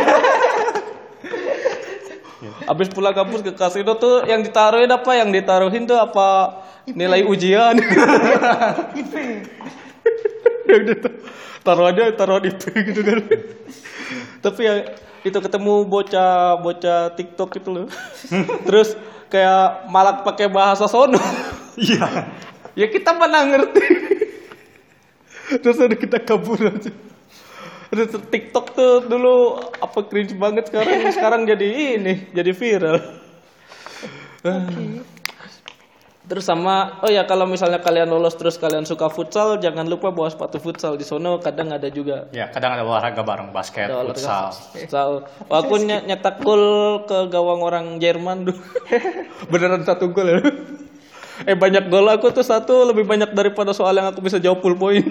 [SPEAKER 1] Habis pulang kampus ke kasino tuh yang ditaruhin apa? Yang ditaruhin tuh apa? Nilai ujian.
[SPEAKER 3] I P.
[SPEAKER 1] Yang dita- taruh aja taruh di I P gitu kan. Tapi ya itu ketemu bocah bocah TikTok gitu loh. Terus kayak malah pakai bahasa sono.
[SPEAKER 2] Iya.
[SPEAKER 1] Ya kita mana ngerti. Terus ada kita kabur aja. Terus TikTok tuh dulu apa cringe banget sekarang sekarang jadi ini jadi viral. Terus sama oh ya kalau misalnya kalian lolos terus kalian suka futsal jangan lupa bawa sepatu futsal di sono kadang ada juga.
[SPEAKER 2] Ya, kadang ada olahraga bareng basket,
[SPEAKER 1] Ada olahraga
[SPEAKER 2] futsal.
[SPEAKER 1] futsal. Oh, aku ny- nyetak gol ke gawang orang Jerman dulu. Beneran satu gol ya. Eh banyak gol aku tuh satu lebih banyak daripada soal yang aku bisa jawab full point.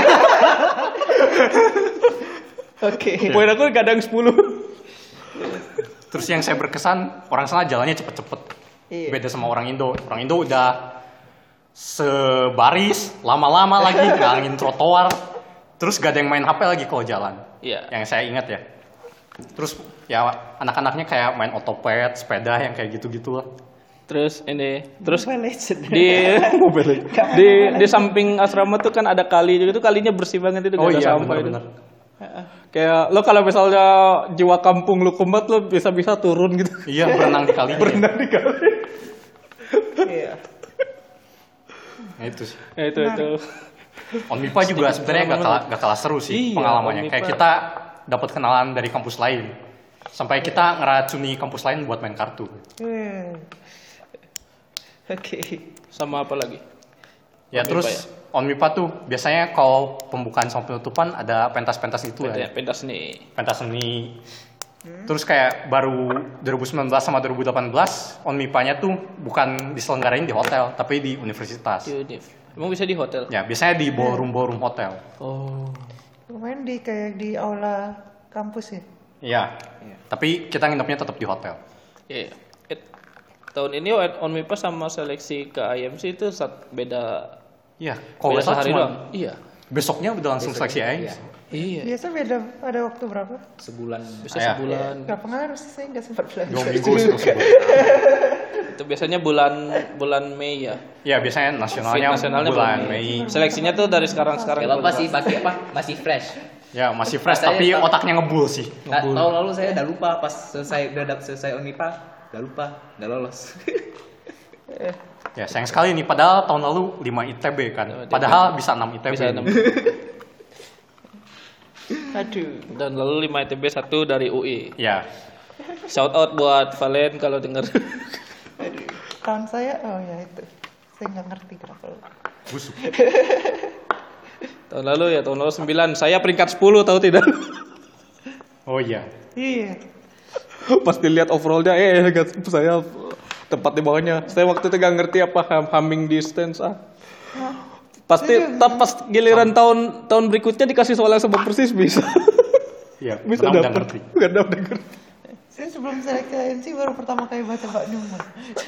[SPEAKER 3] Oke.
[SPEAKER 1] Poin aku kadang sepuluh.
[SPEAKER 2] Terus yang saya berkesan orang sana jalannya cepet-cepet.
[SPEAKER 3] Iya.
[SPEAKER 2] Beda sama orang Indo. Orang Indo udah sebaris, lama-lama lagi ngalangin trotoar. Terus gak ada yang main H P lagi kalau jalan.
[SPEAKER 1] Iya.
[SPEAKER 2] Yang saya ingat ya. Terus ya anak-anaknya kayak main otopet, sepeda yang kayak gitu-gitu lah.
[SPEAKER 1] Terus ini terus
[SPEAKER 3] Mobile Legends.
[SPEAKER 1] di di di samping asrama tuh kan ada kali juga tuh kalinya bersih banget itu
[SPEAKER 2] Oh
[SPEAKER 1] gak ada
[SPEAKER 2] iya,
[SPEAKER 1] sampah itu.
[SPEAKER 2] benar-benar.
[SPEAKER 1] Kayak lo kalau misalnya jiwa kampung lu kumat lo bisa-bisa turun gitu.
[SPEAKER 2] Iya, berenang di kali.
[SPEAKER 1] Berenang di kali.
[SPEAKER 3] Iya.
[SPEAKER 2] Nah, itu sih.
[SPEAKER 1] Ya, itu itu.
[SPEAKER 2] Onmipa juga sebenarnya gak kalah, gak kalah seru sih
[SPEAKER 1] Iya,
[SPEAKER 2] pengalamannya.
[SPEAKER 1] Onmipa.
[SPEAKER 2] Kayak kita dapat kenalan dari kampus lain. Sampai kita ngeracuni kampus lain buat main kartu.
[SPEAKER 3] Hmm. Oke.
[SPEAKER 1] Sama apa lagi?
[SPEAKER 2] Ya
[SPEAKER 1] Onmipa
[SPEAKER 2] terus Onmipa tuh biasanya kalau pembukaan sama penutupan ada pentas-pentas gitu
[SPEAKER 1] Ya,
[SPEAKER 2] ya.
[SPEAKER 1] pentas nih.
[SPEAKER 2] Pentas seni. Terus kayak baru dua ribu sembilan belas sama dua ribu delapan belas Onmipanya tuh bukan diselenggarain di hotel tapi di universitas.
[SPEAKER 1] Di Univ. Emang bisa di hotel?
[SPEAKER 2] Ya biasanya di ballroom-ballroom hotel.
[SPEAKER 1] Oh.
[SPEAKER 3] Lumayan di kayak di aula kampus ya.
[SPEAKER 2] Iya. Tapi kita nginepnya tetap di hotel.
[SPEAKER 1] Iya. Eh, tahun ini Onmipa sama seleksi ke I M C itu sat- beda
[SPEAKER 2] Iya. Kalau
[SPEAKER 1] beda
[SPEAKER 2] nggak salah
[SPEAKER 1] sehari
[SPEAKER 2] cuma
[SPEAKER 1] doang. Iya.
[SPEAKER 2] besoknya udah langsung seleksi aja.
[SPEAKER 1] Iya.
[SPEAKER 3] Biasa beda ada waktu berapa?
[SPEAKER 4] Sebulan.
[SPEAKER 1] Bisa
[SPEAKER 2] Iya.
[SPEAKER 1] sebulan.
[SPEAKER 3] Gak pengaruh sih, saya nggak sempat belajar.
[SPEAKER 2] Dua minggu terus.
[SPEAKER 1] Itu biasanya bulan bulan Mei ya.
[SPEAKER 2] Ya biasanya nasionalnya,
[SPEAKER 1] Fit nasionalnya
[SPEAKER 2] bulan
[SPEAKER 1] bulan
[SPEAKER 2] Mei.
[SPEAKER 1] Seleksinya tuh dari sekarang-sekarang.
[SPEAKER 4] Gak apa-apa sih, masih apa? Masih fresh.
[SPEAKER 2] Ya masih fresh
[SPEAKER 4] Saya
[SPEAKER 2] tapi
[SPEAKER 4] tak-
[SPEAKER 2] otaknya ngebul sih.
[SPEAKER 4] Nah, tahun lalu saya udah lupa pas selesai udah dak- selesai Onmipa, udah lupa, udah lolos.
[SPEAKER 2] Ya sayang sekali nih padahal tahun lalu lima I T B kan.
[SPEAKER 1] lima I T B.
[SPEAKER 2] Padahal bisa enam I T B.
[SPEAKER 1] Bisa enam.
[SPEAKER 3] Aduh.
[SPEAKER 1] Dan lalu lima I T B satu dari U I.
[SPEAKER 2] Ya.
[SPEAKER 1] Shout out buat Valen kalau denger.
[SPEAKER 3] Tahun saya, oh ya itu. Saya nggak ngerti kenapa.
[SPEAKER 2] Busuk.
[SPEAKER 1] Tahun lalu ya, tahun lalu sembilan. Saya peringkat sepuluh tahu tidak?
[SPEAKER 2] Oh iya.
[SPEAKER 3] Iya.
[SPEAKER 1] Pas dilihat overallnya, eh nggak- saya tempat di bawahnya. Saya waktu itu gak ngerti apa hum- humming distance ah. Pasti tap pas giliran tahun tahun berikutnya dikasih soal yang sama persis bisa.
[SPEAKER 2] Iya.
[SPEAKER 1] Bisa
[SPEAKER 2] Menang udah
[SPEAKER 1] dapat.
[SPEAKER 2] ngerti.
[SPEAKER 1] Gak dapat ngerti.
[SPEAKER 3] Saya sebelum seleksi A M C baru pertama kali baca Pak Newman.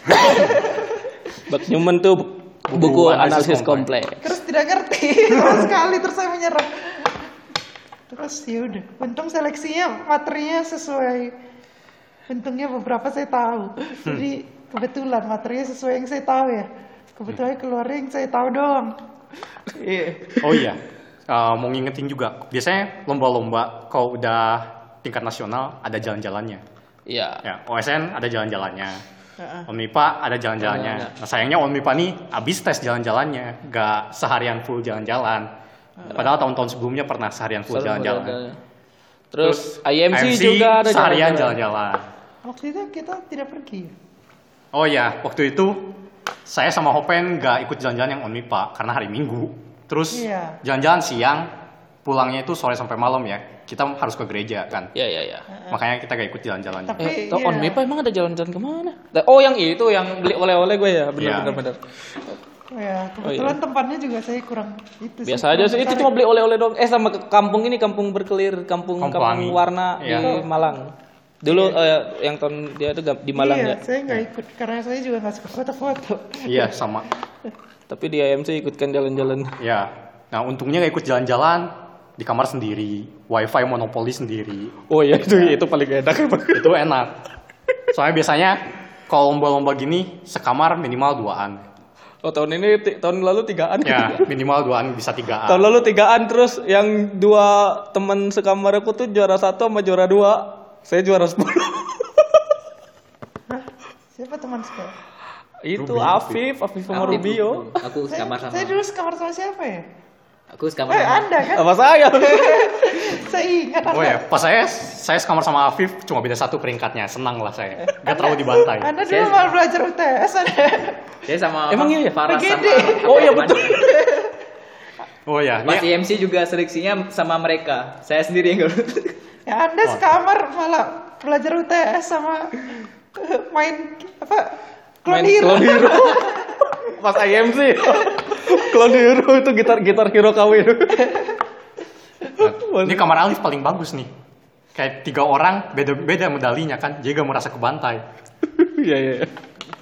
[SPEAKER 1] Bak Newman tuh buku,
[SPEAKER 2] Buku analisis
[SPEAKER 1] analisis kompleks.
[SPEAKER 3] Terus tidak ngerti sama sekali, terus saya menyerah. Terus ya udah, untung seleksinya materinya sesuai. Untungnya beberapa saya tahu. Jadi kebetulan materinya sesuai yang saya tahu ya. Kebetulan keluarnya yang saya tahu doang. Iya.
[SPEAKER 2] Oh iya. Uh, mau ngingetin juga. Biasanya lomba-lomba kalau udah tingkat nasional ada jalan-jalannya.
[SPEAKER 1] Iya.
[SPEAKER 2] Ya, O S N ada jalan-jalannya.
[SPEAKER 3] Heeh.
[SPEAKER 2] Onmipa ada jalan-jalannya. Nah sayangnya Onmipa nih abis tes jalan-jalannya, gak seharian full jalan-jalan. Padahal tahun-tahun sebelumnya pernah seharian full jalan-jalan.
[SPEAKER 1] Terus I M C juga ada
[SPEAKER 2] seharian
[SPEAKER 1] jalan-jalan.
[SPEAKER 2] jalan-jalan.
[SPEAKER 3] Waktu itu kita tidak pergi.
[SPEAKER 2] Oh ya, waktu itu saya sama Hopen gak ikut jalan-jalan yang Onmipa karena hari Minggu. Terus
[SPEAKER 3] Iya.
[SPEAKER 2] jalan-jalan siang, pulangnya itu sore sampai malam ya. Kita harus ke gereja kan.
[SPEAKER 1] Iya, iya, iya.
[SPEAKER 2] Makanya kita gak ikut jalan-jalan.
[SPEAKER 3] Tapi
[SPEAKER 1] Eh, tau
[SPEAKER 3] iya.
[SPEAKER 1] on Mipa emang ada jalan-jalan kemana? Oh, yang itu yang beli oleh-oleh gue ya,
[SPEAKER 2] Iya.
[SPEAKER 1] benar-benar benar.
[SPEAKER 3] Ya, kebetulan tempatnya juga saya kurang itu.
[SPEAKER 1] Biasa aja sih, itu cuma beli oleh-oleh doang. Eh sama ke kampung ini, kampung berkelir, kampung
[SPEAKER 2] Kampung
[SPEAKER 1] kampung
[SPEAKER 2] Wangi.
[SPEAKER 1] warna
[SPEAKER 2] Iya.
[SPEAKER 1] di Malang. Dulu eh, yang tahun dia itu di Malang
[SPEAKER 3] iya,
[SPEAKER 1] ya.
[SPEAKER 3] saya nggak ikut karena saya juga nggak suka foto-foto.
[SPEAKER 2] Iya sama.
[SPEAKER 1] Tapi di I M C ikutkan jalan-jalan.
[SPEAKER 2] Ya. Nah untungnya gak ikut jalan-jalan di kamar sendiri, wifi monopoli sendiri.
[SPEAKER 1] Oh iya itu itu paling enak emang.
[SPEAKER 2] Itu enak. Soalnya biasanya kalau lomba-lomba gini sekamar minimal duaan.
[SPEAKER 1] Oh tahun ini ti- tahun lalu tigaan.
[SPEAKER 2] Ya minimal duaan bisa tigaan.
[SPEAKER 1] Tahun lalu tigaan terus yang dua teman sekamar aku tuh juara satu sama juara dua. Saya juara sepuluh.
[SPEAKER 3] Siapa teman sekolah?
[SPEAKER 1] Itu
[SPEAKER 2] Ruby,
[SPEAKER 1] Afif, Afif sama
[SPEAKER 4] Aktif.
[SPEAKER 1] Rubio.
[SPEAKER 4] Aku
[SPEAKER 3] Saya,
[SPEAKER 4] sekamar sama.
[SPEAKER 3] saya dulu sekamar sama siapa ya?
[SPEAKER 4] Aku sekamar
[SPEAKER 3] Eh,
[SPEAKER 4] sama.
[SPEAKER 3] Anda kan?
[SPEAKER 1] Sama saya.
[SPEAKER 3] Saya ingat Anda.
[SPEAKER 2] Oh ya, pas saya saya sekamar sama Afif cuma beda satu peringkatnya, senang lah saya. Gak terlalu dibantai.
[SPEAKER 3] Anda dulu
[SPEAKER 4] Saya-
[SPEAKER 3] malah belajar U T S Anda.
[SPEAKER 4] Saya sama
[SPEAKER 1] Emang
[SPEAKER 4] apa,
[SPEAKER 1] iya ya?
[SPEAKER 4] Farah
[SPEAKER 3] P G D.
[SPEAKER 4] sama
[SPEAKER 1] Oh iya betul.
[SPEAKER 2] Oh ya,
[SPEAKER 4] Pas
[SPEAKER 2] ini
[SPEAKER 4] I M C juga seleksinya sama mereka. Saya sendiri yang gak
[SPEAKER 3] Ya Anda sekamar malah belajar U T S sama eh, main apa? Clone
[SPEAKER 1] Main
[SPEAKER 3] Hero.
[SPEAKER 1] Clone Hero. Pas I M C. Clone Hero itu gitar-gitar hero K W.
[SPEAKER 2] ini kamar Alif paling bagus nih. Kayak tiga orang beda-beda medalinya kan, jadi gak merasa kebantai.
[SPEAKER 1] Iya iya. iya.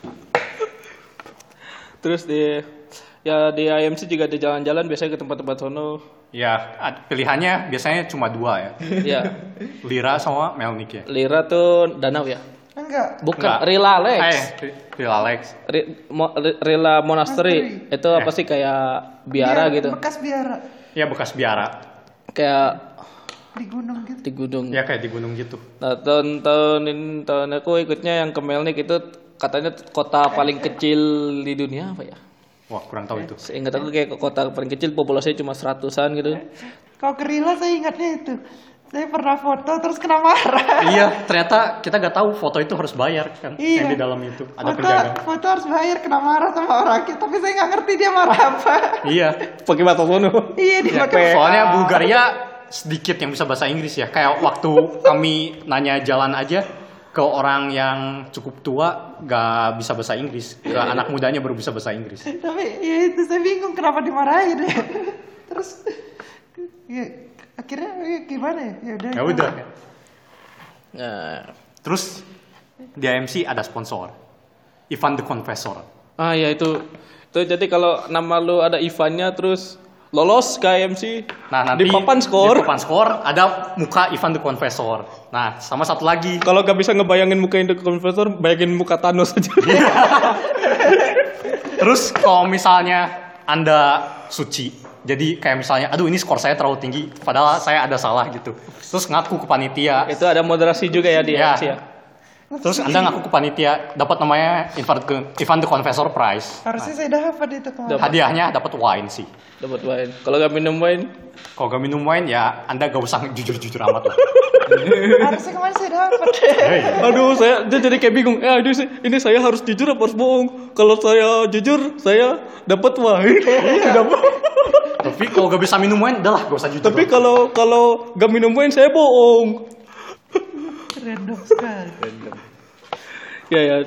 [SPEAKER 1] Terus di ya di I M C juga ada jalan-jalan biasanya ke tempat-tempat sono.
[SPEAKER 2] Ya, ad- pilihannya biasanya cuma dua ya.
[SPEAKER 1] Ya,
[SPEAKER 2] Lira sama Melnik ya.
[SPEAKER 1] Lira tuh danau ya.
[SPEAKER 3] Enggak.
[SPEAKER 1] Bukan
[SPEAKER 2] Enggak.
[SPEAKER 1] Rila Alex.
[SPEAKER 2] Eh, Ri- Lira Alex.
[SPEAKER 1] Ri- mo- ri- Rila Monastery. Itu apa
[SPEAKER 2] Eh.
[SPEAKER 1] sih kayak biara
[SPEAKER 3] Biara,
[SPEAKER 1] gitu.
[SPEAKER 3] Bekas biara.
[SPEAKER 2] Ya bekas biara.
[SPEAKER 1] Kayak
[SPEAKER 3] di gunung gitu.
[SPEAKER 1] di gunung.
[SPEAKER 2] Ya kayak di gunung gitu.
[SPEAKER 1] Nah, tahun tahun ini tahun aku ikutnya yang ke Melnik itu katanya kota paling kecil di dunia apa ya?
[SPEAKER 2] Wah, kurang tahu itu.
[SPEAKER 1] Seingat aku kayak kota paling kecil populasinya cuma seratusan gitu.
[SPEAKER 3] Kalau ke Rila saya ingatnya itu. Saya pernah foto terus kena marah.
[SPEAKER 2] Iya, ternyata kita nggak tahu foto itu harus bayar kan,
[SPEAKER 3] Iya.
[SPEAKER 2] yang di dalam itu ada
[SPEAKER 3] Foto,
[SPEAKER 2] penjaga.
[SPEAKER 3] foto harus bayar, kena marah sama orangnya. Tapi saya nggak ngerti dia marah apa.
[SPEAKER 2] Iya,
[SPEAKER 1] Pakai bahasa sono.
[SPEAKER 3] Iya dipakai.
[SPEAKER 2] soalnya Bulgaria sedikit yang bisa bahasa Inggris ya. Kayak waktu kami nanya jalan aja ke orang yang cukup tua nggak bisa bahasa Inggris, ke anak mudanya baru bisa bahasa Inggris.
[SPEAKER 3] Tapi ya itu saya bingung kenapa dimarahin. Terus ya, akhirnya ya, gimana ya? Ya udah.
[SPEAKER 2] Ya udah.
[SPEAKER 1] Nah,
[SPEAKER 2] Terus di A M C ada sponsor, Ivan the Confessor.
[SPEAKER 1] ah ya itu. Itu jadi kalau nama lu ada Ivannya terus lolos ke I M C.
[SPEAKER 2] Nah nanti
[SPEAKER 1] di papan skor.
[SPEAKER 2] di papan skor ada muka Ivan the Confessor. Nah sama satu lagi.
[SPEAKER 1] Kalau gak bisa ngebayangin muka Indo Confessor, bayangin muka Thanos aja.
[SPEAKER 2] Terus kalau misalnya Anda suci, jadi kayak misalnya, aduh ini skor saya terlalu tinggi, padahal saya ada salah gitu. Terus ngaku ke panitia.
[SPEAKER 1] Itu ada moderasi juga ya di
[SPEAKER 2] Ya.
[SPEAKER 1] I M C ya.
[SPEAKER 2] Terus Anda ngaku ke panitia, dapat namanya Ivan the- Ivan the Confessor Prize.
[SPEAKER 3] Harusnya saya dapat itu kemarin.
[SPEAKER 2] Hadiahnya dapat wine sih.
[SPEAKER 1] Dapat wine. Kalau gak minum wine,
[SPEAKER 2] Kalau gak minum wine ya Anda gak usah jujur-jujur amat lah.
[SPEAKER 3] Harusnya kemarin saya dapat.
[SPEAKER 1] aduh saya dia jadi kayak bingung. Eh, aduh sih, ini saya harus jujur apa harus bohong? Kalau saya jujur, saya dapat wine. Tidak bohong.
[SPEAKER 2] Tapi kalau gak bisa minum wine, udah lah gak usah jujur.
[SPEAKER 1] Tapi
[SPEAKER 2] lah.
[SPEAKER 1] kalau kalau gak minum wine saya bohong.
[SPEAKER 3] Random sekali.
[SPEAKER 1] Ya ya.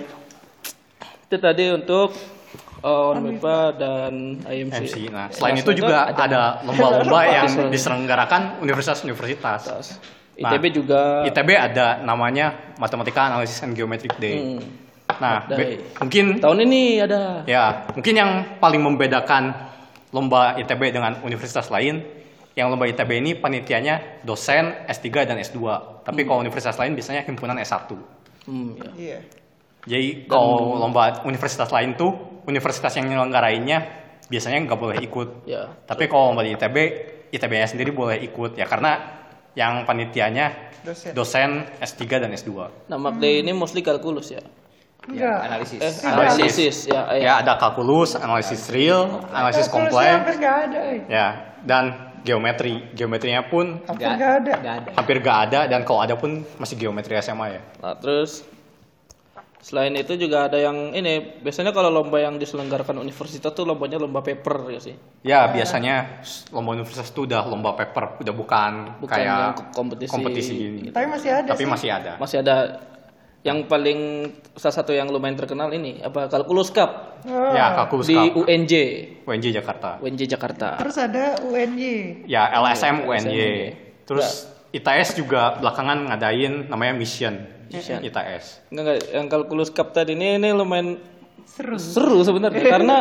[SPEAKER 1] Itu tadi untuk uh, Unmipa dan I M C.
[SPEAKER 2] M C. Nah, selain
[SPEAKER 1] Nah,
[SPEAKER 2] itu juga
[SPEAKER 1] ada-
[SPEAKER 2] ada lomba-lomba yang
[SPEAKER 1] Diselenggarakan.
[SPEAKER 2] diselenggarakan universitas-universitas.
[SPEAKER 1] I T B juga.
[SPEAKER 2] I T B ada namanya Matematika Analisis and Geometric Day.
[SPEAKER 1] Hmm.
[SPEAKER 2] Nah,
[SPEAKER 1] Day.
[SPEAKER 2] be- mungkin
[SPEAKER 1] Tahun ini ada.
[SPEAKER 2] ya, mungkin yang paling membedakan lomba I T B dengan universitas lain, yang lomba I T B ini panitianya dosen S tiga dan S dua. Tapi kalau universitas lain biasanya himpunan S satu.
[SPEAKER 1] Hmm, ya.
[SPEAKER 3] Iya.
[SPEAKER 2] Jadi kalau lomba universitas lain tuh, universitas yang nyelenggarainnya biasanya nggak boleh ikut.
[SPEAKER 1] Ya.
[SPEAKER 2] Tapi kalau lomba di I T B, I T B-nya sendiri boleh ikut ya karena yang panitianya
[SPEAKER 3] Dosen.
[SPEAKER 2] dosen S tiga dan S dua.
[SPEAKER 1] Nah, Magde ini mostly kalkulus ya.
[SPEAKER 3] Enggak.
[SPEAKER 4] Analisis.
[SPEAKER 1] Eh,
[SPEAKER 3] Tidak.
[SPEAKER 1] analisis ya. eh.
[SPEAKER 2] Ya ada kalkulus, analisis real, analisis
[SPEAKER 3] Kalau saya hampir
[SPEAKER 2] kompleks,
[SPEAKER 3] nggak ada. eh.
[SPEAKER 2] ya dan geometri. Geometrinya pun
[SPEAKER 3] Hampir nggak ada.
[SPEAKER 4] Nggak ada.
[SPEAKER 2] hampir gak ada dan kalau ada pun masih geometri S M A ya.
[SPEAKER 1] Nah, terus selain itu juga ada yang ini, biasanya kalau lomba yang diselenggarakan universitas tuh lombanya lomba paper ya sih.
[SPEAKER 2] Ya biasanya lomba universitas itu udah lomba paper, udah bukan,
[SPEAKER 1] Bukan
[SPEAKER 2] kayak
[SPEAKER 1] yang kompetisi.
[SPEAKER 2] kompetisi gini.
[SPEAKER 3] Tapi masih ada
[SPEAKER 2] Tapi
[SPEAKER 3] sih.
[SPEAKER 2] masih ada.
[SPEAKER 1] Masih ada yang paling salah satu yang lumayan terkenal ini apa Kalkulus Cup
[SPEAKER 3] Oh.
[SPEAKER 2] Ya kalkulus
[SPEAKER 1] di
[SPEAKER 2] Cup,
[SPEAKER 1] U N J,
[SPEAKER 2] U N J Jakarta.
[SPEAKER 1] U N J Jakarta.
[SPEAKER 3] Terus ada U N Y.
[SPEAKER 2] Ya L S M U N Y.
[SPEAKER 1] L S M.
[SPEAKER 2] Terus I T S juga belakangan ngadain namanya Mission.
[SPEAKER 1] Mission.
[SPEAKER 2] I T S.
[SPEAKER 1] Enggak, enggak, yang Kalkulus Cup tadi ini ini lumayan
[SPEAKER 3] Seru.
[SPEAKER 1] seru sebenarnya karena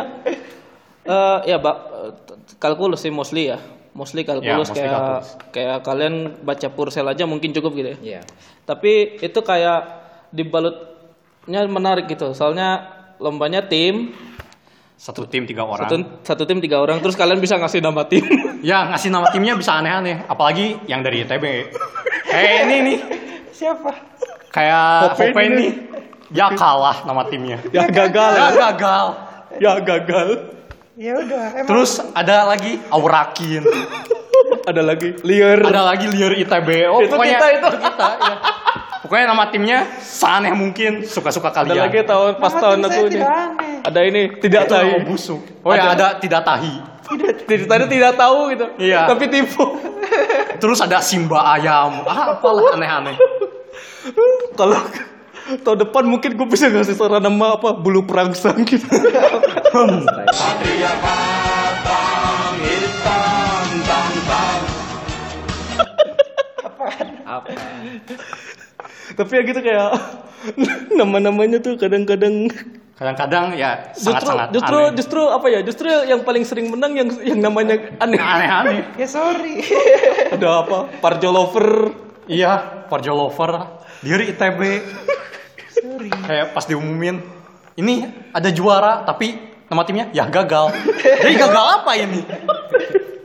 [SPEAKER 1] eh, ya Pak kalkulus sih mostly ya. Mostly kalkulus
[SPEAKER 2] Ya, mostly
[SPEAKER 1] kayak
[SPEAKER 2] kalkulus.
[SPEAKER 1] kayak kalian baca Purcell aja mungkin cukup gitu ya.
[SPEAKER 4] Iya.
[SPEAKER 1] Tapi itu kayak dibalutnya menarik gitu. Soalnya lombanya tim,
[SPEAKER 2] Satu tim tiga orang.
[SPEAKER 1] satu, satu tim tiga orang, terus kalian bisa ngasih nama tim.
[SPEAKER 2] Ya ngasih nama timnya bisa aneh-aneh. Apalagi yang dari I T B. Kayak ini nih.
[SPEAKER 3] Siapa?
[SPEAKER 2] Kayak
[SPEAKER 1] Hope
[SPEAKER 2] Hope
[SPEAKER 1] ini.
[SPEAKER 2] ini. Ya kalah nama timnya.
[SPEAKER 1] ya gagal,
[SPEAKER 2] Ya gagal.
[SPEAKER 1] ya gagal.
[SPEAKER 3] Ya udah. Emang
[SPEAKER 2] Terus ada lagi Aurakin.
[SPEAKER 1] Ada lagi liar.
[SPEAKER 2] Ada lagi Liar I T B. Oh,
[SPEAKER 1] Itu
[SPEAKER 2] pokoknya
[SPEAKER 1] kita, itu.
[SPEAKER 2] kita. Ya. Pokoknya nama timnya seaneh mungkin, suka-suka
[SPEAKER 1] Ada
[SPEAKER 2] kalian.
[SPEAKER 1] lagi tahun pas
[SPEAKER 3] nama
[SPEAKER 1] tahun
[SPEAKER 3] tim
[SPEAKER 1] aku
[SPEAKER 3] saya
[SPEAKER 1] ini.
[SPEAKER 3] tidak aneh.
[SPEAKER 1] Ada ini tidak
[SPEAKER 2] Itu
[SPEAKER 1] tahu.
[SPEAKER 2] nama busuk. Oh ya ada tidak tahi.
[SPEAKER 1] Tidak, tadi tidak tahu gitu.
[SPEAKER 2] Iya.
[SPEAKER 1] Tapi tipu.
[SPEAKER 2] Terus ada Simba ayam. Ah, apalah aneh-aneh.
[SPEAKER 1] Kalau tahun depan mungkin gue bisa ngasih saran nama apa bulu perangsang gitu.
[SPEAKER 4] Apa?
[SPEAKER 1] Tapi ya gitu kayak nama-namanya tuh kadang-kadang
[SPEAKER 2] Kadang-kadang ya
[SPEAKER 1] justru
[SPEAKER 2] sangat-sangat
[SPEAKER 1] justru
[SPEAKER 2] aneh.
[SPEAKER 1] justru apa ya? Justru yang paling sering menang yang yang namanya aneh.
[SPEAKER 2] Aneh-aneh.
[SPEAKER 3] Ya sorry.
[SPEAKER 1] Ada apa? Parjo lover.
[SPEAKER 2] Iya, Parjo Lover. Dari I T B.
[SPEAKER 3] Sorry.
[SPEAKER 2] Kayak pas diumumin, ini ada juara tapi nama timnya ya gagal. Jadi gagal apa ini?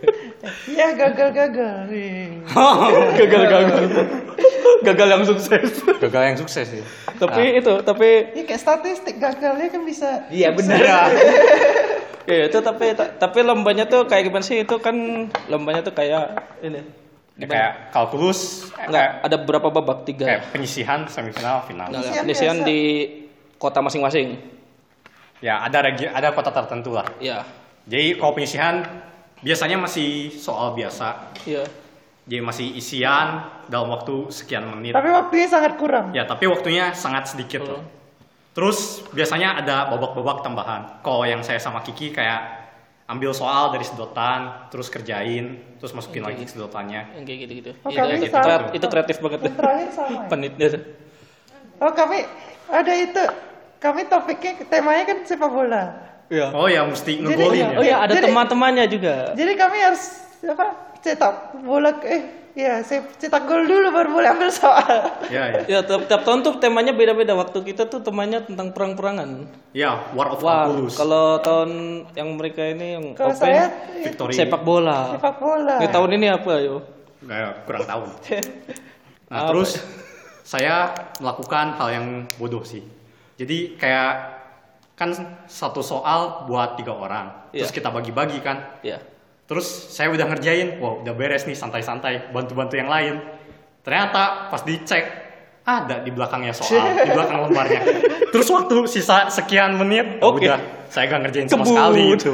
[SPEAKER 3] Ya gagal-gagal.
[SPEAKER 1] Gagal-gagal. Gagal yang sukses.
[SPEAKER 2] Gagal yang sukses sih.
[SPEAKER 1] Tapi itu, tapi
[SPEAKER 3] Ya kayak statistik gagalnya kan bisa.
[SPEAKER 4] Iya benar.
[SPEAKER 1] ya itu tapi tapi lombanya tuh kayak gimana sih? Itu kan lombanya tuh kayak ini.
[SPEAKER 2] Ya, kayak kalkulus, eh,
[SPEAKER 1] Enggak,
[SPEAKER 2] kayak,
[SPEAKER 1] ada berapa babak? Tiga.
[SPEAKER 2] kayak penyisihan, semifinal, final.
[SPEAKER 1] Nah,
[SPEAKER 3] Penyisihan
[SPEAKER 1] penyisihan
[SPEAKER 3] biasa.
[SPEAKER 1] di kota masing-masing.
[SPEAKER 2] Ya ada regi- ada kota tertentu lah.
[SPEAKER 1] Ya.
[SPEAKER 2] Jadi kalau penyisihan biasanya masih soal biasa.
[SPEAKER 1] Iya.
[SPEAKER 2] Jadi masih isian dalam waktu sekian menit.
[SPEAKER 3] Tapi waktunya sangat kurang.
[SPEAKER 2] Ya tapi waktunya sangat sedikit loh. Terus biasanya ada babak-babak tambahan. Kalau yang saya sama Kiki kayak ambil soal dari sedotan, terus kerjain, terus masukin lagi ke sedotannya.
[SPEAKER 1] Yang kayak gitu-gitu.
[SPEAKER 3] Oh,
[SPEAKER 1] itu,
[SPEAKER 3] kami
[SPEAKER 1] itu,
[SPEAKER 3] sama.
[SPEAKER 1] kreat- itu kreatif banget.
[SPEAKER 3] Yang terakhir sama ya?
[SPEAKER 1] Penitnya tuh.
[SPEAKER 3] Oh kami ada itu. Kami topiknya temanya kan sepak bola.
[SPEAKER 1] Iya.
[SPEAKER 2] Oh ya mesti
[SPEAKER 3] Jadi-
[SPEAKER 2] ngegolin
[SPEAKER 1] Oh
[SPEAKER 2] ya.
[SPEAKER 1] ya, ada
[SPEAKER 3] Jadi-
[SPEAKER 1] teman-temannya juga.
[SPEAKER 3] Jadi kami harus apa? Cetak bola eh ya saya cetak gol dulu baru boleh ambil soal.
[SPEAKER 2] Ya ya.
[SPEAKER 1] Ya, tiap, tiap tahun tuh temanya beda-beda. Waktu kita tuh temanya tentang perang-perangan.
[SPEAKER 2] Ya, War of
[SPEAKER 1] Wah,
[SPEAKER 2] Calculus.
[SPEAKER 1] kalau tahun yang mereka ini yang
[SPEAKER 3] Kalau
[SPEAKER 1] open,
[SPEAKER 3] saya
[SPEAKER 2] Victory.
[SPEAKER 1] sepak bola.
[SPEAKER 3] sepak bola.
[SPEAKER 1] Ini tahun ini apa yo?
[SPEAKER 2] Nggak, kurang tahu. Nah,
[SPEAKER 1] Apa
[SPEAKER 2] terus saya melakukan hal yang bodoh sih. Jadi kayak kan satu soal buat tiga orang. Terus
[SPEAKER 1] Iya.
[SPEAKER 2] kita bagi-bagi kan.
[SPEAKER 1] Ya.
[SPEAKER 2] Terus saya udah ngerjain, wow udah beres nih santai-santai, bantu-bantu yang lain. Ternyata pas dicek ada di belakangnya soal, di belakang lembarnya. Terus waktu sisa sekian menit, oh,
[SPEAKER 1] Oke.
[SPEAKER 2] udah saya gak ngerjain sama
[SPEAKER 1] Kebut.
[SPEAKER 2] sekali itu.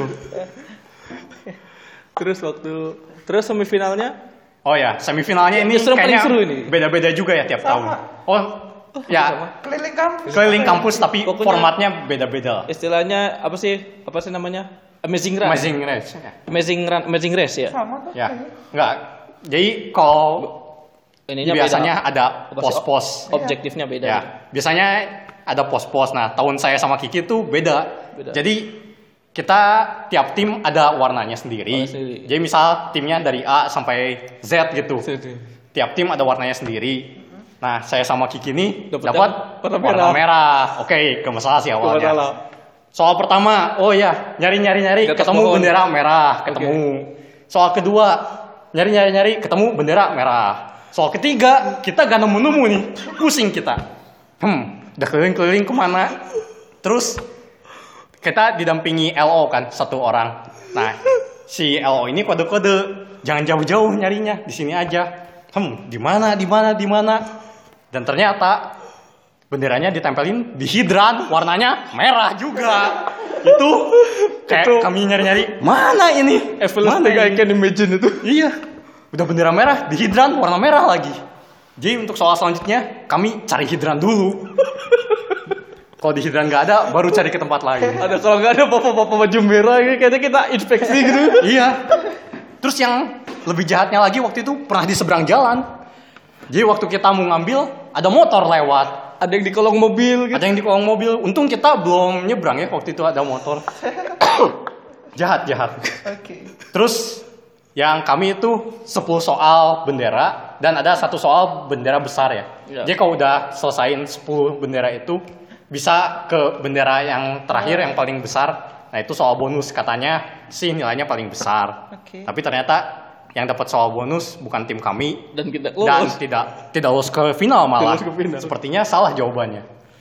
[SPEAKER 1] Terus waktu terus semifinalnya
[SPEAKER 2] Oh ya, semifinalnya ini
[SPEAKER 1] Justru paling
[SPEAKER 2] kayaknya
[SPEAKER 1] seru ini.
[SPEAKER 2] beda-beda juga ya tiap
[SPEAKER 3] Sama.
[SPEAKER 2] tahun. Oh, ya
[SPEAKER 3] Keliling kampus.
[SPEAKER 2] keliling kampus tapi
[SPEAKER 1] Pokoknya-
[SPEAKER 2] formatnya beda-beda.
[SPEAKER 1] istilahnya apa sih? Apa sih namanya? Amazing Run.
[SPEAKER 2] Amazing Race.
[SPEAKER 1] Amazing Run, Amazing Race ya.
[SPEAKER 3] Sama tuh.
[SPEAKER 2] Ya,
[SPEAKER 3] kayaknya.
[SPEAKER 2] enggak. Jadi kalau
[SPEAKER 1] Ininya
[SPEAKER 2] biasanya
[SPEAKER 1] beda.
[SPEAKER 2] ada
[SPEAKER 1] Apa sih?
[SPEAKER 2] pos-pos.
[SPEAKER 1] Objektifnya beda.
[SPEAKER 2] Ya, biasanya ada pos-pos. Nah, tahun saya sama Kiki tuh beda.
[SPEAKER 1] Beda.
[SPEAKER 2] Jadi kita tiap tim ada warnanya sendiri.
[SPEAKER 1] Warna sendiri.
[SPEAKER 2] Jadi misal timnya dari A sampai Z gitu.
[SPEAKER 1] Sendiri.
[SPEAKER 2] Tiap tim ada warnanya sendiri. Nah, saya sama Kiki nih
[SPEAKER 1] Dapat
[SPEAKER 2] dapat
[SPEAKER 1] yang warna
[SPEAKER 2] warna
[SPEAKER 1] merah.
[SPEAKER 2] merah. Oke, ke masalah sih awalnya.
[SPEAKER 1] Masalah.
[SPEAKER 2] Soal pertama, oh ya, nyari-nyari-nyari
[SPEAKER 1] Di atas
[SPEAKER 2] ketemu
[SPEAKER 1] pohon.
[SPEAKER 2] bendera merah, ketemu. Soal kedua, nyari-nyari-nyari ketemu bendera merah. Soal ketiga, kita gak nemu-nemu nih, pusing kita. Hmm, udah keliling-keliling kemana? Terus kita didampingi L O kan, satu orang. Nah, si L O ini kode-kode, jangan jauh-jauh nyarinya, di sini aja. Hmm, di mana, di mana, di mana? Dan ternyata benderanya ditempelin di hidran, warnanya merah juga. Itu kayak
[SPEAKER 1] Itu.
[SPEAKER 2] kami nyari-nyari, mana ini? Mana
[SPEAKER 1] I
[SPEAKER 2] ini?
[SPEAKER 1] can imagine itu.
[SPEAKER 2] Iya, udah bendera merah di hidran warna merah lagi. Jadi untuk soal selanjutnya kami cari hidran dulu. Kalau di hidran nggak ada, baru cari ke tempat lain.
[SPEAKER 1] Ada kalau nggak ada bapak-bapak baju merah ini kayaknya kita inspeksi gitu.
[SPEAKER 2] Iya. Terus yang lebih jahatnya lagi waktu itu pernah di seberang jalan. Jadi waktu kita mau ngambil, ada motor lewat.
[SPEAKER 1] Ada yang di kolong mobil gitu.
[SPEAKER 2] Ada yang di kolong mobil. Untung kita belum nyebrang ya waktu itu ada motor. Jahat, jahat.
[SPEAKER 3] Oke.
[SPEAKER 2] Terus yang kami itu sepuluh soal bendera dan ada satu soal bendera besar ya.
[SPEAKER 1] Ya.
[SPEAKER 2] Jadi kalau udah selesain sepuluh bendera itu bisa ke bendera yang terakhir yang paling besar. Nah, itu soal bonus katanya sih nilainya paling besar.
[SPEAKER 3] Oke.
[SPEAKER 2] Tapi ternyata yang dapat soal bonus bukan tim kami
[SPEAKER 1] Dan kita
[SPEAKER 2] dan
[SPEAKER 1] lolos.
[SPEAKER 2] tidak tidak lolos ke final malah.
[SPEAKER 1] Lolos ke final.
[SPEAKER 2] Sepertinya salah jawabannya.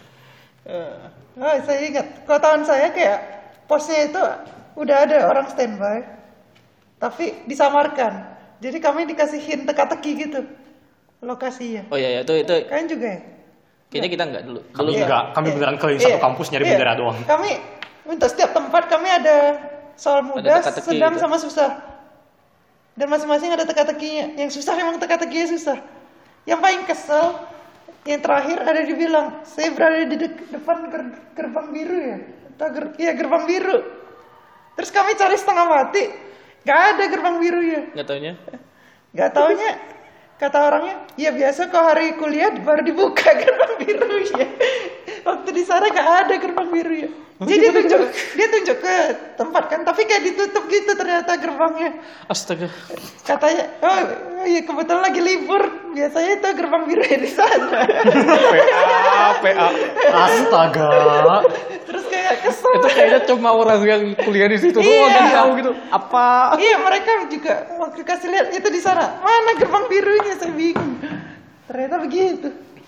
[SPEAKER 3] Eh, oh, saya ingat. Kalau tahun saya kayak posnya itu udah ada orang standby, tapi disamarkan. Jadi kami dikasih hint teka-teki gitu lokasinya.
[SPEAKER 1] Oh iya, iya itu itu
[SPEAKER 3] Kalian juga ya?
[SPEAKER 1] kayaknya kita nggak dulu.
[SPEAKER 2] Kami
[SPEAKER 1] Dulu
[SPEAKER 2] enggak, kami
[SPEAKER 3] Iya.
[SPEAKER 2] beneran keliling
[SPEAKER 3] Iya.
[SPEAKER 2] satu kampus nyari
[SPEAKER 3] Iya.
[SPEAKER 2] bendera doang.
[SPEAKER 3] Kami untuk setiap tempat kami ada soal mudah,
[SPEAKER 1] teka-teki
[SPEAKER 3] sedang
[SPEAKER 1] gitu.
[SPEAKER 3] sama susah. Dan masing-masing ada teka-tekinya. Yang susah memang teka-tekinya susah. Yang paling kesel, yang terakhir ada dibilang, saya berada di dek- depan ger- gerbang biru ya. Atau ger- iya gerbang biru. Terus kami cari setengah mati, nggak ada gerbang biru ya.
[SPEAKER 1] nggak taunya.
[SPEAKER 3] Nggak taunya, kata orangnya, ya biasa kalau hari kuliah baru dibuka gerbang biru ya. Waktu di sana nggak ada gerbang biru ya. Jadi dia tunjuk, dia tunjuk ke tempat kan, tapi kayak ditutup gitu ternyata gerbangnya.
[SPEAKER 1] Astaga.
[SPEAKER 3] Katanya, oh iya kebetulan lagi libur, biasanya itu gerbang biru ya di sana.
[SPEAKER 1] P A, P A.
[SPEAKER 2] Astaga.
[SPEAKER 3] Terus kayak kesel.
[SPEAKER 1] Itu kayaknya cuma orang yang kuliah di situ doang
[SPEAKER 3] Iya.
[SPEAKER 1] yang tahu gitu. Apa?
[SPEAKER 3] Iya mereka juga waktu kasih lihat itu di sana. Mana gerbang birunya saya bingung. Ternyata begitu.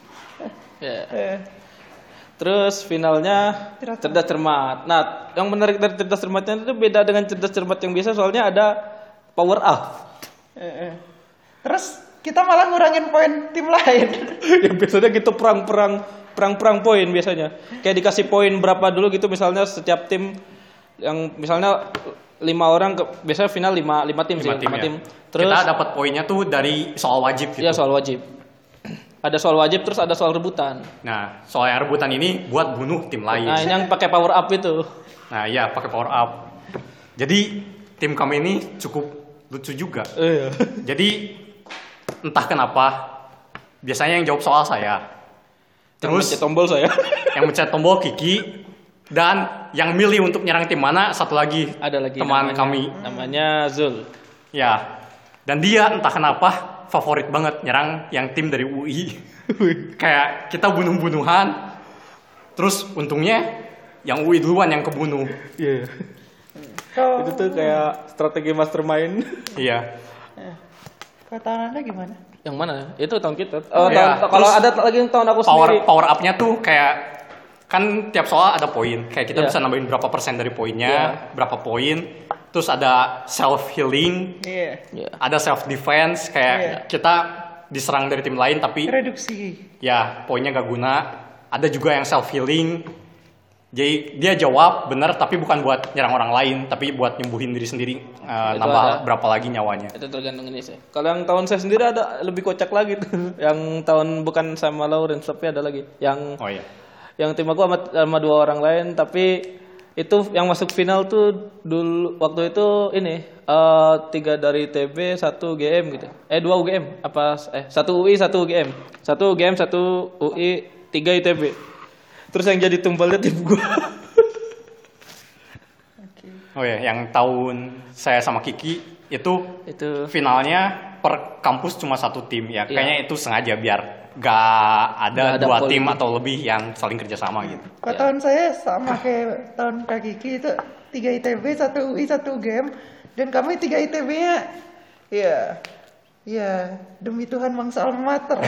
[SPEAKER 1] Ya.
[SPEAKER 3] Eh,
[SPEAKER 1] Terus finalnya
[SPEAKER 3] Cerdas
[SPEAKER 1] cerdas cermat. Nah, yang menarik dari cerdas cermatnya itu beda dengan cerdas cermat yang biasa soalnya ada power up.
[SPEAKER 3] eh, eh. Terus kita malah ngurangin poin tim lain.
[SPEAKER 1] Ya biasanya gitu perang-perang perang-perang poin biasanya. Kayak dikasih poin berapa dulu gitu misalnya setiap tim yang misalnya lima orang ke, biasanya final lima lima tim
[SPEAKER 2] Lima
[SPEAKER 1] sih,
[SPEAKER 2] tim,
[SPEAKER 1] lima
[SPEAKER 2] ya.
[SPEAKER 1] tim. Terus
[SPEAKER 2] Kita dapat poinnya tuh dari soal wajib gitu.
[SPEAKER 1] ya soal wajib. Ada soal wajib terus ada soal rebutan.
[SPEAKER 2] Nah, soal yang rebutan ini buat bunuh tim lain.
[SPEAKER 1] Nah, ini yang pakai power up itu.
[SPEAKER 2] Nah, iya pakai power up. Jadi tim kami ini cukup lucu juga.
[SPEAKER 1] Iya.
[SPEAKER 2] Jadi entah kenapa biasanya yang jawab soal saya.
[SPEAKER 1] Terus
[SPEAKER 2] Terus
[SPEAKER 1] tombol saya.
[SPEAKER 2] yang mencet tombol Kiki dan yang milih untuk nyerang tim mana satu lagi
[SPEAKER 1] Ada lagi
[SPEAKER 2] teman
[SPEAKER 1] namanya,
[SPEAKER 2] kami.
[SPEAKER 1] Namanya Zul.
[SPEAKER 2] Ya. Dan dia entah kenapa favorit banget nyerang yang tim dari U I. Kayak kita bunuh-bunuhan. Terus untungnya yang U I duluan yang kebunuh.
[SPEAKER 1] Iya.
[SPEAKER 3] Kalau
[SPEAKER 1] Itu tuh kayak strategi mastermind.
[SPEAKER 2] Iya.
[SPEAKER 3] kalau tahun Anda gimana?
[SPEAKER 1] Yang mana? Itu tahun kita. Oh,
[SPEAKER 2] Iya,
[SPEAKER 1] tahun, kalau
[SPEAKER 2] terus
[SPEAKER 1] ada lagi yang tahun aku
[SPEAKER 2] Power
[SPEAKER 1] sendiri.
[SPEAKER 2] power up-nya tuh kayak kan tiap soal ada poin. Kayak kita
[SPEAKER 1] Iya.
[SPEAKER 2] bisa nambahin berapa persen dari poinnya,
[SPEAKER 1] Iya.
[SPEAKER 2] berapa poin. Terus ada self healing,
[SPEAKER 3] Iya.
[SPEAKER 1] Iya.
[SPEAKER 2] ada self defense kayak
[SPEAKER 3] Iya.
[SPEAKER 2] kita diserang dari tim lain tapi
[SPEAKER 3] Reduksi.
[SPEAKER 2] ya poinnya gak guna. Ada juga yang self healing. Jadi dia jawab benar tapi bukan buat nyerang orang lain tapi buat nyembuhin diri sendiri, eh,
[SPEAKER 1] Itu
[SPEAKER 2] nambah
[SPEAKER 1] ada.
[SPEAKER 2] berapa lagi nyawanya.
[SPEAKER 1] Itu tergantung ini sih. Kalau yang tahun saya sendiri ada lebih kocak lagi tuh. Yang tahun bukan sama Lawrence tapi ada lagi. Yang
[SPEAKER 2] Oh iya.
[SPEAKER 1] yang tim aku sama, sama dua orang lain tapi itu yang masuk final tuh dulu waktu itu ini eh, tiga dari I T B satu G M gitu eh dua U G M apa eh satu U I satu U G M satu U G M satu U I tiga I T B terus yang jadi tumbalnya tim gua.
[SPEAKER 2] Oh ya, yang tahun saya sama Kiki itu
[SPEAKER 1] Itu
[SPEAKER 2] finalnya per kampus cuma satu tim ya.
[SPEAKER 1] Iya.
[SPEAKER 2] Kayaknya itu sengaja biar gak ada
[SPEAKER 1] Nggak ada
[SPEAKER 2] dua
[SPEAKER 1] poli.
[SPEAKER 2] tim atau lebih yang saling kerjasama gitu.
[SPEAKER 3] Kalau
[SPEAKER 1] Ya.
[SPEAKER 3] tahun saya sama kayak tahun Kak Kiki itu tiga I T B, satu U I, satu U G M, dan kami tiga I T B-nya, ya, ya demi Tuhan bangsa alma mater.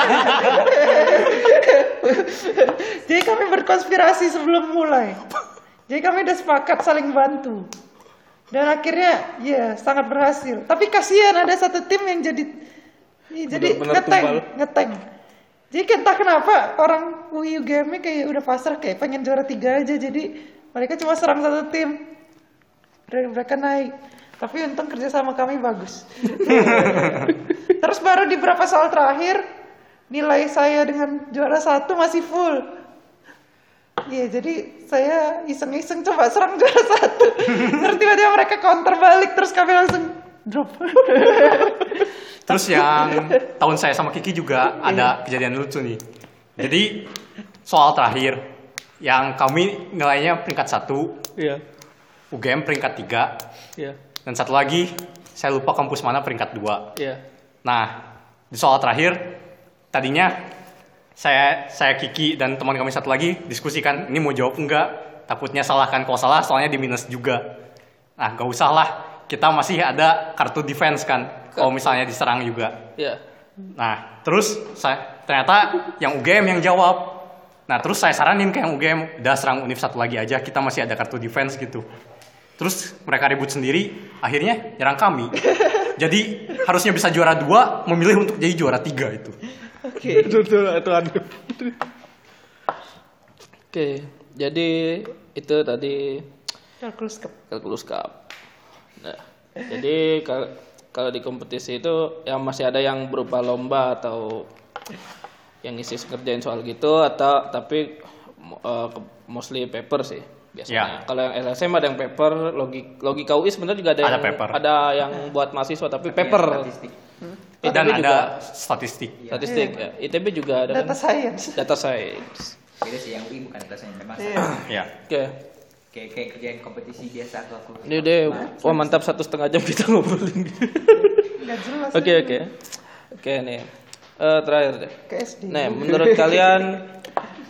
[SPEAKER 3] Jadi kami berkonspirasi sebelum mulai. Jadi kami udah sepakat saling bantu. Dan akhirnya, ya sangat berhasil. Tapi kasihan ada satu tim yang jadi, ya, jadi
[SPEAKER 1] Benar-benar
[SPEAKER 3] ngeteng,
[SPEAKER 1] tumbal.
[SPEAKER 3] ngeteng. Jadi entah kenapa orang U I U G M kayak udah pasrah kayak pengen juara tiga aja. Jadi mereka cuma serang satu tim. Dan mereka naik. Tapi untung kerja sama kami bagus. Terus baru di beberapa soal terakhir nilai saya dengan juara satu masih full. Iya jadi saya iseng-iseng coba serang juara satu. Terus tiba-tiba mereka counter balik terus kami langsung drop.
[SPEAKER 2] Terus yang tahun saya sama Kiki juga ada kejadian lucu nih. Jadi soal terakhir yang kami nilainya peringkat satu,
[SPEAKER 1] Iya.
[SPEAKER 2] U G M peringkat tiga,
[SPEAKER 1] Iya.
[SPEAKER 2] dan satu lagi saya lupa kampus mana peringkat dua.
[SPEAKER 1] Iya.
[SPEAKER 2] Nah di soal terakhir tadinya saya saya Kiki dan teman kami satu lagi diskusikan ini mau jawab enggak, takutnya salah kan, kalau salah soalnya di minus juga. Nah gak usah lah, kita masih ada kartu defense kan kalau misalnya diserang juga.
[SPEAKER 1] Iya.
[SPEAKER 2] Nah terus saya ternyata yang U G M yang jawab. Nah terus saya saranin ke yang U G M, udah serang Univ satu lagi aja, kita masih ada kartu defense gitu. Terus mereka ribut sendiri, akhirnya nyerang kami. Jadi harusnya bisa juara dua, memilih untuk jadi juara tiga itu.
[SPEAKER 3] Oke.
[SPEAKER 1] Itu itu itu aneh. Oke, jadi itu tadi
[SPEAKER 3] Kalkulus Cup.
[SPEAKER 1] kalkulus cup. Nah, jadi kal- kalau di kompetisi itu yang masih ada yang berupa lomba atau yang isi ngerjain soal gitu atau tapi uh, mostly paper sih biasanya.
[SPEAKER 2] Ya.
[SPEAKER 1] Kalau yang L S M ada yang paper, logik logika U I sebenarnya juga ada,
[SPEAKER 2] Ada
[SPEAKER 1] yang
[SPEAKER 2] paper.
[SPEAKER 1] ada yang buat mahasiswa tapi paper.
[SPEAKER 4] Statistik.
[SPEAKER 1] I T B
[SPEAKER 2] Dan
[SPEAKER 1] juga
[SPEAKER 2] ada statistik.
[SPEAKER 1] statistik ya. I T B juga ada
[SPEAKER 3] Data
[SPEAKER 1] kan?
[SPEAKER 3] science.
[SPEAKER 1] Data science.
[SPEAKER 4] Beda sih yang U I bukan dasarnya memang
[SPEAKER 3] Iya.
[SPEAKER 2] Ya.
[SPEAKER 1] Oke.
[SPEAKER 4] kayak kayak kerjaan kompetisi biasa aku aku.
[SPEAKER 1] Ini deh, wah mantap satu setengah jam kita ngobrolin.
[SPEAKER 3] Nggak jelas.
[SPEAKER 1] Oke oke, oke nih, Eh, terakhir deh.
[SPEAKER 3] Ke S D.
[SPEAKER 1] Nah, menurut kalian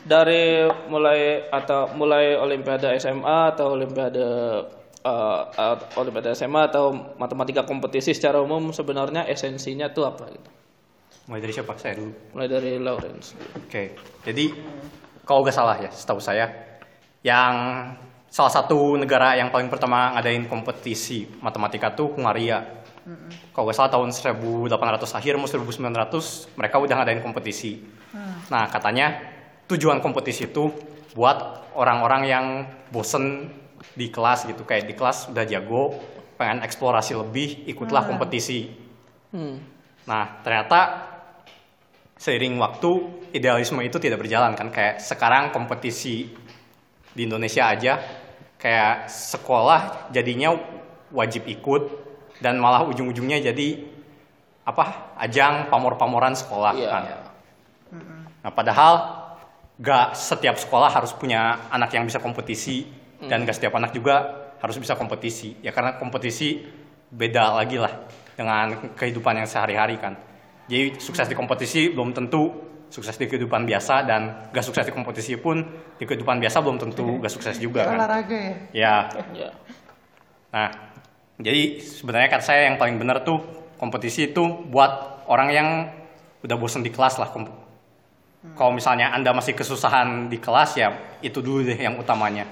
[SPEAKER 1] dari mulai atau mulai olimpiade S M A atau olimpiade uh, uh, olimpiade S M A atau matematika kompetisi secara umum sebenarnya esensinya tuh apa gitu.
[SPEAKER 2] Mulai dari siapa? Saya dulu.
[SPEAKER 1] Mulai dari Lawrence.
[SPEAKER 2] Oke, jadi kalau nggak salah ya, setahu saya, yang salah satu negara yang paling pertama ngadain kompetisi matematika tuh Hungaria. Kalau nggak salah tahun seribu delapan ratus akhir, mau seribu sembilan ratus, mereka udah ngadain kompetisi. Nah, katanya tujuan kompetisi itu buat orang-orang yang bosen di kelas gitu, kayak di kelas udah jago, pengen eksplorasi lebih, ikutlah kompetisi.
[SPEAKER 1] Hmm.
[SPEAKER 2] Nah, ternyata seiring waktu idealisme itu tidak berjalan kan, kayak sekarang kompetisi di Indonesia aja kayak sekolah jadinya wajib ikut dan malah ujung-ujungnya jadi apa ajang pamor-pamoran sekolah
[SPEAKER 1] Iya.
[SPEAKER 2] kan. Nah, padahal gak setiap sekolah harus punya anak yang bisa kompetisi dan gak setiap anak juga harus bisa kompetisi ya, karena kompetisi beda lagi lah dengan kehidupan yang sehari-hari kan. Jadi sukses di kompetisi belum tentu sukses di kehidupan biasa, dan gak sukses di kompetisi pun di kehidupan biasa belum tentu gak sukses juga kan.
[SPEAKER 3] Olahraga ya.
[SPEAKER 2] Ya.
[SPEAKER 1] Ya.
[SPEAKER 2] Nah, jadi sebenarnya kata saya yang paling benar tuh kompetisi itu buat orang yang udah bosen di kelas lah. Komp- Kalau misalnya Anda masih kesusahan di kelas ya itu dulu deh yang utamanya.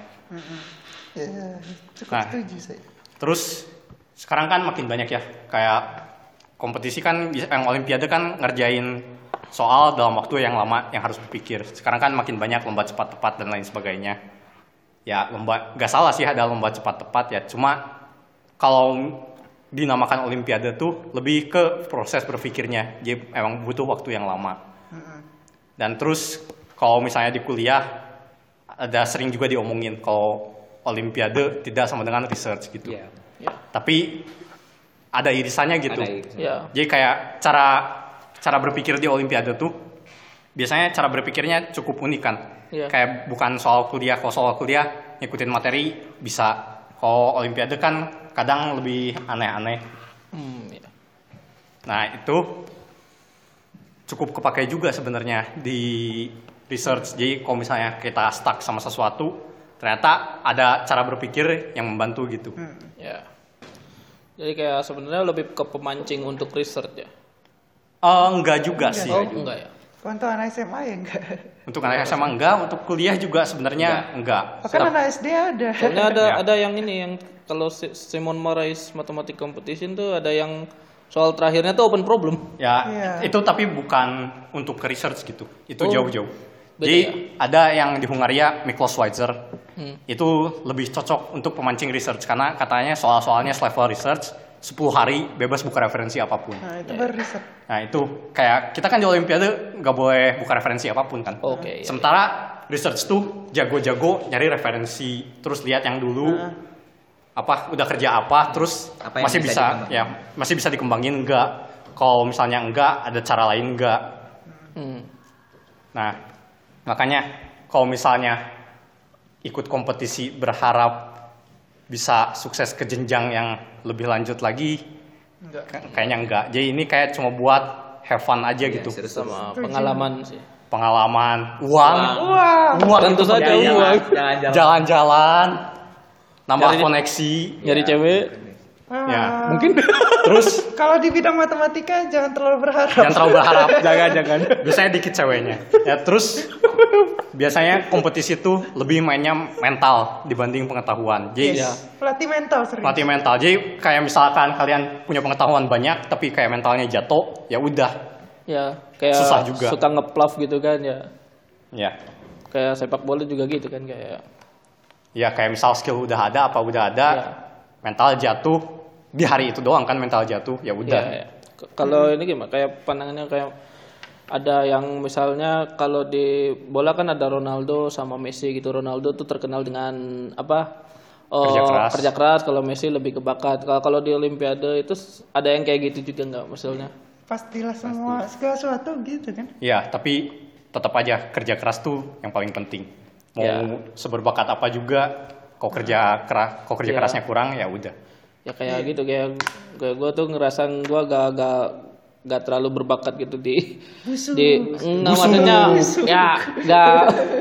[SPEAKER 3] Ya, cukup
[SPEAKER 2] Nah.
[SPEAKER 3] setuju saya.
[SPEAKER 2] Terus sekarang kan makin banyak ya kayak kompetisi kan bisa- yang olimpiade kan ngerjain soal dalam waktu yang lama yang harus berpikir. Sekarang kan makin banyak lomba cepat tepat dan lain sebagainya. Ya lomba nggak salah sih ada lomba cepat tepat ya. Cuma kalau dinamakan olimpiade tuh lebih ke proses berpikirnya. Jadi emang butuh waktu yang lama. Dan terus kalau misalnya di kuliah ada sering juga diomongin kalau olimpiade tidak sama dengan research gitu.
[SPEAKER 4] Iya.
[SPEAKER 1] Ya.
[SPEAKER 2] Tapi ada irisannya gitu.
[SPEAKER 4] Ada irisan.
[SPEAKER 1] Ya.
[SPEAKER 2] Jadi kayak cara cara berpikir di olimpiade tuh biasanya cara berpikirnya cukup unik kan.
[SPEAKER 1] Iya.
[SPEAKER 2] Kayak bukan soal kuliah, kalau soal kuliah ngikutin materi bisa. Kalau olimpiade kan kadang lebih aneh-aneh.
[SPEAKER 1] Hmm, ya.
[SPEAKER 2] Nah, itu cukup kepakai juga sebenarnya di research. Jadi kalau misalnya kita stuck sama sesuatu, ternyata ada cara berpikir yang membantu gitu.
[SPEAKER 1] Ya. Jadi kayak sebenarnya lebih ke pemancing untuk research ya.
[SPEAKER 2] Eh, enggak juga sih.
[SPEAKER 1] Oh, enggak ya.
[SPEAKER 3] Untuk anak S M A ya enggak.
[SPEAKER 2] Untuk anak S M A enggak, untuk kuliah juga sebenarnya enggak.
[SPEAKER 3] Bahkan anak S D ada.
[SPEAKER 1] Soalnya ada
[SPEAKER 2] Ya.
[SPEAKER 1] ada yang ini yang kalau Si- Simon Morais Mathematics Competition tuh ada yang soal terakhirnya tuh open problem.
[SPEAKER 2] Ya,
[SPEAKER 3] Iya.
[SPEAKER 2] itu tapi bukan untuk ke research gitu. Itu
[SPEAKER 1] Oh,
[SPEAKER 2] jauh-jauh.
[SPEAKER 1] beda
[SPEAKER 2] Jadi
[SPEAKER 1] ya?
[SPEAKER 2] ada yang di Hungaria, Miklos Schweitzer.
[SPEAKER 1] Hmm.
[SPEAKER 2] Itu lebih cocok untuk pemancing research karena katanya soal-soalnya level research sepuluh hari bebas buka referensi apapun.
[SPEAKER 3] Nah, itu baru riset.
[SPEAKER 2] Nah, itu kayak kita kan di olimpiade nggak boleh buka referensi apapun kan.
[SPEAKER 1] Oke, iya,
[SPEAKER 2] Sementara research tuh jago-jago nyari referensi, terus lihat yang dulu apa udah kerja apa, terus
[SPEAKER 4] Apa yang
[SPEAKER 2] masih
[SPEAKER 4] bisa
[SPEAKER 2] bisa,
[SPEAKER 4] dikembangin.
[SPEAKER 2] ya masih bisa dikembangin enggak. Kalau misalnya enggak, ada cara lain enggak.
[SPEAKER 1] Hmm.
[SPEAKER 2] Nah, makanya kalau misalnya ikut kompetisi berharap bisa sukses ke jenjang yang lebih lanjut lagi,
[SPEAKER 3] Enggak.
[SPEAKER 2] K- kayaknya enggak. Jadi ini kayak cuma buat have fun aja
[SPEAKER 4] Iya,
[SPEAKER 2] gitu.
[SPEAKER 4] serius.
[SPEAKER 1] Sama pengalaman sih.
[SPEAKER 2] Pengalaman, uang,
[SPEAKER 3] Wah,
[SPEAKER 2] uang
[SPEAKER 1] Tentu
[SPEAKER 2] itu
[SPEAKER 1] saja
[SPEAKER 2] penting.
[SPEAKER 1] uang.
[SPEAKER 4] Jalan-jalan.
[SPEAKER 2] Jalan-jalan, nambah
[SPEAKER 1] Nyari-
[SPEAKER 2] koneksi,
[SPEAKER 1] Nyari cewek.
[SPEAKER 2] ya
[SPEAKER 3] ah.
[SPEAKER 2] mungkin. Terus
[SPEAKER 3] Kalau di bidang matematika jangan terlalu berharap.
[SPEAKER 2] jangan terlalu berharap, jangan jangan. Biasanya dikit ceweknya. Ya terus biasanya kompetisi itu lebih mainnya mental dibanding pengetahuan. Jadi
[SPEAKER 3] Yes. Pelatih mental serius.
[SPEAKER 2] latih mental. Jadi kayak misalkan kalian punya pengetahuan banyak tapi kayak mentalnya jatuh, ya udah.
[SPEAKER 1] Ya, kayak
[SPEAKER 2] Susah juga.
[SPEAKER 1] suka ngeplaf gitu kan ya.
[SPEAKER 2] Ya.
[SPEAKER 1] Kayak sepak bola juga gitu kan kayak.
[SPEAKER 2] Ya kayak misal skill udah ada apa udah ada,
[SPEAKER 1] Ya.
[SPEAKER 2] mental jatuh di hari itu doang kan mental jatuh, ya udah.
[SPEAKER 1] Ya, ya. K- Kalau ini gimana? Kayak pandangannya kayak ada yang misalnya kalau di bola kan ada Ronaldo sama Messi gitu. Ronaldo tuh terkenal dengan apa? Oh,
[SPEAKER 2] Kerja keras.
[SPEAKER 1] kerja keras. Kalau Messi lebih ke bakat. Kalau kalau di Olimpiade itu s- ada yang kayak gitu juga nggak misalnya?
[SPEAKER 3] Pastilah semua segala sesuatu gitu kan.
[SPEAKER 2] Ya, tapi tetap aja kerja keras tuh yang paling penting. Mau
[SPEAKER 1] Ya.
[SPEAKER 2] seberbakat apa juga, kok kerja keras, kok kerja
[SPEAKER 1] Ya.
[SPEAKER 2] kerasnya kurang ya udah.
[SPEAKER 1] Ya kayak gitu kayak kayak gue tuh ngerasa gue gak gak gak terlalu berbakat gitu di
[SPEAKER 3] Busuk.
[SPEAKER 1] di nggak maksudnya ya gak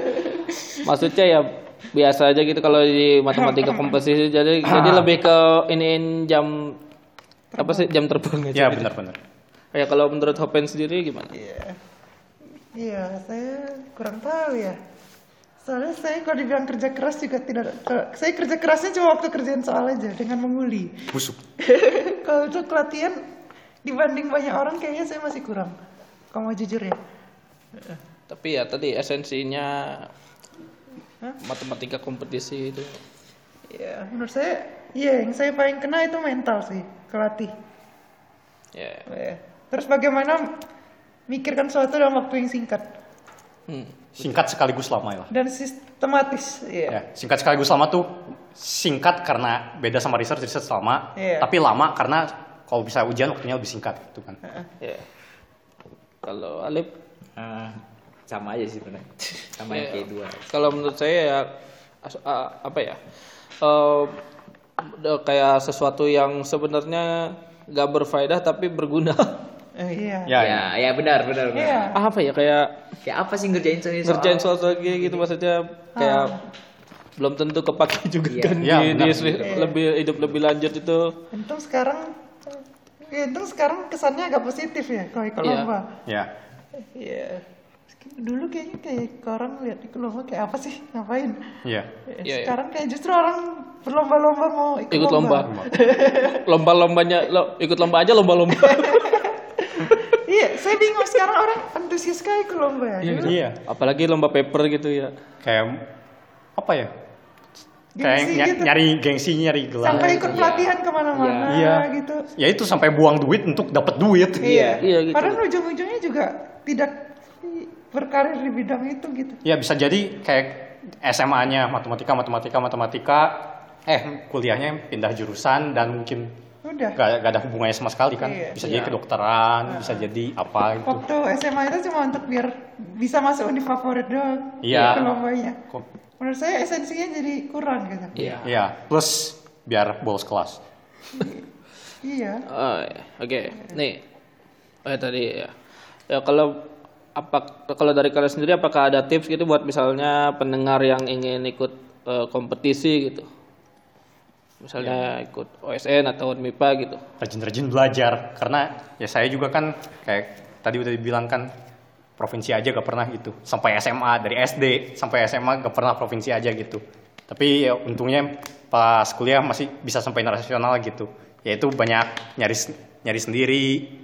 [SPEAKER 1] Maksudnya ya biasa aja gitu kalau di matematika komposisi jadi jadi lebih ke iniin jam apa sih jam terbang aja.
[SPEAKER 2] Ya
[SPEAKER 1] gitu.
[SPEAKER 2] benar-benar.
[SPEAKER 1] Kayak kalau menurut Hopen sendiri gimana?
[SPEAKER 3] Iya. Iya, saya kurang tahu ya. Soalnya saya kalau dibilang kerja keras juga tidak. Saya kerja kerasnya cuma waktu kerjain soal aja dengan menguli.
[SPEAKER 2] Busuk.
[SPEAKER 3] Kalau untuk latihan dibanding banyak orang kayaknya saya masih kurang. Kalau mau jujur ya.
[SPEAKER 1] Tapi ya tadi esensinya matematika kompetisi itu.
[SPEAKER 3] Ya, menurut saya, iya yang saya paling kena itu mental sih, kelatih.
[SPEAKER 1] Ya.
[SPEAKER 3] Ya. Terus bagaimana mikirkan sesuatu dalam waktu yang singkat
[SPEAKER 1] Hmm.
[SPEAKER 2] Singkat sekaligus lama lah.
[SPEAKER 3] dan sistematis. Iya.
[SPEAKER 2] Ya, singkat sekaligus lama tuh singkat karena beda sama research, research lama,
[SPEAKER 3] Iya.
[SPEAKER 2] tapi lama karena kalau bisa ujian waktunya lebih singkat gitu kan.
[SPEAKER 1] Ya. Kalau Alip
[SPEAKER 4] Ah, sama aja sih benar. Sama yang
[SPEAKER 1] ya,
[SPEAKER 4] kayak dua.
[SPEAKER 1] kalau menurut saya ya as- a- apa ya? eh, de- kayak sesuatu yang sebenarnya gak berfaedah tapi berguna.
[SPEAKER 3] Eh, iya.
[SPEAKER 2] Ya,
[SPEAKER 4] Ya, ya benar benar. benar.
[SPEAKER 3] Iya.
[SPEAKER 1] Apa ya kayak
[SPEAKER 4] Kayak apa sih ngerjain soal
[SPEAKER 1] ngerjain soal kayak gitu maksudnya kayak belum tentu kepake juga
[SPEAKER 4] Iya.
[SPEAKER 1] kan
[SPEAKER 2] Iya,
[SPEAKER 1] di, di
[SPEAKER 2] benar.
[SPEAKER 1] lebih hidup lebih lanjut itu.
[SPEAKER 3] Untung sekarang, ya, untung sekarang kesannya agak positif ya kalau ikut
[SPEAKER 1] Iya.
[SPEAKER 3] lomba.
[SPEAKER 2] ya.
[SPEAKER 3] Iya. Dulu kayaknya kayak orang lihat ikut lomba kayak apa sih, ngapain?
[SPEAKER 2] Iya.
[SPEAKER 3] Eh,
[SPEAKER 1] Iya, iya.
[SPEAKER 3] sekarang kayak justru orang berlomba-lomba mau ikut,
[SPEAKER 1] Ikut lomba. Lomba-lombanya lo ikut lomba aja lomba-lomba.
[SPEAKER 3] Iya, saya bingung sekarang orang antusias sekali ikut lomba ya.
[SPEAKER 1] Iya,
[SPEAKER 3] Dulu
[SPEAKER 1] gitu.
[SPEAKER 2] Iya.
[SPEAKER 1] Apalagi lomba paper gitu ya.
[SPEAKER 2] Kayak apa ya? Kayak
[SPEAKER 3] gengsi
[SPEAKER 2] ny-
[SPEAKER 3] gitu.
[SPEAKER 2] nyari gengsi, nyari gelar.
[SPEAKER 3] Sampai ikut
[SPEAKER 4] Iya.
[SPEAKER 3] pelatihan kemana-mana
[SPEAKER 2] Iya.
[SPEAKER 3] gitu.
[SPEAKER 2] Ya itu sampai buang duit untuk dapat duit.
[SPEAKER 4] Iya.
[SPEAKER 1] Iya gitu.
[SPEAKER 3] Padahal ujung-ujungnya juga tidak berkarir di bidang itu gitu.
[SPEAKER 2] Ya bisa jadi kayak S M A-nya matematika, matematika, matematika, eh kuliahnya pindah jurusan dan mungkin
[SPEAKER 3] Udah.
[SPEAKER 2] gak, gak ada hubungannya sama sekali kan.
[SPEAKER 3] Iya.
[SPEAKER 2] Bisa jadi kedokteran, bisa jadi apa gitu.
[SPEAKER 3] Waktu S M A itu cuma untuk biar bisa masuk univ favorit doang.
[SPEAKER 2] Iya.
[SPEAKER 3] Ke lombanya.
[SPEAKER 2] Kok-
[SPEAKER 3] Menurut saya esensinya jadi kurang gitu.
[SPEAKER 1] Iya.
[SPEAKER 2] Iya, plus biar bolos kelas.
[SPEAKER 3] Iya.
[SPEAKER 1] Oh, iya. Oke. Nih. Oh, ya, tadi ya. Ya kalau apa kalau dari kalian sendiri apakah ada tips gitu buat misalnya pendengar yang ingin ikut eh, kompetisi gitu? Misalnya ikut O S N atau MIPA gitu.
[SPEAKER 2] Rajin-rajin belajar karena ya saya juga kan kayak tadi udah dibilang kan provinsi aja gak pernah gitu. Sampai S M A dari S D sampai S M A gak pernah provinsi aja gitu. Tapi ya untungnya pas kuliah masih bisa sampai nasional gitu. Yaitu banyak nyari nyari sendiri.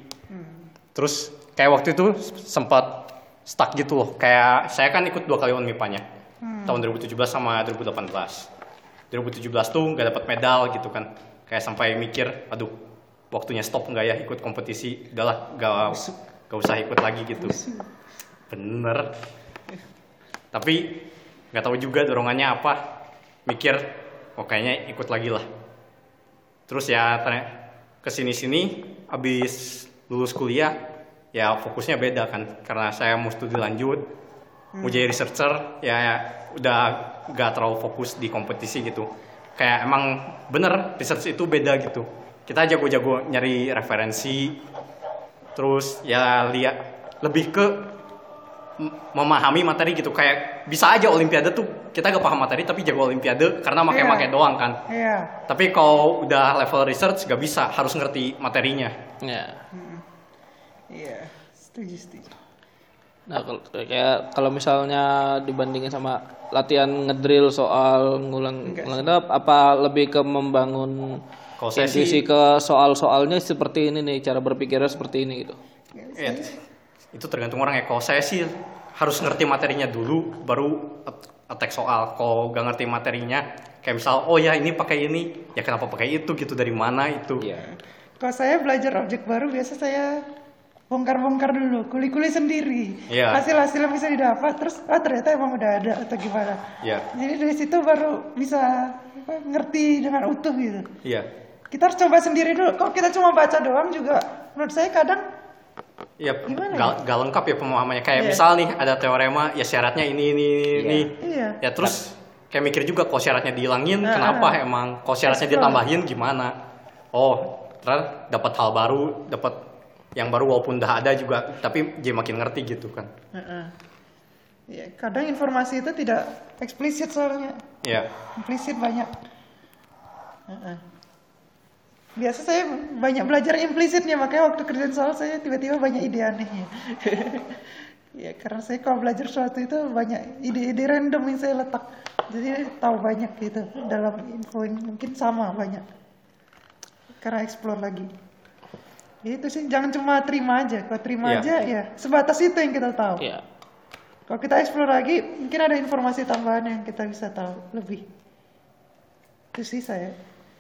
[SPEAKER 2] Terus kayak waktu itu sempat stuck gitu loh. Kayak saya kan ikut dua kali UNMIPA-nya. Tahun dua ribu tujuh belas sama dua ribu delapan belas. dua ribu tujuh belas tuh gak dapat medal gitu kan. Kayak sampai mikir, aduh waktunya stop nggak ya ikut kompetisi. Udahlah gak, gak usah ikut lagi gitu. Bener. Tapi gak tahu juga dorongannya apa. Mikir, oh kayaknya ikut lagi lah. Terus ya ternyata kesini-sini abis lulus kuliah ya fokusnya beda kan karena saya mau studi lanjut mau jadi researcher ya, ya udah gak terlalu fokus di kompetisi gitu kayak emang bener research itu beda gitu kita jago-jago nyari referensi terus ya lihat lebih ke m- memahami materi gitu kayak bisa aja olimpiade tuh kita gak paham materi tapi jago olimpiade karena make-make
[SPEAKER 3] Iya.
[SPEAKER 2] doang kan
[SPEAKER 3] Iya.
[SPEAKER 2] tapi kalau udah level research gak bisa, harus ngerti materinya.
[SPEAKER 1] Ya.
[SPEAKER 3] Iya. Setuju, setuju.
[SPEAKER 1] Nah, kalau kayak kalau misalnya dibandingin sama latihan ngedrill soal ngulang ngulang itu apa lebih ke membangun
[SPEAKER 2] Kalau saya
[SPEAKER 1] intuisi
[SPEAKER 2] sih-
[SPEAKER 1] ke soal-soalnya seperti ini nih, cara berpikirnya seperti ini gitu.
[SPEAKER 2] Ya, itu tergantung orang ya. Kalau saya sih harus ngerti materinya dulu, baru at- attack soal. Kalau gak ngerti materinya, kayak misal, oh ya ini pakai ini, ya kenapa pakai itu gitu, dari mana itu.
[SPEAKER 4] Iya.
[SPEAKER 3] Kalau saya belajar objek baru biasa saya bongkar-bongkar dulu, kuli-kuli sendiri.
[SPEAKER 2] Iya.
[SPEAKER 3] Hasil-hasil yang bisa didapat, terus ah ternyata emang udah ada atau gimana.
[SPEAKER 2] Iya.
[SPEAKER 3] Jadi dari situ baru bisa apa, ngerti dengan utuh gitu.
[SPEAKER 2] Iya.
[SPEAKER 3] Kita harus coba sendiri dulu. Kalau kita cuma baca doang juga, menurut saya kadang
[SPEAKER 2] Iya,
[SPEAKER 3] Gimana
[SPEAKER 2] gak, gak lengkap ya pemahamannya. Kayak
[SPEAKER 3] Iya.
[SPEAKER 2] misal nih ada teorema, ya syaratnya ini ini ini. ini.
[SPEAKER 3] Iya.
[SPEAKER 2] Ya terus kayak mikir juga, kalau syaratnya dihilangin,
[SPEAKER 3] Ah,
[SPEAKER 2] kenapa
[SPEAKER 3] ah.
[SPEAKER 2] emang? Kalau syaratnya
[SPEAKER 3] Explore.
[SPEAKER 2] ditambahin gimana? Oh, ternyata dapat hal baru, dapat yang baru walaupun udah ada juga, tapi jadi makin ngerti gitu kan.
[SPEAKER 3] Heeh. Ya, kadang informasi itu tidak eksplisit soalnya.
[SPEAKER 2] Iya.
[SPEAKER 3] Implisit banyak. Heeh. Biasa saya banyak belajar implisitnya, makanya waktu kerjaan soal saya tiba-tiba banyak ide anehnya. Ya, karena saya kalau belajar sesuatu itu banyak ide-ide random yang saya letak. Jadi tahu banyak gitu dalam info yang mungkin sama banyak. Karena explore lagi. Ya, itu sih, jangan cuma terima aja. Kalau terima
[SPEAKER 2] Iya.
[SPEAKER 3] aja ya sebatas itu yang kita tahu.
[SPEAKER 1] Iya.
[SPEAKER 3] Kalau kita explore lagi, mungkin ada informasi tambahan yang kita bisa tahu lebih. Itu sih saya.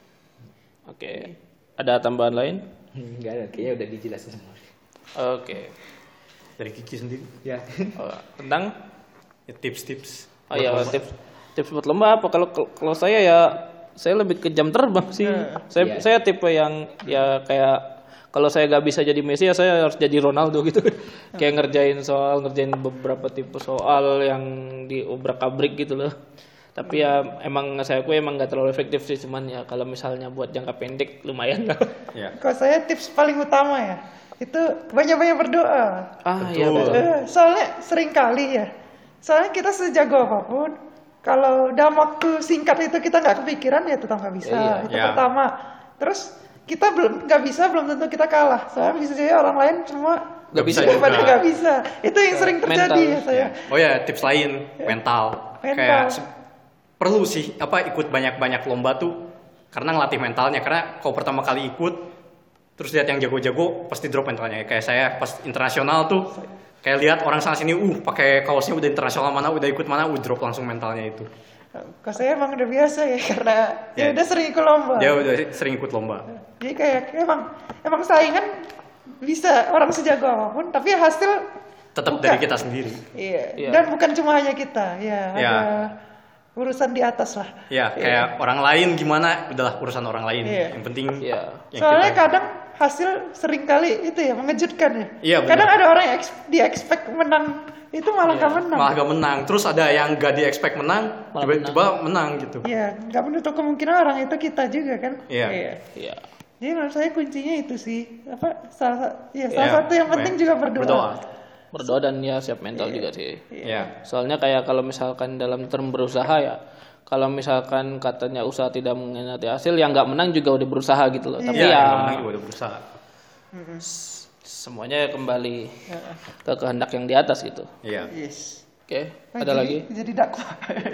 [SPEAKER 1] Oke. Ada tambahan lain?
[SPEAKER 4] Enggak ada, kayaknya udah dijelasin semua.
[SPEAKER 1] Oke.
[SPEAKER 2] Dari Kiki sendiri.
[SPEAKER 4] Ya.
[SPEAKER 1] Oh, tentang
[SPEAKER 2] Ya, tips-tips.
[SPEAKER 1] oh ya tips tips buat lomba apa? Kalau kalau saya ya saya lebih ke jam terbang sih. Saya
[SPEAKER 4] Iya.
[SPEAKER 1] saya tipe yang ya kayak kalau saya gak bisa jadi Messi ya saya harus jadi Ronaldo gitu. Kayak ngerjain soal, ngerjain beberapa tipe soal yang diobrak-abrik gitu loh. Tapi ya emang saya aku emang gak terlalu efektif sih, cuman ya kalau misalnya buat jangka pendek lumayan lah.
[SPEAKER 2] Ya.
[SPEAKER 3] Kalau saya tips paling utama ya, itu banyak-banyak berdoa.
[SPEAKER 1] Ah iya
[SPEAKER 2] Betul.
[SPEAKER 1] betul.
[SPEAKER 3] Eh, soalnya sering kali ya, soalnya kita sejago apapun, kalau dalam waktu singkat itu kita nggak kepikiran ya tetap nggak bisa.
[SPEAKER 1] Iya,
[SPEAKER 3] Itu
[SPEAKER 2] iya.
[SPEAKER 3] pertama. Terus kita belum nggak bisa, belum tentu kita kalah. Soalnya bisa jadi orang lain semua
[SPEAKER 1] Gak bisa
[SPEAKER 2] juga.
[SPEAKER 3] pada nggak bisa. Itu yang sering terjadi
[SPEAKER 1] Mental.
[SPEAKER 3] ya saya.
[SPEAKER 2] Oh ya, tips lain mental.
[SPEAKER 3] Mental.
[SPEAKER 2] Kayak se- perlu sih apa ikut banyak-banyak lomba tuh karena ngelatih mentalnya. Karena kalau pertama kali ikut terus lihat yang jago-jago pasti drop mentalnya. Kayak saya pas internasional tuh kayak lihat orang sana sini uh pakai kaosnya udah internasional mana udah ikut mana uh drop langsung mentalnya itu.
[SPEAKER 3] Kalau saya emang udah biasa ya karena ya,
[SPEAKER 2] Ya.
[SPEAKER 3] udah sering ikut lomba.
[SPEAKER 2] Dia udah sering ikut lomba.
[SPEAKER 3] Jadi kayak emang emang saingan bisa orang sejago apapun, tapi hasil
[SPEAKER 2] Tetap
[SPEAKER 3] bukan.
[SPEAKER 2] dari kita sendiri.
[SPEAKER 3] Iya.
[SPEAKER 1] Iya.
[SPEAKER 3] Dan bukan cuma hanya kita, ya
[SPEAKER 2] Iya.
[SPEAKER 3] ada urusan di atas lah.
[SPEAKER 2] Ya, kayak orang lain gimana udahlah urusan orang lain.
[SPEAKER 3] Iya.
[SPEAKER 2] Yang penting
[SPEAKER 1] Iya.
[SPEAKER 2] yang
[SPEAKER 3] Soalnya
[SPEAKER 2] kita-
[SPEAKER 3] kadang hasil sering kali itu ya mengejutkan ya.
[SPEAKER 2] Iya, benar.
[SPEAKER 3] Kadang ada orang yang eks- di expect menang itu malah nggak menang.
[SPEAKER 2] malah gak menang. Terus ada yang gak di expect menang,
[SPEAKER 1] Malah
[SPEAKER 2] tiba-tiba menang gitu.
[SPEAKER 3] Iya, nggak menutup kemungkinan orang itu kita juga kan.
[SPEAKER 2] Iya.
[SPEAKER 1] Iya.
[SPEAKER 3] Jadi menurut saya kuncinya itu sih apa salah ya salah
[SPEAKER 2] Iya,
[SPEAKER 3] satu yang penting
[SPEAKER 2] baik.
[SPEAKER 3] juga berdoa.
[SPEAKER 2] Berdoa.
[SPEAKER 1] Berdoa dan ya siap mental juga sih.
[SPEAKER 2] Iya.
[SPEAKER 1] Soalnya kayak kalau misalkan dalam term berusaha ya, kalau misalkan katanya usaha tidak mengkhianati hasil, yang nggak menang juga udah berusaha gitu loh. Tapi
[SPEAKER 2] Iya,
[SPEAKER 1] ya
[SPEAKER 2] yang menang juga udah berusaha.
[SPEAKER 1] semuanya kembali ke kehendak yang di atas gitu.
[SPEAKER 2] Iya.
[SPEAKER 3] Yes.
[SPEAKER 1] Oke,
[SPEAKER 3] Oh,
[SPEAKER 1] ada
[SPEAKER 3] jadi-
[SPEAKER 1] lagi?
[SPEAKER 3] Jadi dakwah.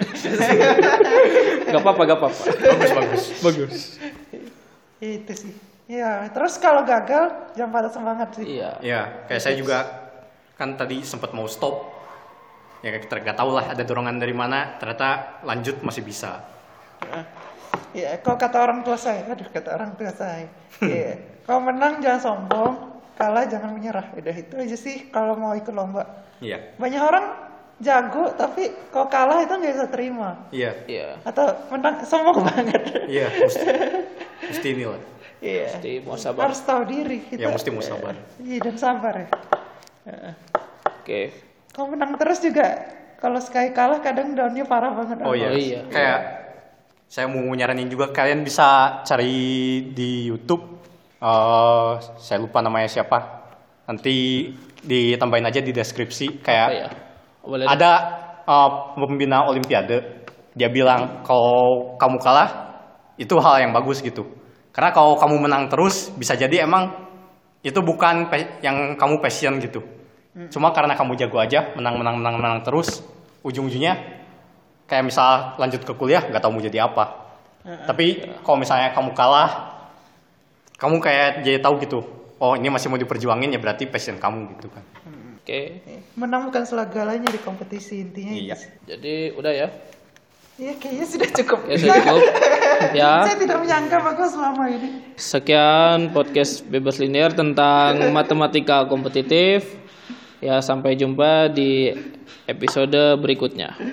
[SPEAKER 1] Gak apa-apa, gak apa-apa.
[SPEAKER 2] Bagus, bagus.
[SPEAKER 1] Bagus.
[SPEAKER 3] Itu sih. Ya, terus kalau gagal jangan patah semangat sih.
[SPEAKER 1] Iya.
[SPEAKER 2] Iya, kayak saya juga kan tadi sempat mau stop. Ya kita nggak tahu lah ada dorongan dari mana. Ternyata lanjut masih bisa.
[SPEAKER 3] Ya, kalau kata orang tua saya, aduh kata orang tua saya. Iya. Kalau menang jangan sombong, kalah jangan menyerah. Udah itu aja sih kalau mau ikut lomba.
[SPEAKER 2] Iya.
[SPEAKER 3] Banyak orang jago tapi kalau kalah itu nggak bisa terima.
[SPEAKER 2] Iya.
[SPEAKER 1] Iya.
[SPEAKER 3] Atau menang sombong banget.
[SPEAKER 2] Iya, mesti, mesti inilah.
[SPEAKER 3] Iya.
[SPEAKER 1] Mesti mau sabar.
[SPEAKER 3] Harus tahu diri kita.
[SPEAKER 2] Ya mesti mau sabar.
[SPEAKER 3] Iya, dan sabar ya. Heeh.
[SPEAKER 1] Oke.
[SPEAKER 3] Kalau menang terus juga, kalau sekali kalah kadang downnya parah banget.
[SPEAKER 2] Oh iya.
[SPEAKER 1] Oh iya.
[SPEAKER 2] Kayak saya mau nyaranin juga kalian bisa cari di YouTube. eh saya lupa namanya siapa. Nanti ditambahin aja di deskripsi. Kayak
[SPEAKER 1] Apa ya? Boleh.
[SPEAKER 2] ada eh, pembina Olimpiade. Dia bilang kalau kamu kalah itu hal yang bagus gitu. Karena kalau kamu menang terus bisa jadi emang itu bukan pe- yang kamu passion gitu. Cuma karena kamu jago aja menang menang menang menang terus ujung-ujungnya kayak misal lanjut ke kuliah nggak tahu mau jadi apa. Tapi kalau misalnya kamu kalah kamu kayak jadi tahu gitu. Oh ini masih mau diperjuangin ya berarti passion kamu gitu kan.
[SPEAKER 1] Oke.
[SPEAKER 3] Menang bukan segalanya di kompetisi intinya.
[SPEAKER 2] Iya.
[SPEAKER 3] itu sih.
[SPEAKER 1] Jadi udah ya.
[SPEAKER 3] Iya, kayaknya sudah cukup.
[SPEAKER 1] Ya sudah cukup. Ya.
[SPEAKER 3] Saya tidak menyangka bahwa selama ini.
[SPEAKER 1] Sekian podcast Bebas Linear tentang matematika kompetitif. Ya, sampai jumpa di episode berikutnya.